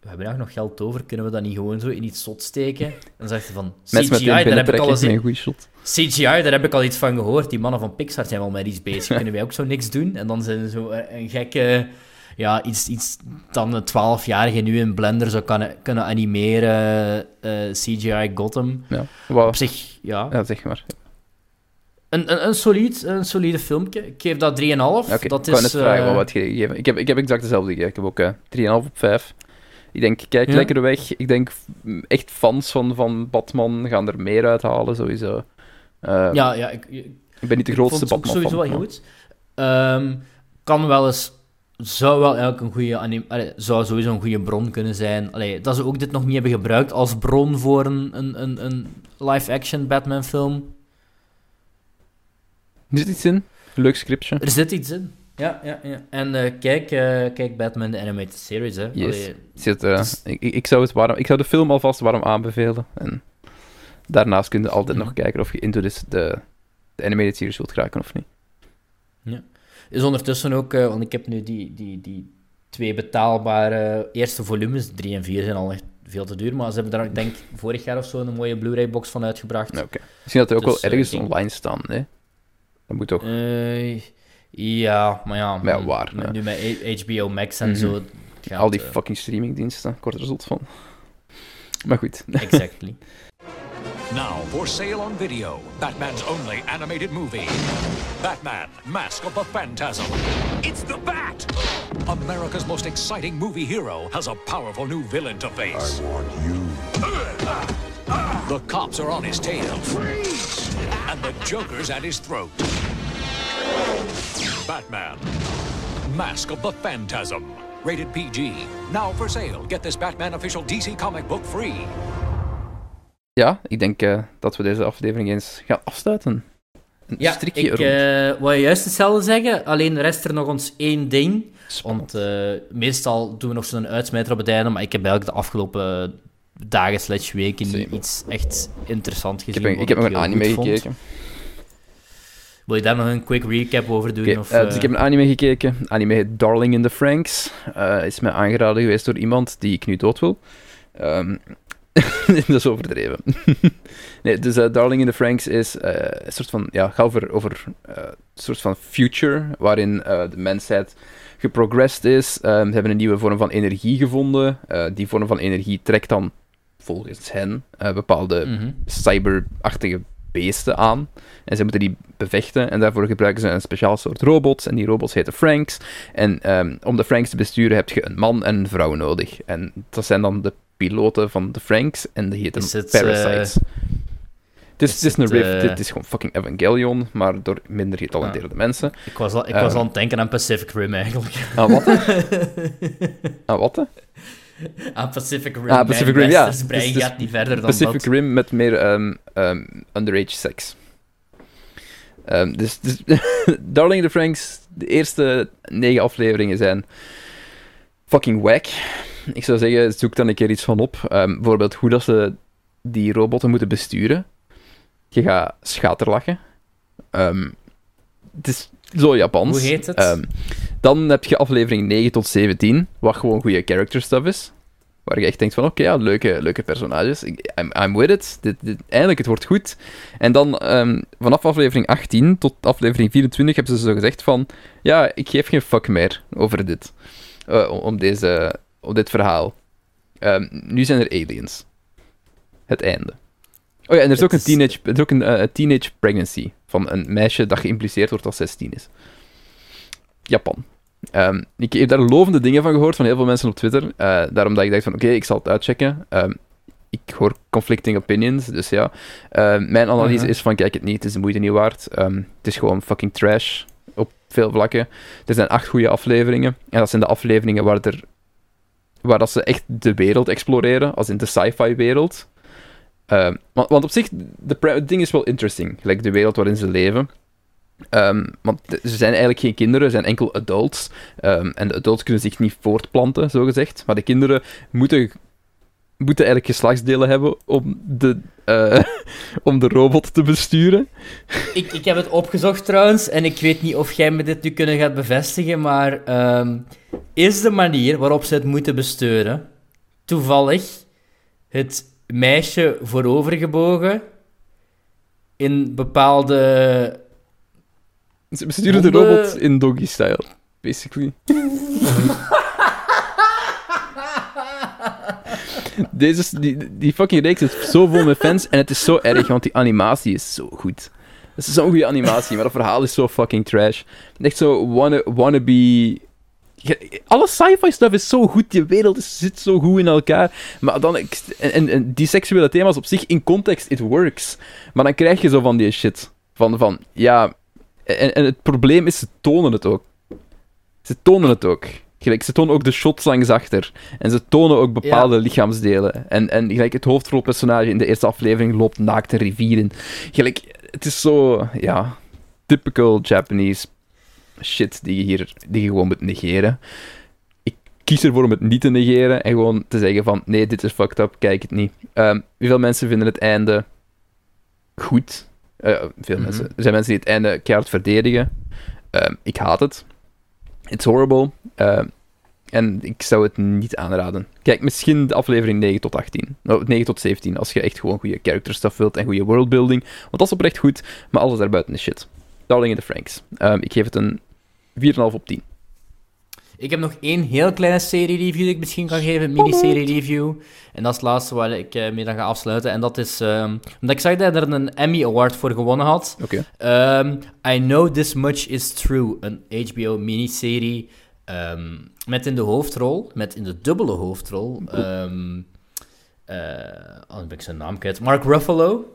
we hebben eigenlijk nog geld over, kunnen we dat niet gewoon zo in iets zot steken? En dan zeg je van, Mensen CGI, daar heb ik al eens een goede shot. CGI, daar heb ik al iets van gehoord. Die mannen van Pixar zijn wel met iets bezig. Kunnen wij ook zo niks doen? En dan zijn ze zo een gekke... Ja, iets dan een 12-jarige nu in Blender zou kunnen animeren. CGI Gotham. Ja, wow. Op zich, ja. Ja, zeg maar. Een solide filmpje. Ik geef dat 3,5. Oké, Dat ik kan is... net vragen wat je gegeven. Ik heb exact dezelfde gegeven. Ik heb ook 3,5 op 5. Ik denk, kijk lekker weg. Ik denk, echt fans van Batman gaan er meer uithalen, sowieso. Ik ben niet de grootste Batman fan. Sowieso wel goed. Kan wel eens... Zou wel eigenlijk een goede zou sowieso een goede bron kunnen zijn. Allee, dat ze ook dit nog niet hebben gebruikt als bron voor een live-action Batman-film. Er zit iets in. Een leuk scriptje. Er zit iets in. Ja. En kijk Batman, de animated series. Hè. Yes. Ik zou de film alvast warm aanbevelen. En daarnaast kun je altijd nog kijken of je into de animated series wilt geraken of niet. Ja. Is ondertussen ook, want ik heb nu die 2 betaalbare eerste volumes, 3 en 4 zijn al echt veel te duur, maar ze hebben daar, denk ik, vorig jaar of zo een mooie Blu-ray-box van uitgebracht. Oké. Misschien dat er ook wel ergens online staan, hè? Dat moet toch... Ja, maar ja... Maar ja, waar? Nu met HBO Max en zo... Al die fucking streamingdiensten, kort er zot van. Maar goed. Exactly. Now for sale on video, Batman's only animated movie. Batman, Mask of the Phantasm. It's the Bat! America's most exciting movie hero has a powerful new villain to face. I want you. The cops are on his tail. Freeze! And the Joker's at his throat. Batman, Mask of the Phantasm. Rated PG. Now for sale. Get this Batman official DC comic book free. Ja, ik denk dat we deze aflevering eens gaan afsluiten. Ja, ik wou juist hetzelfde zeggen, alleen rest er nog ons 1 ding. Spannend. Want meestal doen we nog zo'n uitsmijter op het einde, maar ik heb eigenlijk de afgelopen dagen / weken niet iets echt interessant gezien. Ik heb nog een anime gekeken. Wil je daar nog een quick recap over doen? Dus ik heb een anime gekeken. Anime heet Darling in the Franxx. Is mij aangeraden geweest door iemand die ik nu dood wil. Dat is overdreven. Nee, dus Darling in the Franxx is een soort van... Ja, gaat over een soort van future, waarin de mensheid geprogressed is. Ze hebben een nieuwe vorm van energie gevonden. Die vorm van energie trekt dan, volgens hen, bepaalde cyberachtige beesten aan. En ze moeten die bevechten. En daarvoor gebruiken ze een speciaal soort robots. En die robots heten Franxx. En om de Franxx te besturen heb je een man en een vrouw nodig. En dat zijn dan de piloten van de Franxx. En die heten Parasites. Het is een riff. Dit is gewoon fucking Evangelion, maar door minder getalenteerde mensen. Ik was al aan het denken aan Pacific Rim, eigenlijk. Aan wat? Aan wat? Aan Pacific Rim. Pacific Rim, ja. Dus brein gaat niet verder dan Pacific dat. Rim met meer underage seks. Dus Darling in the Franxx, de eerste 9 afleveringen zijn fucking wack. Ik zou zeggen, zoek dan een keer iets van op. Bijvoorbeeld hoe dat ze die robotten moeten besturen. Je gaat schaterlachen. Het is zo Japans. Hoe heet het? Dan heb je aflevering 9 tot 17, wat gewoon goede character stuff is. Waar je echt denkt van, oké, ja, leuke personages. I'm with it. Eindelijk, het wordt goed. En dan vanaf aflevering 18 tot aflevering 24 hebben ze zo gezegd van, ja, ik geef geen fuck meer over dit. Om dit verhaal. Nu zijn er aliens. Het einde. Oh ja, en er is ook een teenage pregnancy van een meisje dat geïmpliceerd wordt als 16 is. Japan. Ik heb daar lovende dingen van gehoord van heel veel mensen op Twitter. Daarom dat ik dacht van, oké, ik zal het uitchecken. Ik hoor conflicting opinions, dus ja. Mijn analyse is van, kijk het niet, het is de moeite niet waard. Het is gewoon fucking trash op veel vlakken. Er zijn 8 goede afleveringen. En dat zijn de afleveringen waar dat ze echt de wereld exploreren, als in de sci-fi wereld. Want op zich, het ding is wel interesting. Gelijk de wereld waarin ze leven. Want ze zijn eigenlijk geen kinderen, ze zijn enkel adults. En de adults kunnen zich niet voortplanten, zogezegd. Maar de kinderen moeten eigenlijk geslachtsdelen hebben om de robot te besturen. Ik heb het opgezocht trouwens, en ik weet niet of jij me dit nu gaat bevestigen, maar is de manier waarop ze het moeten besturen toevallig het meisje voorovergebogen in bepaalde... Ze sturen de robot in doggy-style, basically. Die fucking reeks is zo vol met fans en het is zo erg, want die animatie is zo goed. Het is zo'n goede animatie, maar het verhaal is zo fucking trash. Echt zo wannabe... Alle sci-fi stuff is zo goed, die wereld zit zo goed in elkaar. Maar dan... En die seksuele thema's op zich, in context, it works. Maar dan krijg je zo van die shit. Van ja... En het probleem is, ze tonen het ook. Gelijk, ze tonen ook de shots langs achter. En ze tonen ook bepaalde lichaamsdelen. En gelijk, het hoofdrolpersonage in de eerste aflevering loopt naakt een rivier in. Gelijk, het is zo... Ja... Typical Japanese shit die je gewoon moet negeren. Ik kies ervoor om het niet te negeren en gewoon te zeggen van nee, dit is fucked up, kijk het niet. Hoeveel mensen vinden het einde goed? Veel mensen. Er zijn mensen die het einde keihard verdedigen. Ik haat het. It's horrible. En ik zou het niet aanraden. Kijk, misschien de aflevering 9 tot 18. 9 tot 17, als je echt gewoon goede character stuff wilt en goede worldbuilding. Want dat is oprecht goed, maar alles daarbuiten is shit. Darling in the Franxx. Ik geef het een 4,5 op 10. Ik heb nog één heel kleine serie-review die ik misschien kan geven. Een mini-serie-review. En dat is het laatste waar ik mee dan ga afsluiten. En dat is... omdat ik zag dat hij er een Emmy Award voor gewonnen had. Oké. I Know This Much Is True. Een HBO-miniserie. Met in de hoofdrol... Met in de dubbele hoofdrol... dan ben ik zijn naam kwijt. Mark Ruffalo.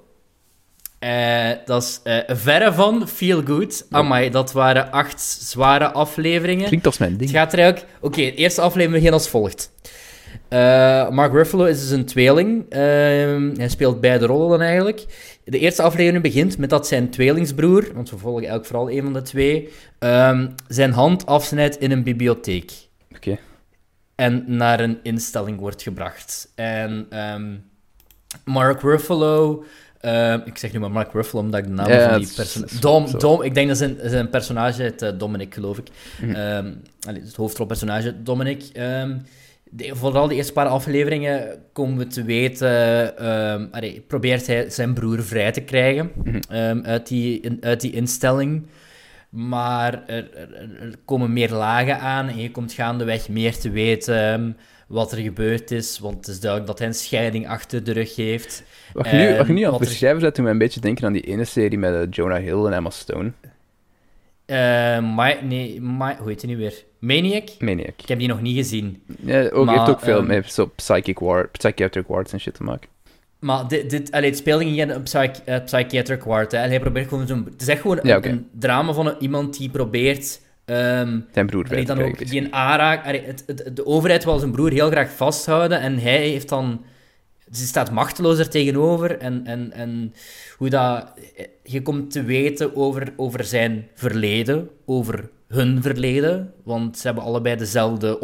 Dat is verre van Feel Good. Amai, dat waren 8 zware afleveringen. Klinkt als mijn ding. Het gaat er eigenlijk... Oké, de eerste aflevering begint als volgt. Mark Ruffalo is dus een tweeling. Hij speelt beide rollen dan eigenlijk. De eerste aflevering begint met dat zijn tweelingsbroer, want we volgen eigenlijk vooral een van de twee, zijn hand afsnijdt in een bibliotheek. Oké. En naar een instelling wordt gebracht. En Mark Ruffalo... ik zeg nu maar Mark Ruffalo, omdat ik de naam van die personage... Dom, ik denk dat zijn personage heet Dominic, geloof ik. Het hoofdrolpersonage, Dominic. Vooral de eerste paar afleveringen komen we te weten... probeert hij zijn broer vrij te krijgen uit die instelling. Maar er komen meer lagen aan en je komt gaandeweg meer te weten... wat er gebeurd is, want het is duidelijk dat hij een scheiding achter de rug heeft. Wat je nu aan het beschrijven zet, doet mij een beetje denken aan die ene serie met Jonah Hill en Emma Stone. Hoe heet die nu weer? Maniac? Ik heb die nog niet gezien. Ja, heeft ook veel met zo psychiatric wards en shit te maken. Maar het speelt niet in een psychiatric ward. Hè. Hij probeert gewoon zo'n... Het is echt gewoon een drama van iemand die probeert... zijn broer vrij te krijgen. Die een de overheid wil zijn broer heel graag vasthouden en hij heeft dan... Ze staat machteloos er tegenover en hoe dat... Je komt te weten over zijn verleden, over hun verleden, want ze hebben allebei dezelfde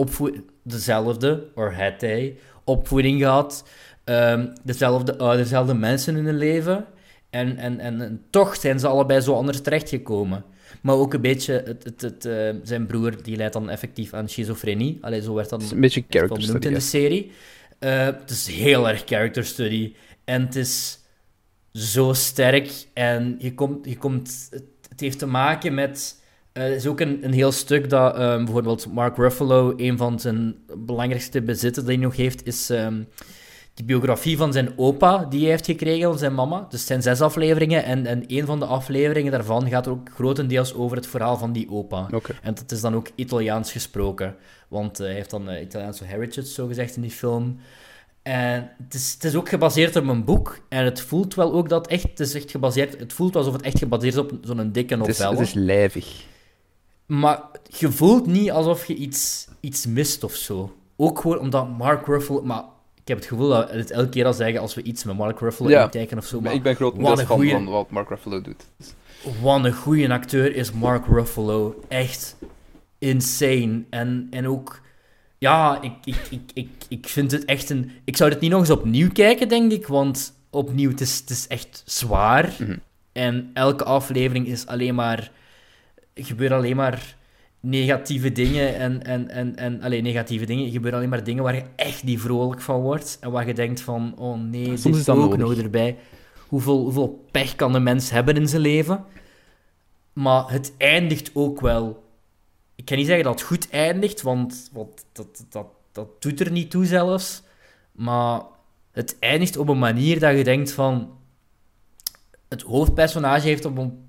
opvoeding gehad, dezelfde mensen in hun leven en toch zijn ze allebei zo anders terechtgekomen. Maar ook een beetje, zijn broer die leidt dan effectief aan schizofrenie. Zo werd dat een beetje character benoemd study, in de serie. Het is heel erg character study. En het is zo sterk. En het heeft te maken met... Er is ook een heel stuk dat bijvoorbeeld Mark Ruffalo, een van zijn belangrijkste bezitten die hij nog heeft, is... die biografie van zijn opa, die hij heeft gekregen van zijn mama. Dus het zijn 6 afleveringen en een van de afleveringen daarvan gaat ook grotendeels over het verhaal van die opa. Okay. En dat is dan ook Italiaans gesproken, want hij heeft dan Italiaanse heritage, zogezegd, in die film. En het is ook gebaseerd op een boek en het voelt wel ook dat echt... Het is echt gebaseerd... Het voelt alsof het echt gebaseerd is op zo'n dikke novelle. Het is lijvig. Maar je voelt niet alsof je iets mist of zo. Ook gewoon omdat Mark Ruffalo... Maar ik heb het gevoel dat we het elke keer al zeggen als we iets met Mark Ruffalo inkijken of zo. Maar ik ben grotendeels fan van wat Mark Ruffalo doet. Wat een goede acteur is Mark Ruffalo. Echt insane. En ook... Ja, ik vind het echt een... Ik zou het niet nog eens opnieuw kijken, denk ik. Want opnieuw, het is echt zwaar. Mm-hmm. En elke aflevering is alleen maar... gebeurt alleen maar negatieve dingen en negatieve dingen. Er gebeuren alleen maar dingen waar je echt niet vrolijk van wordt. En waar je denkt van, oh nee, Soms dit is dat ook nodig. nog erbij. Hoeveel pech kan een mens hebben in zijn leven? Maar het eindigt ook wel... Ik kan niet zeggen dat het goed eindigt, want dat doet er niet toe zelfs. Maar het eindigt op een manier dat je denkt van... Het hoofdpersonage heeft op een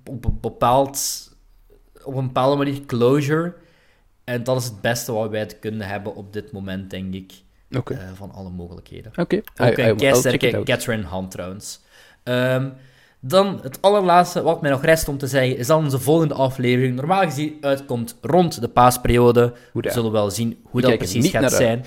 bepaalde manier closure. En dat is het beste wat wij kunnen hebben op dit moment, denk ik. Oké. Van alle mogelijkheden. Oké. Ook een I'll check it keisterke out. Catherine Hahn, trouwens. Dan het allerlaatste wat mij nog rest om te zeggen, is dan onze volgende aflevering. Normaal gezien uitkomt rond de paasperiode. We zullen wel zien hoe dat kijken er precies niet gaat naar zijn.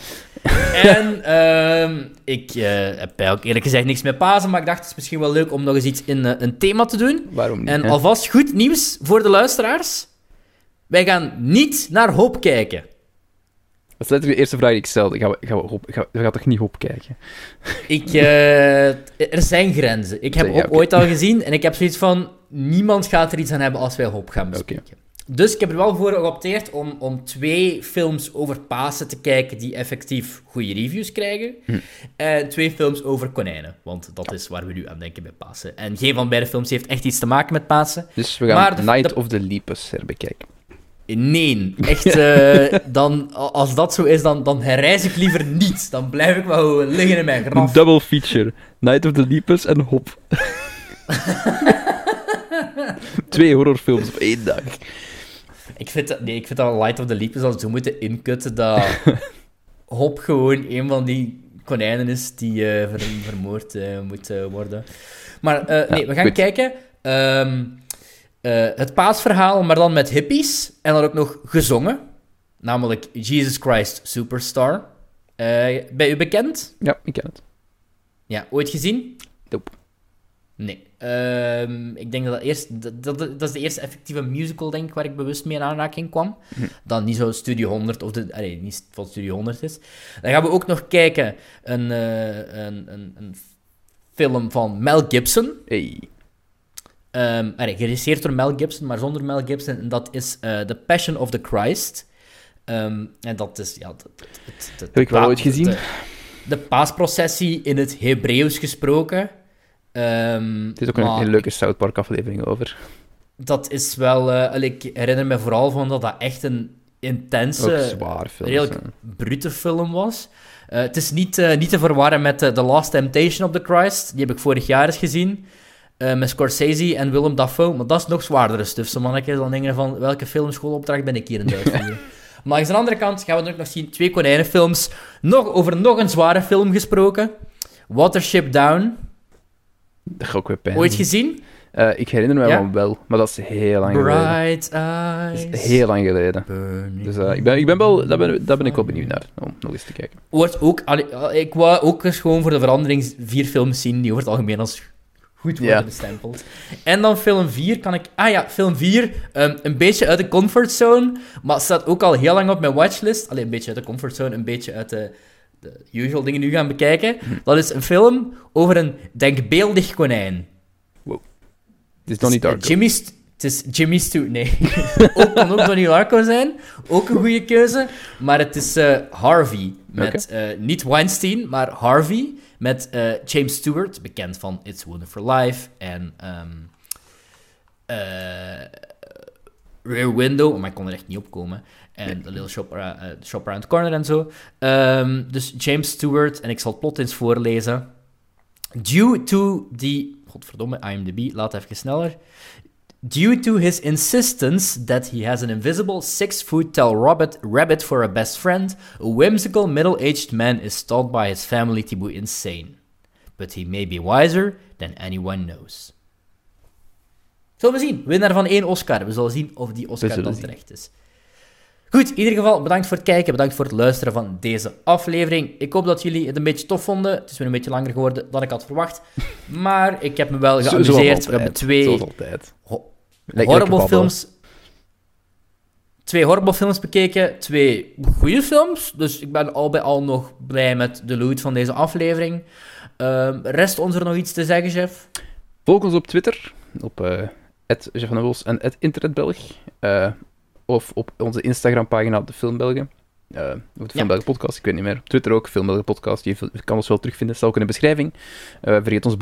En ik heb ook eerlijk gezegd niks met Pasen, maar ik dacht het is misschien wel leuk om nog eens iets in een thema te doen. Waarom niet? En hè? alvast goed nieuws voor de luisteraars. Wij gaan niet naar Hoop kijken. Dat is letterlijk de eerste vraag die ik stelde. We gaan toch niet opkijken? Er zijn grenzen. Ik heb Ja, Hop oké. ooit al gezien en ik heb zoiets van... Niemand gaat er iets aan hebben als wij Hop gaan bespreken. Dus ik heb er wel voor geopteerd om 2 films over Pasen te kijken die effectief goede reviews krijgen. En 2 films over konijnen. Want dat is waar we nu aan denken bij Pasen. En geen van beide films heeft echt iets te maken met Pasen. Dus we gaan Maar Night of the Lepus herbekijken. Nee, echt, dan, als dat zo is, dan herreis ik liever niet. Dan blijf ik wel liggen in mijn Een graf. double feature. Night of the Lepus en Hop. 2 horrorfilms op 1 dag. Ik vind dat Light of the Leap is al zo moeten inkutten dat Hop gewoon een van die konijnen is die vermoord moet worden. Maar nee, we gaan goed. kijken. Het paasverhaal, maar dan met hippies. En dan ook nog gezongen. Namelijk Jesus Christ Superstar. Ben u bekend? Ja, ik ken het. Ja, ooit gezien? Nope. Nee. Ik denk dat is de eerste effectieve musical, denk ik, waar ik bewust mee in aanraking kwam. Dan niet zo Studio 100, of niet van Studio 100 is. Dan gaan we ook nog kijken een film van Mel Gibson. Hey. Geregisseerd door Mel Gibson, maar zonder Mel Gibson. En dat is The Passion of the Christ. En dat is... Ja, Heb ik wel ooit gezien. De paasprocessie in het Hebreeuws gesproken. Het is ook een leuke South Park aflevering over. Dat is wel... ik herinner me vooral van dat echt een intense, Ook zwaar films, redelijk ja. brute film was. Het is niet te verwarren met The Last Temptation of the Christ. Die heb ik vorig jaar eens gezien. Met Scorsese en Willem Dafoe. Maar dat is nog zwaardere stuff, zo manneke. Dan dingen van, welke filmschoolopdracht ben ik hier in het uitvoeren? Maar aan de andere kant gaan we ook nog zien 2 konijnenfilms. Over nog een zware film gesproken. Watership Down. Dat gaat ook weer pijn. Ooit gezien? Ik herinner me Ja? van wel, maar dat is heel lang geleden. Bright Eyes. Dat is heel lang geleden. Dus ik ben wel, daar ben ik wel benieuwd naar, om nog eens te kijken. Wordt ook... Ik wou ook eens gewoon voor de verandering 4 films zien die over het algemeen als goed worden bestempeld. En dan film 4 kan ik... film 4. Een beetje uit de comfortzone, maar staat ook al heel lang op mijn watchlist. Een beetje uit de comfortzone, een beetje uit de usual dingen nu gaan bekijken. Dat is een film over een denkbeeldig konijn. Wow. Het is Donnie Darko. Het is Jimmy Stewart. Nee. Kan ook Donnie Darko zijn. Ook een goede keuze. Maar het is Harvey. Met niet Weinstein, maar Harvey. Met James Stewart, bekend van It's a Wonderful Life. En Rear Window. Maar ik kon er echt niet op komen. En The Little Shop Around the Corner en zo. Dus James Stewart. En ik zal het plot eens voorlezen. Due to the... Godverdomme, IMDb, laat even sneller. Due to his insistence that he has an invisible 6-foot-tall rabbit for a best friend, a whimsical middle-aged man is thought by his family to be insane. But he may be wiser than anyone knows. Zullen we zien. Winnaar van 1 Oscar. We zullen zien of die Oscar dan terecht is. Goed, in ieder geval bedankt voor het kijken, bedankt voor het luisteren van deze aflevering. Ik hoop dat jullie het een beetje tof vonden. Het is weer een beetje langer geworden dan ik had verwacht. Maar ik heb me wel geamuseerd. We hebben 2 horrible films bekeken, 2 goede films. Dus ik ben al bij al nog blij met de loot van deze aflevering. Rest ons er nog iets te zeggen, chef? Volg ons op Twitter, op @JeffVandenWols en @InternetBelg. of op onze Instagram-pagina de Film Belgen. Of de Film Belgen podcast, ik weet niet meer. Twitter ook, Film Belgen podcast. Je kan ons wel terugvinden, staat ook in de beschrijving. Vergeet ons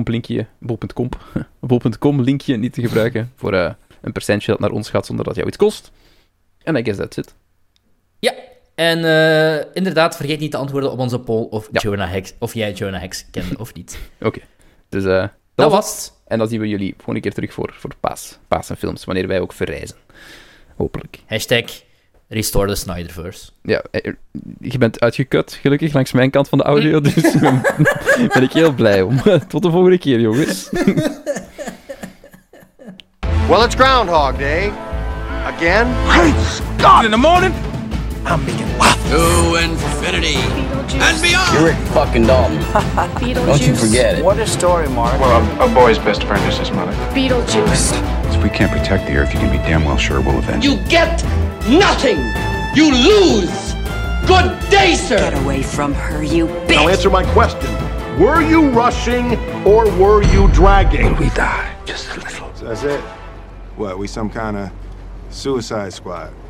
bol.com linkje niet te gebruiken voor een percentje dat naar ons gaat zonder dat jou iets kost. En I guess that's it. Ja, en inderdaad, vergeet niet te antwoorden op onze poll of jij Jonah Hex kende of niet. Oké. Dus dat was het. En dan zien we jullie gewoon een keer terug voor Paas en films, wanneer wij ook verreizen. Hopelijk. #Restore the Snyderverse. Ja, je bent uitgekut, gelukkig, langs mijn kant van de audio, dus ben ik heel blij om. Tot de volgende keer, jongens. Well, it's Groundhog Day. Again. Great Scott! In the morning, I'm making waffles. To infinity and beyond. You're Rick fucking Dalton. Don't you forget it. What a story, Mark. Well, a boy's best friend is his mother. Beetlejuice. If we can't protect the Earth, you can be damn well sure we'll avenge You get nothing. You lose. Good day, sir. Get away from her, you bitch. Now answer my question. Were you rushing or were you dragging? Will we die? Just a little. So that's it? What, we some kind of suicide squad?